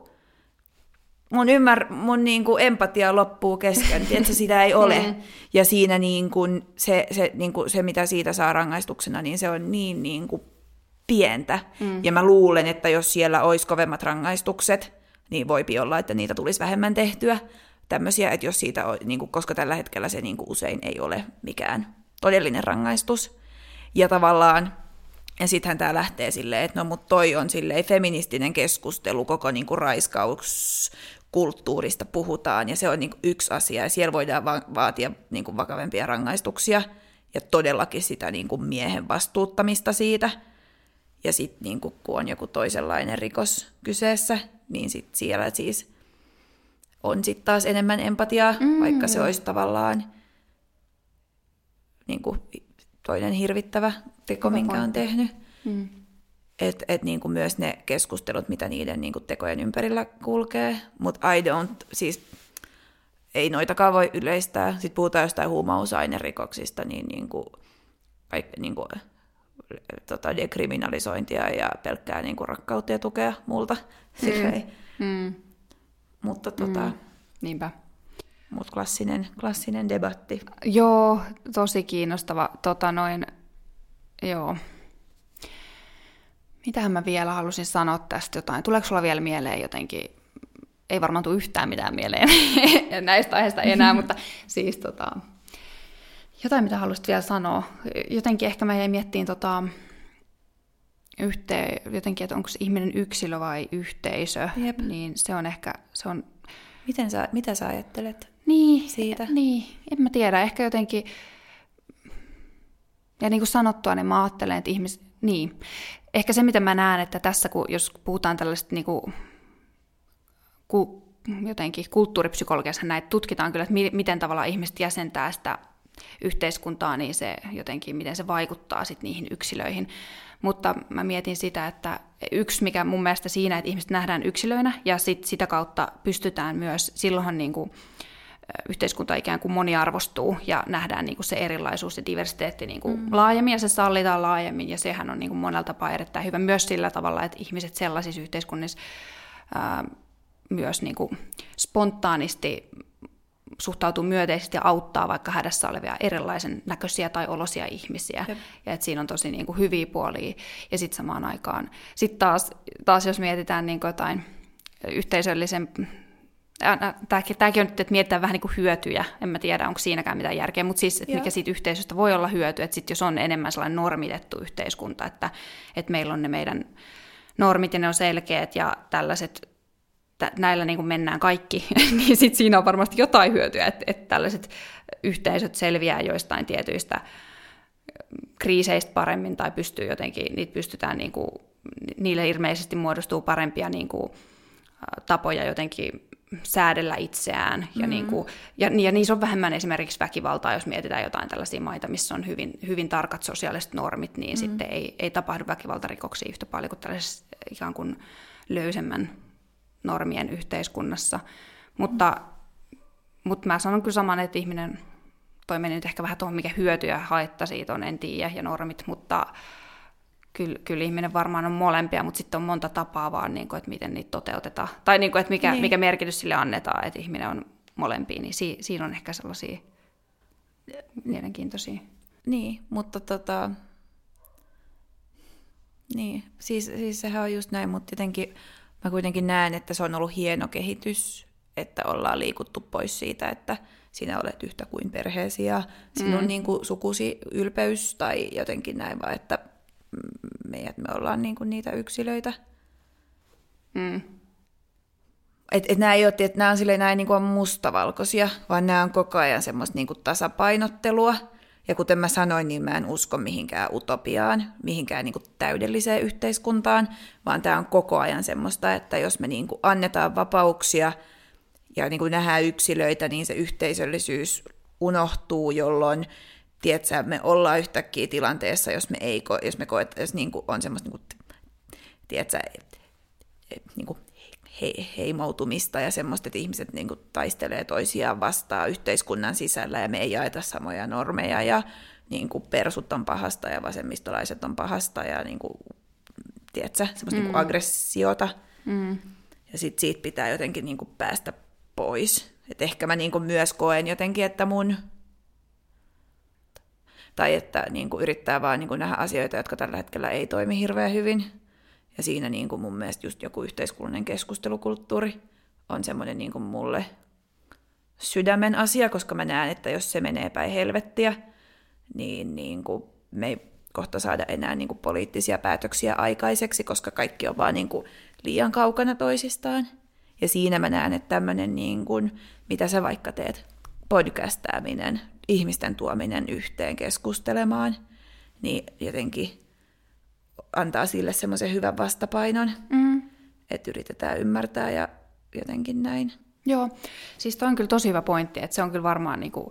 mun, ymmär, mun niin kuin empatia loppuu kesken, että sitä ei ole. Mm. Ja siinä niin kuin se, se, niin kuin se, mitä siitä saa rangaistuksena, niin se on niin, niin kuin pientä. Mm. Ja mä luulen, että jos siellä olisi kovemmat rangaistukset, niin voipi olla, että niitä tulisi vähemmän tehtyä. Tämmöisiä, että jos siitä on, niin kuin, koska tällä hetkellä se niin kuin usein ei ole mikään todellinen rangaistus. Ja tavallaan, ja sittenhän tämä lähtee silleen, että no mut toi on silleen feministinen keskustelu, koko niin kuin raiskauskulttuurista puhutaan, ja se on niin kuin yksi asia, ja siellä voidaan va- vaatia niin kuin vakavempia rangaistuksia, ja todellakin sitä niin kuin miehen vastuuttamista siitä. Ja sitten niin kun on joku toisenlainen rikos kyseessä, niin sit siellä siis on sitten taas enemmän empatiaa, mm. vaikka se olisi tavallaan niin kuin toinen hirvittävä teko, Hyvä minkä on tehnyt. Mm. Että et niin myös ne keskustelut, mitä niiden niin kuin tekojen ympärillä kulkee. Mutta I don't, siis ei noitakaan voi yleistää. Sitten puhutaan jostain huumausainerikoksista, niin, niin kuin, kaikki, niin kuin, tota, dekriminalisointia ja pelkkää niin kuin rakkautta ja tukea multa. Mm. Mm. Mutta tota, mm.
Niinpä.
Mut klassinen, klassinen debatti.
Joo, tosi kiinnostava. Tota noin, joo. Mitähän mä vielä halusin sanoa tästä jotain? Tuleeko sulla vielä mieleen jotenkin? Ei varmaan tule yhtään mitään mieleen näistä aiheista enää, mutta siis tota, jotain, mitä haluaisit vielä sanoa. Jotenkin ehkä mä jäin miettimään tota, yhteen, jotenkin, että onko se ihminen yksilö vai yhteisö, Jep. niin se on ehkä... Se on,
Miten sä, mitä sä ajattelet
niin,
siitä?
Niin, en mä tiedä. Ehkä jotenkin, ja niin kuin sanottua, niin mä ajattelen, että ihmiset, niin. Ehkä se, mitä mä näen, että tässä, kun, jos puhutaan tällaista niin kuin, ku, jotenkin kulttuuripsykologiassa näitä tutkitaan kyllä, että mi, miten tavallaan ihmiset jäsentää sitä yhteiskuntaa, niin se jotenkin, miten se vaikuttaa sit niihin yksilöihin. Mutta mä mietin sitä, että yksi, mikä mun mielestä siinä, että ihmiset nähdään yksilöinä, ja sit sitä kautta pystytään myös, silloinhan niin kuin, yhteiskunta ikään kuin moniarvostuu, ja nähdään niin kuin se erilaisuus ja diversiteetti niin kuin mm. laajemmin, ja se sallitaan laajemmin, ja sehän on niin kuin monella tapaa erittäin hyvä myös sillä tavalla, että ihmiset sellaisissa yhteiskunnissa ää, myös niin kuin spontaanisti suhtautuu myönteisesti ja auttaa vaikka hädässä olevia erilaisen näköisiä tai olosia ihmisiä. Jep. Ja että siinä on tosi niin kuin hyviä puolia. Ja sitten samaan aikaan, sitten taas, taas jos mietitään niin kuin jotain yhteisöllisen, tämäkin on nyt, että mietitään vähän niin kuin hyötyjä, en mä tiedä, onko siinäkään mitään järkeä, mutta siis, että mikä siitä yhteisöstä voi olla hyöty, että sitten jos on enemmän sellainen normitettu yhteiskunta, että, että meillä on ne meidän normit ja ne on selkeät ja tällaiset, näillä niin kuin mennään kaikki, niin sitten siinä on varmasti jotain hyötyä, että, että tällaiset yhteisöt selviää joistain tietyistä kriiseistä paremmin tai pystyy jotenkin, niitä pystytään, niin kuin, niille ilmeisesti muodostuu parempia niin kuin, tapoja jotenkin säädellä itseään. Mm-hmm. Ja, niin kuin, ja, ja niissä on vähemmän esimerkiksi väkivaltaa, jos mietitään jotain tällaisia maita, missä on hyvin, hyvin tarkat sosiaaliset normit, niin mm-hmm. sitten ei, ei tapahdu väkivaltarikoksia yhtä paljon kuin tällaisessa ikään kuin löysemmän normien yhteiskunnassa. Mutta Mutta mä sanon kyllä saman, että ihminen, toi meni nyt ehkä vähän tuohon, mikä hyöty ja haitta siitä on, en tiedä, ja normit, mutta kyllä, kyllä ihminen varmaan on molempia, mutta sitten on monta tapaa vaan, niin kuin, että miten niitä toteutetaan. Tai niin kuin, että mikä, niin. mikä merkitys sille annetaan, että ihminen on molempia, niin si, siinä on ehkä sellaisia mielenkiintoisia.
Niin, mutta tota... Niin, siis, siis sehän on just näin, mutta jotenkin mä kuitenkin näen, että se on ollut hieno kehitys, että ollaan liikuttu pois siitä, että sinä olet yhtä kuin perheesi ja sinun mm. niin kuin sukusi ylpeys tai jotenkin näin, vaan että meidät me ollaan niin kuin niitä yksilöitä.
Mm.
Että et nämä ei ole, että nämä on silleen näin niin kuin mustavalkoisia, vaan nämä on koko ajan semmoista niin kuin tasapainottelua. Ja kuten mä sanoin, niin mä en usko mihinkään utopiaan, mihinkään niin kuin täydelliseen yhteiskuntaan, vaan tämä on koko ajan semmoista, että jos me niin kuin annetaan vapauksia ja niin kuin nähdään yksilöitä, niin se yhteisöllisyys unohtuu, jolloin tiedätkö, me ollaan yhtäkkiä tilanteessa, jos me, ei, jos me koet, jos niin kuin on semmoista niin kuin, tiedätkö, niin kuin he, heimoutumista ja semmoista, että ihmiset niin kuin taistelee toisiaan vastaan yhteiskunnan sisällä ja me ei jaeta samoja normeja ja niin kuin persut on pahasta ja vasemmistolaiset on pahasta ja niin kuin, tiedätkö, semmoista mm. niin kuin aggressiota.
Mm.
Ja sit siitä pitää jotenkin niin kuin päästä pois. Et ehkä mä niin kuin myös koen jotenkin, että mun... Tai että niin kuin yrittää vaan niin kuin nähdä asioita, jotka tällä hetkellä ei toimi hirveän hyvin. Ja siinä niin kuin mun mielestä just joku yhteiskunnallinen keskustelukulttuuri on semmoinen niin kuin mulle sydämen asia, koska mä näen, että jos se menee päin helvettiä, niin, niin kuin me ei kohta saada enää niin kuin poliittisia päätöksiä aikaiseksi, koska kaikki on vaan niin kuin liian kaukana toisistaan. Ja siinä mä näen, että tämmöinen, niin kuin, mitä sä vaikka teet, podcastaaminen, ihmisten tuominen yhteen keskustelemaan, niin jotenkin antaa sille semmoisen hyvän vastapainon,
Mm.
että yritetään ymmärtää ja jotenkin näin.
Joo, siis toi on kyllä tosi hyvä pointti, että se on kyllä varmaan niinku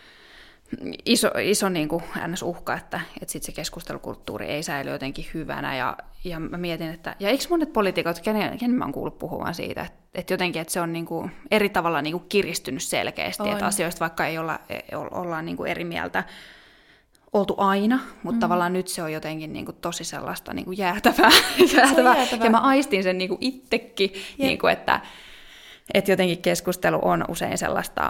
iso, iso niinku ns-uhka, että, että sit se keskustelukulttuuri ei säily jotenkin hyvänä. Ja, ja mä mietin, että ja eikö monet poliitikot, kenen, kenen mä oon kuullut puhumaan siitä, että, että jotenkin että se on niinku eri tavalla niinku kiristynyt selkeästi, on. Että asioista vaikka ei olla, ollaan niinku eri mieltä, oltu aina, mutta mm. tavallaan nyt se on jotenkin niinku tosi sellaista niinku jäätävää. jäätävää. jäätävää. Ja mä aistin sen niinku itsekin, niinku, että, että jotenkin keskustelu on usein sellaista.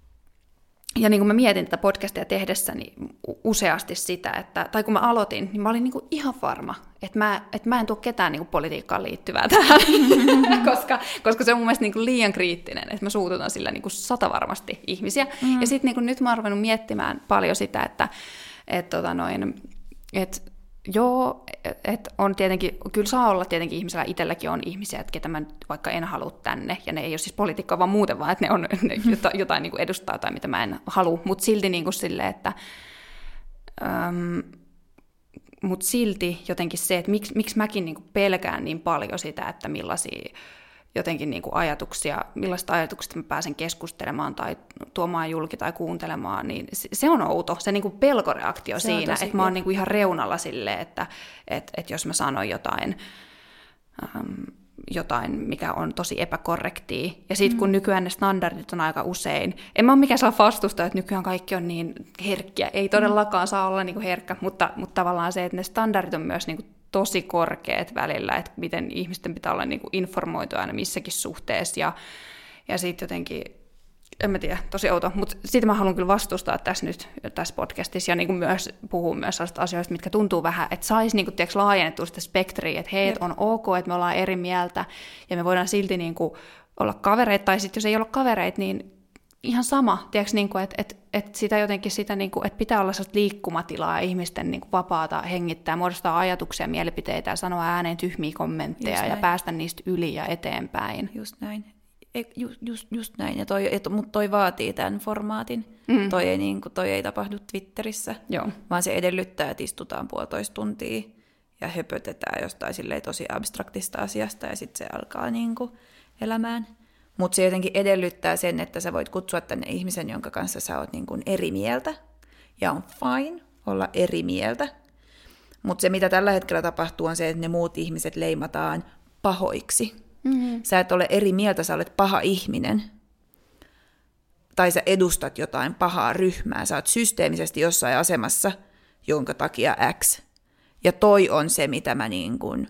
Ja niin kuin mä mietin tätä podcastia tehdessäni useasti sitä, että, tai kun mä aloitin, niin mä olin niinku ihan varma, että mä, että mä en tuo ketään niinku politiikkaan liittyvää tähän, koska, koska se on mun mielestä niinku liian kriittinen, että mä suututan sillä niinku satavarmasti ihmisiä. Mm. Ja sitten niinku nyt mä oon ruvennut miettimään paljon sitä, että et, tota noin, et, joo, että on tietenkin, kyllä saa olla tietenkin ihmisellä, itselläkin on ihmisiä, että ketä mä vaikka en halua tänne, ja ne ei ole siis poliitikkoa, vaan muuten vaan, että ne on ne jotain, jotain niin kuin edustaa tai mitä mä en halua, mutta silti niin kuin silleen, että äm, mutta silti jotenkin se, että miksi, miksi mäkin niin kuin pelkään niin paljon sitä, että millaisia jotenkin niin kuin ajatuksia, millaista ajatuksista mä pääsen keskustelemaan tai tuomaan julki tai kuuntelemaan, niin se on outo, se niin kuin pelkoreaktio se siinä, että mä oon niin kuin ihan reunalla silleen, että että että jos mä sanon jotain, ähm, jotain, mikä on tosi epäkorrektia, ja sitten kun mm. nykyään ne standardit on aika usein, en mä ole mikään saa vastusta, että nykyään kaikki on niin herkkiä, ei todellakaan mm. saa olla niin kuin herkkä, mutta, mutta tavallaan se, että ne standardit on myös niin kuin tosi korkeat välillä, että miten ihmisten pitää olla niin kuin informoitu aina missäkin suhteessa, ja, ja sitten jotenkin, en mä tiedä, tosi outo, mutta siitä mä haluan kyllä vastustaa tässä nyt, tässä podcastissa, ja niin kuin myös puhua myös sellaista asioista, mitkä tuntuu vähän, että saisi niin kuin, tiedätkö, laajennettua sitä spektriä, että hei, on ok, että me ollaan eri mieltä, ja me voidaan silti niin kuin olla kavereita, tai sitten jos ei olla kavereita, niin ihan sama, tiedätkö, niin kuin, että, että, että sitä jotenkin sitä, niin kuin, että pitää olla sellaista liikkumatilaa ja ihmisten niin kuin vapaata hengittää, muodostaa ajatuksia, mielipiteitä ja sanoa ääneen tyhmiä kommentteja ja päästä niistä yli ja eteenpäin.
Just näin. Just, just, just näin, ja toi, et, mutta toi vaatii tämän formaatin. Mm. Toi, ei, niin kuin, toi ei tapahdu Twitterissä,
Joo.
vaan se edellyttää, että istutaan puolitoista tuntia ja höpötetään jostain silleen tosi abstraktista asiasta ja sitten se alkaa niin kuin elämään. Mutta se jotenkin edellyttää sen, että sä voit kutsua tänne ihmisen, jonka kanssa sä oot niin kuin eri mieltä. Ja on fine olla eri mieltä. Mutta se, mitä tällä hetkellä tapahtuu, on se, että ne muut ihmiset leimataan pahoiksi. Mm-hmm. Sä et ole eri mieltä, sä olet paha ihminen. tai sä edustat jotain pahaa ryhmää, sä oot systeemisesti jossain asemassa, jonka takia X. Ja toi on se, mitä mä niin kuin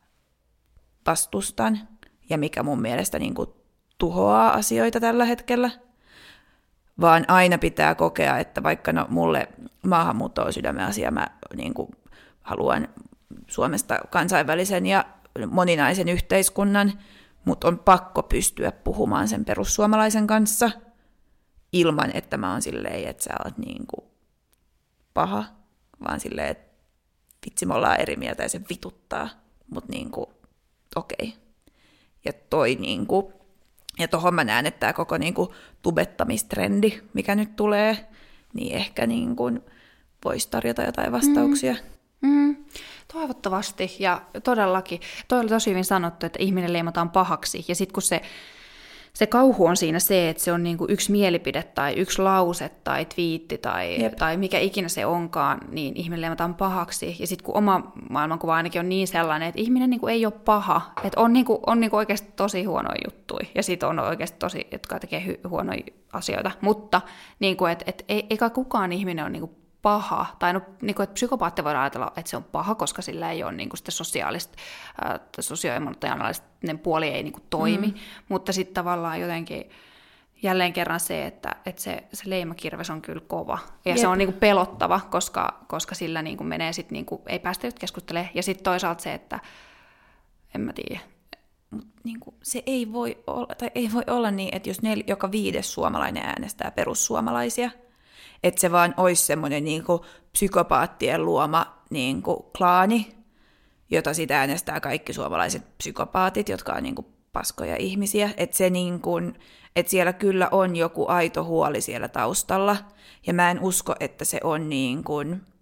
vastustan ja mikä mun mielestä niin kuin tuhoaa asioita tällä hetkellä. Vaan aina pitää kokea, että vaikka no, mulle maahanmuutto on sydämen asia, mä niin kuin haluan Suomesta kansainvälisen ja moninaisen yhteiskunnan, mutta on pakko pystyä puhumaan sen perussuomalaisen kanssa ilman, että mä oon silleen, että sä oot niin kuin paha, vaan silleen, että vitsi, me ollaan eri mieltä ja se vituttaa, mutta niin kuin okei. Okay. Ja toi niin kuin, ja tohon mä näen, että tämä koko niin kuin tubettamistrendi, mikä nyt tulee, niin ehkä niin kuin voisi tarjota jotain vastauksia.
Mm. Mm. Toivottavasti, ja todellakin. Toi oli tosi hyvin sanottu, että ihminen leimataan pahaksi, ja sitten kun se, se kauhu on siinä se, että se on niinku yksi mielipide tai yksi lause tai twiitti tai, tai mikä ikinä se onkaan, niin ihminen leimataan pahaksi. Ja sitten kun oma maailmankuva ainakin on niin sellainen, että ihminen niinku ei ole paha, että on, niinku, on niinku oikeasti tosi huonoja juttuja, ja sitten on oikeasti tosi, jotka tekee hy- huonoja asioita, mutta niinku, et, et, ei, eikä kukaan ihminen ole niinku paha, tai no, niin kuin, että psykopaatti voidaan ajatella, että se on paha, koska sillä ei ole niin kuin, sitä sosiaalista, äh, sosioemotionaalinen puoli ei niin kuin, toimi, mm. mutta sitten tavallaan jotenkin jälleen kerran se, että, että se, se leimakirves on kyllä kova, ja Jep. se on niin kuin, pelottava, koska, koska sillä niin kuin, menee sitten, niin kuin, ei päästä nyt keskustelemaan, ja sitten toisaalta se, että en mä tiedä.
Mut, niin kuin, se ei voi, olla, tai ei voi olla niin, että jos nel, joka viides suomalainen äänestää perussuomalaisia, että se vaan olisi semmoinen niinku psykopaattien luoma niinku klaani, jota sitä äänestää kaikki suomalaiset psykopaatit, jotka on niinku paskoja ihmisiä. Että se niinku, et siellä kyllä on joku aito huoli siellä taustalla. Ja mä en usko, että se on niinku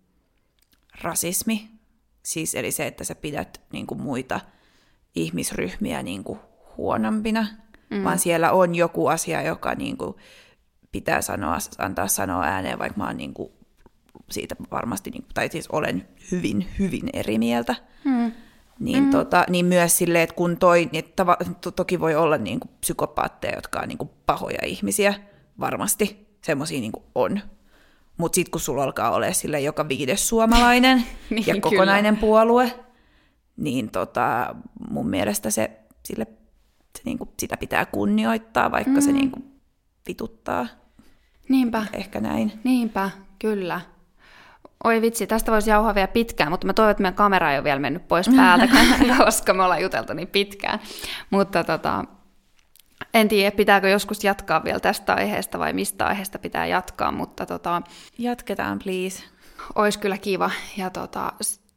rasismi. Siis eli se, että sä pidät niinku muita ihmisryhmiä niinku huonompina. Mm. Vaan siellä on joku asia, joka niinku pitää sanoa, antaa sanoa ääneen, vaikka mä oon niinku siitä varmasti, niinku, tai siis olen hyvin, hyvin eri mieltä. Mm. Niin, mm. tota, niin myös silleen, että kun toi, niin tava, to, toki voi olla niinku psykopaatteja, jotka on niinku pahoja ihmisiä, varmasti, semmosia niinku on. Mutta sitten kun sulla alkaa olemaan sille joka viides suomalainen niin, ja kokonainen kyllä. puolue, niin tota, mun mielestä se, sille, se niinku, sitä pitää kunnioittaa, vaikka mm. se niinku vituttaa.
Niinpä.
Ehkä näin.
Niinpä, kyllä. Oi vitsi, tästä voisi jauhaa vielä pitkään, mutta mä toivon, että meidän kamera ei ole vielä mennyt pois päältä, koska me ollaan juteltu niin pitkään. Mutta tota, en tiedä, pitääkö joskus jatkaa vielä tästä aiheesta vai mistä aiheesta pitää jatkaa, mutta tota,
jatketaan, please.
Olisi kyllä kiva. Ja tota,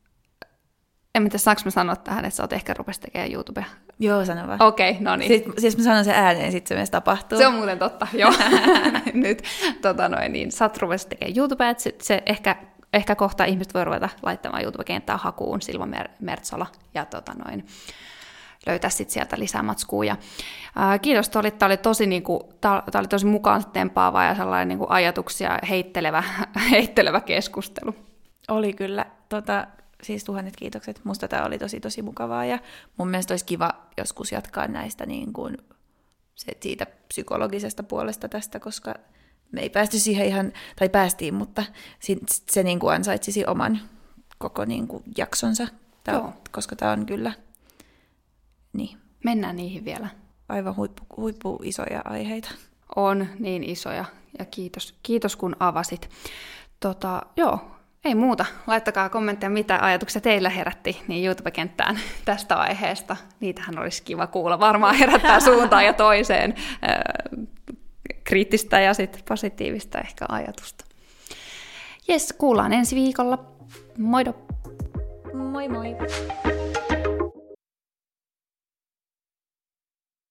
en tiedä, saanko mä sanoa tähän, että sä oot ehkä rupesi tekemään YouTubea?
Joo, sano vaan.
Okei, okay, no niin.
Siis, siis mä sanon sen ääneen, sitten se myös tapahtuu.
Se on muuten totta, joo. Nyt, tota noin, niin sä oot rupesi tekemään YouTubea, että se, se ehkä, ehkä kohta ihmiset voi ruveta laittamaan YouTube-kenttää hakuun Silva Mer- Mertsola ja tota noin, löytää sitten sieltä lisää matskua. Ja, ää, kiitos, tämä oli, oli tosi, niinku, tää, tää oli tosi mukaan tempaava ja sellainen niinku, ajatuksia heittelevä, heittelevä keskustelu.
Oli kyllä, tota... Siis tuhannet kiitokset. Musta tämä oli tosi tosi mukavaa ja mun mielestä olisi kiva joskus jatkaa näistä niin kuin se, siitä psykologisesta puolesta tästä, koska me ei päästy siihen ihan, tai päästiin, mutta se, se niin kuin ansaitsisi oman koko niin kuin jaksonsa, tää, koska tämä on kyllä, niin.
Mennään niihin vielä.
Aivan huippu, huippu isoja aiheita.
On niin isoja ja kiitos, kiitos kun avasit. Tota, joo. Ei muuta. Laittakaa kommentteja, mitä ajatuksia teillä herätti niin YouTube-kenttään tästä aiheesta. Niitähän olisi kiva kuulla. Varmaan herättää suuntaan ja toiseen äh, kriittistä ja sitten positiivista ehkä ajatusta. Jes, kuullaan ensi viikolla. Moido!
Moi moi!